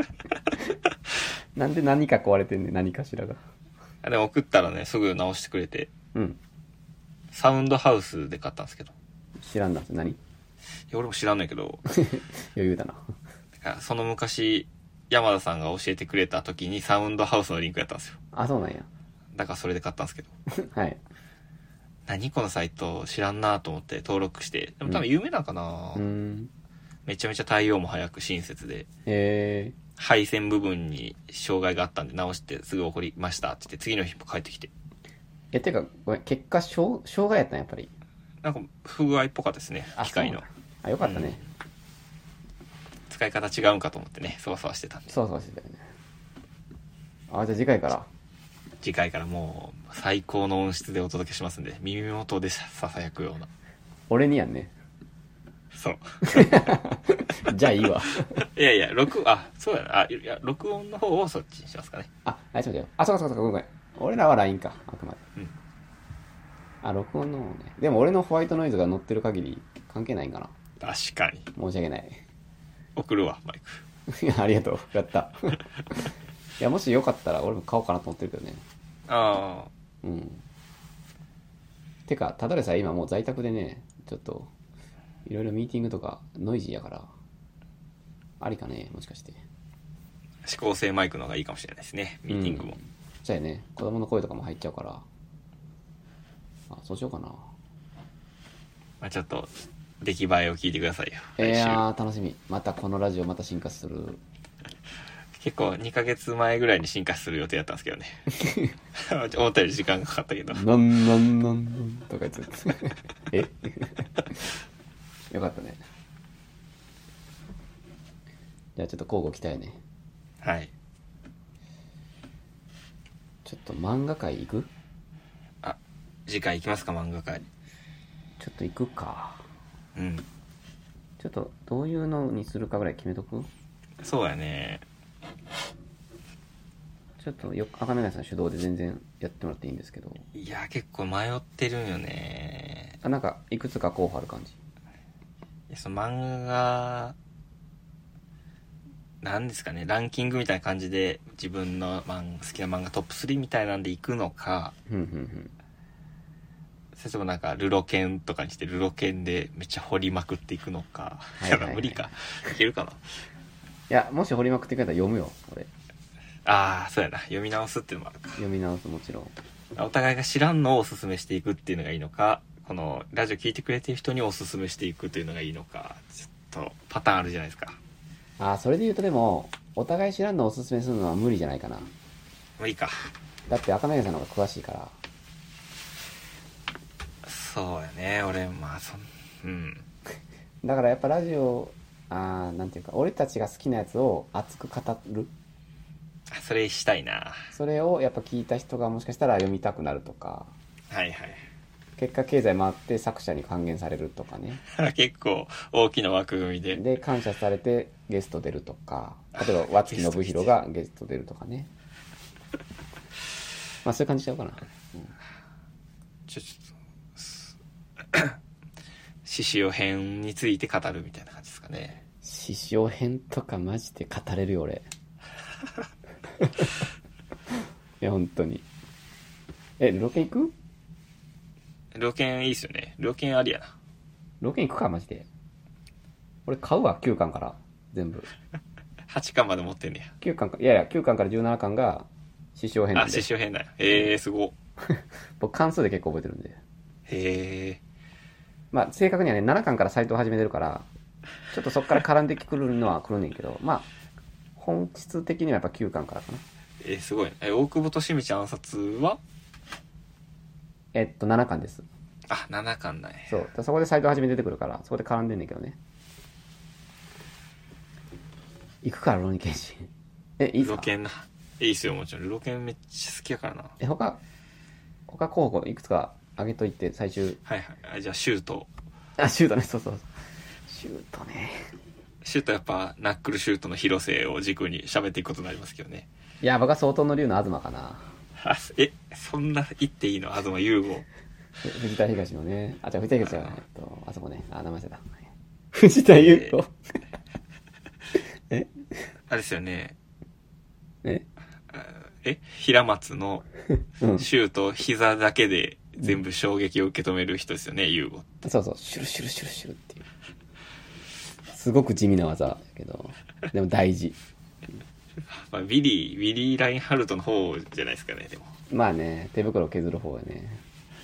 なんで何か壊れてんねん、何かしらが。 あでも送ったらね、すぐ直してくれて。 うん。 サウンドハウスで買ったんですけど。 知らんだ。何？いや、俺も知らんないけど。 余裕だな。 その昔、山田さんが教えてくれた時にサウンドハウスのリンクやったんですよ。 あ、そうなんや。 だからそれで買ったんですけど。 はい。 何このサイト知らんなと思って登録して。でも多分有名なんかな、うん、めちゃめちゃ対応も早く親切で。 へー。 配線部分に障害があったんで直してすぐ送りましたって言って次の日も帰ってきて。 え、てか、ごめん、結果、障害やったんやっぱり。 なんか不具合っぽかったですね、機械の。 あ、よかったね、うん。 使い方違うんかと思ってね、そわそわしてたんで。 そわそわしてたよね。あ、じゃあ次回から。 次回からもう最高の音質でお届けしますんで、耳元でささやくような。 俺にやんね。 そう。 じゃあいいわ。 いやいや、録、あ、そうやな。あ、いや、録音の方をそっちにしますかね。 あ、あ、ちょっと待ってよ。あ、そうかそうかそうか、ごめん。俺らは ライン か、あくまで。うん。あ、録音の方ね。でも俺のホワイトノイズが乗ってる限り関係ないんかな。 確かに。 申し訳ない。 送るわ、マイク。いや、ありがとう。やった。いや、もしよかったら俺も買おうかなと思ってるけどね。 ああ。 うん。てか、ただでさえ今もう在宅でね、ちょっと、いろいろミーティングとかノイジーやから、ありかね、もしかして。 指向性マイクの方がいいかもしれないですね、ミーティングも。うん、 そうやね、子供の声とかも入っちゃうから。あ、そうしようかな。 まあちょっと、出来栄えを聞いてくださいよ。 いやー、楽しみ。またこのラジオまた進化する。 結構にかげつまえぐらいに進化する予定だったんですけどね。思ったより時間がかかったけど。 なんなんなんなんとか言って。えよかったね。じゃあちょっと交互期待ね。 はい。 ちょっと漫画界行く？ あ、次回行きますか、漫画界。 ちょっと行くか。 うん。 ちょっとどういうのにするかぐらい決めとく？ そうやね。 ちょっとよ赤目さん主導で全然やってもらっていいんですけど。 いや結構迷ってるんよね。 あ、なんかいくつか候補ある感じ。 いやその漫画なんですかね、ランキングみたいな感じで自分の漫好きな漫画トップスリーみたいなんでいくのか、 うんうんうん、 それともなんかルロケンとかにしてルロケンでめっちゃ掘りまくっていくのか、はいはいはい、無理かいけるかな。いやもし掘りまくってくれたら読むよ俺。 ああそうやな、読み直すっていうのもあるか。 読み直すもちろん。 お互いが知らんのをおすすめしていくっていうのがいいのか、このラジオ聞いてくれてる人におすすめしていくというのがいいのか、ちょっとパターンあるじゃないですか。 ああそれで言うとでもお互い知らんのをおすすめするのは無理じゃないかな。 無理か。 だって赤目さんの方が詳しいから。 そうやね、俺、まあ、そん、うん。 だからやっぱラジオ、あー、なんていうか、俺たちが好きなやつを熱く語る。 それしたいな。 それをやっぱ聞いた人がもしかしたら読みたくなるとか。 はいはい。 結果経済回って作者に還元されるとかね。 結構大きな枠組みで。 で、感謝されてゲスト出るとか。例えば、和月信弘がゲスト出るとかね。まあそういう感じちゃうかな。うん、 ちょ、ちょっと、獅子王編について語るみたいな感じですかね。 獅子王編とかマジで語れるよ、俺。いや、本当に。え、ロケ行く？ ロケンいいっすよね。ロケンありやな。 ロケン行くか、マジで。俺買うわ、きゅうかんから。全部。 はちかんまで持ってんねや。 きゅうかんか、いやいや、きゅうかんからじゅうななかんが、獅子王編なんで。 あ、獅子王編だよ。えー、すご。 僕、関数で結構覚えてるんで。 へー。 まあ、正確にはね、ななかんからサイトを始めてるから、ちょっとそこから絡んでくるのは来るねんけど、まあ、本質的にはやっぱきゅうかんからかな。 えー、すごい、ね。え、大久保利通暗殺はえっと、ななかんです。 あ、ななかんだね。 そう。そこでサイト始め出てくるから、そこで絡んでんねんけどね。行くから、ロニケンシン。え、いいっすか？ ルロケンな。いいっすよ、もちろん。ルロケンめっちゃ好きやからな。 え、他、他候補いくつか上げといて、最終。 はいはい。あ、じゃあ、シュート。 あ、シュートね、そうそう。シュートね。 シュートやっぱ、ナックルシュートの広瀬を軸に喋っていくことになりますけどね。 いや、僕は相当の竜の東かな。 あ、え、そんな言っていいの？東優吾。 藤田東のね。あ、じゃあ藤田東じゃない。えっと、あそこね。あ、名前忘れた。藤田優子。えあれですよね。 ええ平松のシュート、膝だけで全部衝撃を受け止める人ですよね、優吾。 そうそう。シュルシュルシュルシュルっていう。すごく地味な技だけど、でも大事。 まあ、ビリー、ビリー・ラインハルトの方じゃないですかね、でも。 まあね、手袋削る方やね。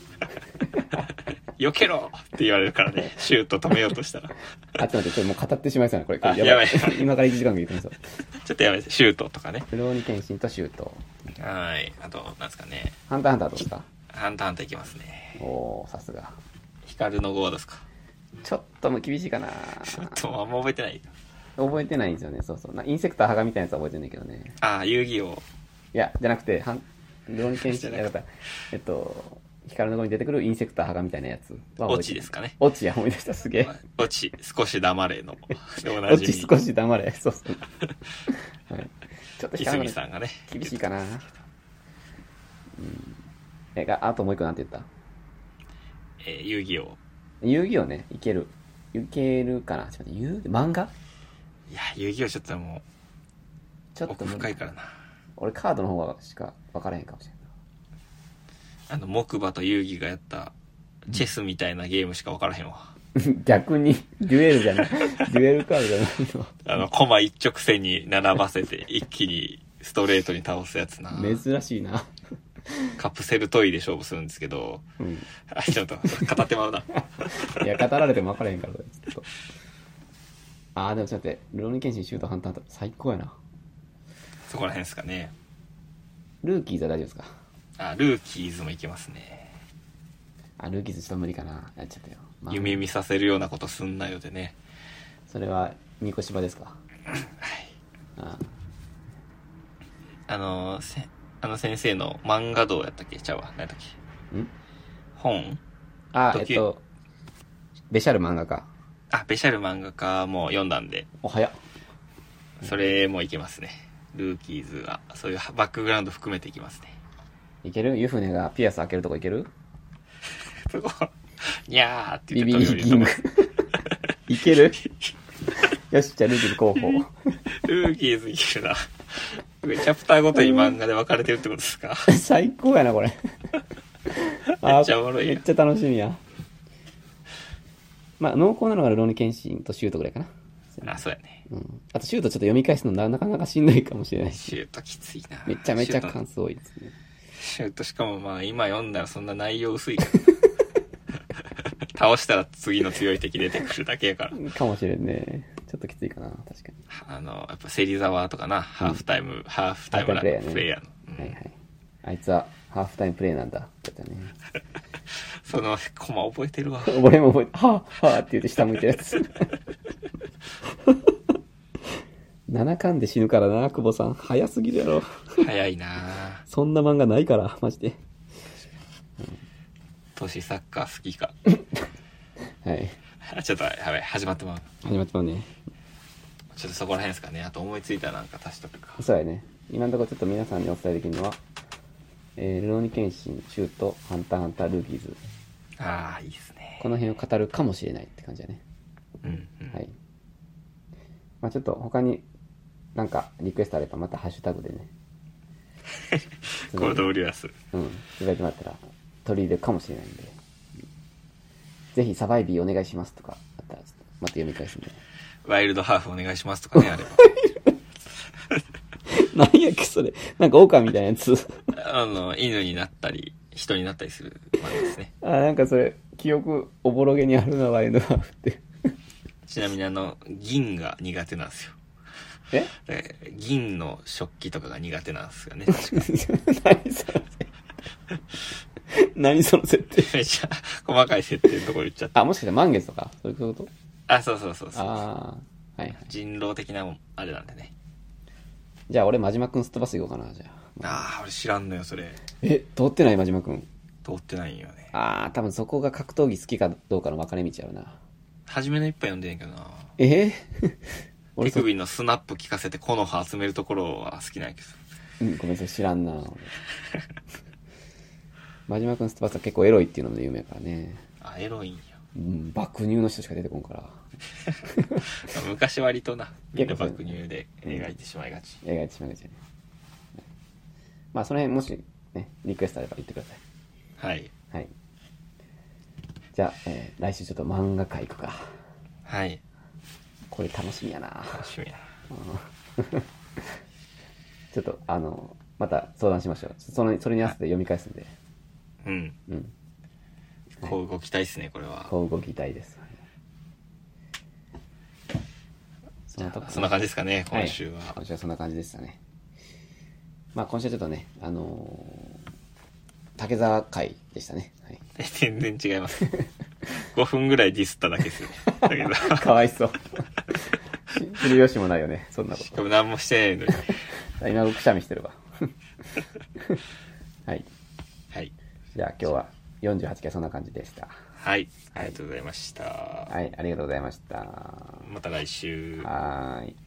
避けろって言われるからね、シュート止めようとしたら。 あ、ちょっと待って、ちょっともう語ってしまいそうな、これ。 あ、やばい。 今からいちじかん言ってますよ。 ちょっとやめて、シュートとかね。 ルローニケンシンとシュート。 はい。あと、なんですかね。 ハンターハンターどうですか？ ハンターハンターいきますね。 おー、さすが。 ヒカルの号ですか？ ちょっともう厳しいかな。 ちょっとあんま覚えてない。 覚えてないんですよね、そうそう。なインセクターハガみたいなやつは覚えてんだけどね。 ああ、遊戯王。 いや、じゃなくて、ハン、ルローニケンシン、やだった。えっと、ヒカルの号に出てくるインセクターハガみたいなやつはオチですかね。 オチや、思い出した、すげえ。 オチ、少し黙れの。 オチ少し黙れ、そうそう。はい。ちょっとヒカルさんがね。 厳しいかな。うん。え、あともう一個なんて言った？ えー、遊戯王。 遊戯王ね、いける。いけるかな。ちょっと待って、遊漫画？ いや、遊戯王ちょっともう、 ちょっと奥深いからな。 俺カードの方がしか分からへんかもしれんな。 あの、木馬と遊戯がやったチェスみたいなゲームしか分からへんわ。 逆に、デュエルじゃない。デュエルカードじゃないの。 あの、コマ一直線に並ばせて、一気にストレートに倒すやつな。 珍しいな。 カプセルトイで勝負するんですけど、うん、あ、ちょっと、語ってまうな。 いや、語られても分からへんから、ちょっと。あー、でもちょっと待って、ルローニケンシンシュートハンターハンター最高やな。 そこら辺ですかね。 ルーキーズは大丈夫ですか？ あ、ルーキーズもいけますね。 あ、ルーキーズちょっと無理かな。やっちゃったよ。 まあ、夢見させるようなことすんなよでね。 それは、ニコシバですか？ はい。 ああの、せ、あの先生の漫画道やったっけ？ちゃうわ。何やったっけ？ん本？ あ、えっと、ベシャル漫画家。 あ、ベシャル漫画家も読んだんで。 お、早っ。 それもいけますね。ルーキーズは、そういうバックグラウンド含めていきますね。 いける？湯船がピアス開けるとこいける？ そこ、にゃーって言って飛び降りるとこ。 いける？よし、じゃあルーキーズ候補。 ルーキーズいけるな。チャプターごとに漫画で分かれてるってことですか？ 最高やな、これ。 めっちゃおもろいやん。 めっちゃ楽しみや。まあ、濃厚なのがルローニケンシンとシュートぐらいかな。 あ、そうやね。 うん。あとシュートちょっと読み返すのなかなかしんどいかもしれないし。 シュートきついな。 めちゃめちゃ関数多いですね。 シュートしかもまあ今読んだらそんな内容薄いから。 倒したら次の強い敵出てくるだけやから。 かもしれんね。ちょっときついかな、確かに。 あの、やっぱ芹沢とかな、ハーフタイム、うん、ハーフタイムプレイヤーの。 うん、はいはい。あいつはハーフタイムプレイなんだ。だったね。 そのコマ覚えてるわ。 俺も覚えて、はぁ、はぁって言って下向いたやつ。ななかんで死ぬからな、久保さん。早すぎるやろ。 早いなそんな漫画ないから、マジで。 都市サッカー好きか。 はい。 ちょっと、やばい、始まってまう。 始まってまうね。 ちょっとそこら辺ですかね。あと思いついたらなんか足しとくか。 そうやね。今のところちょっと皆さんにお伝えできるのは、えー、ルローニケンシン、シュート、ハンターハンター、ルービーズ。 ああ、いいですね。 この辺を語るかもしれないって感じだね。 うん、うん。 はい。まあちょっと他になんかリクエストあればまたハッシュタグでね。 行動リアス。 うん。つぶやいてもらったら取り入れるかもしれないんで。ぜひサバイビーお願いしますとかあったらちょっとまた読み返すんで。 ワイルドハーフお願いしますとかね、あれば。 何やっけそれ。なんか狼みたいなやつ。 あの、犬になったり、人になったりする漫画ですね。 あ、なんかそれ、記憶おぼろげにあるな、ワイルドハーフって。 ちなみにあの、銀が苦手なんですよ。え銀の食器とかが苦手なんですよね、確か。 何それ。何その設定。 めっちゃ細かい設定のところ言っちゃった。 あ、もしかして満月とかそういうこと？ あ、そうそうそうそう。 ああ、はい、はい。 人狼的なあれなんでね。 じゃあ俺、真島くんすっ飛ばす行こうかな、じゃあ。ああ、俺知らんのよ、それ。 え、通ってない真島くん。 通ってないんよね。 ああ、多分そこが格闘技好きかどうかの分かれ道やろな。 初めの一杯読んでんけどな。 え手首のスナップ聞かせて木の葉集めるところは好きなんやけど。 うん、ごめんなさい、知らんな。真島くんすっ飛ばすは結構エロいっていうのも有名やからね。 あ、エロいんや。 うん、爆乳の人しか出てこんから。 昔割とな、みんな爆乳で描いてしまいがち。 うん、描いてしまいがちやね。まあその辺もしね、リクエストあれば言ってください。 はい。 はい。じゃあ、えー、来週ちょっと漫画界行くか。 はい。 これ楽しみやな。 楽しみやな。ちょっと、あの、また相談しましょう。その、それに合わせて読み返すんで。 うん。 うん。 こう動きたいですね、これは。 こう動きたいです。 そんなそんな感じですかね、今週は、はい。 今週はそんな感じでしたね。まあ今週はちょっとね、あのー、竹沢会でしたね。はい、 全然違います。ごふんぐらいディスっただけですよね。だけどかわいそう。知る由もないよね、そんなこと。 しかも何もしてないのに。 今僕くしゃみしてるわ。はい。 はい。 じゃあ今日はよんじゅうはちかいそんな感じでした。 はい。ありがとうございました。 はい、ありがとうございました。 また来週。 はーい。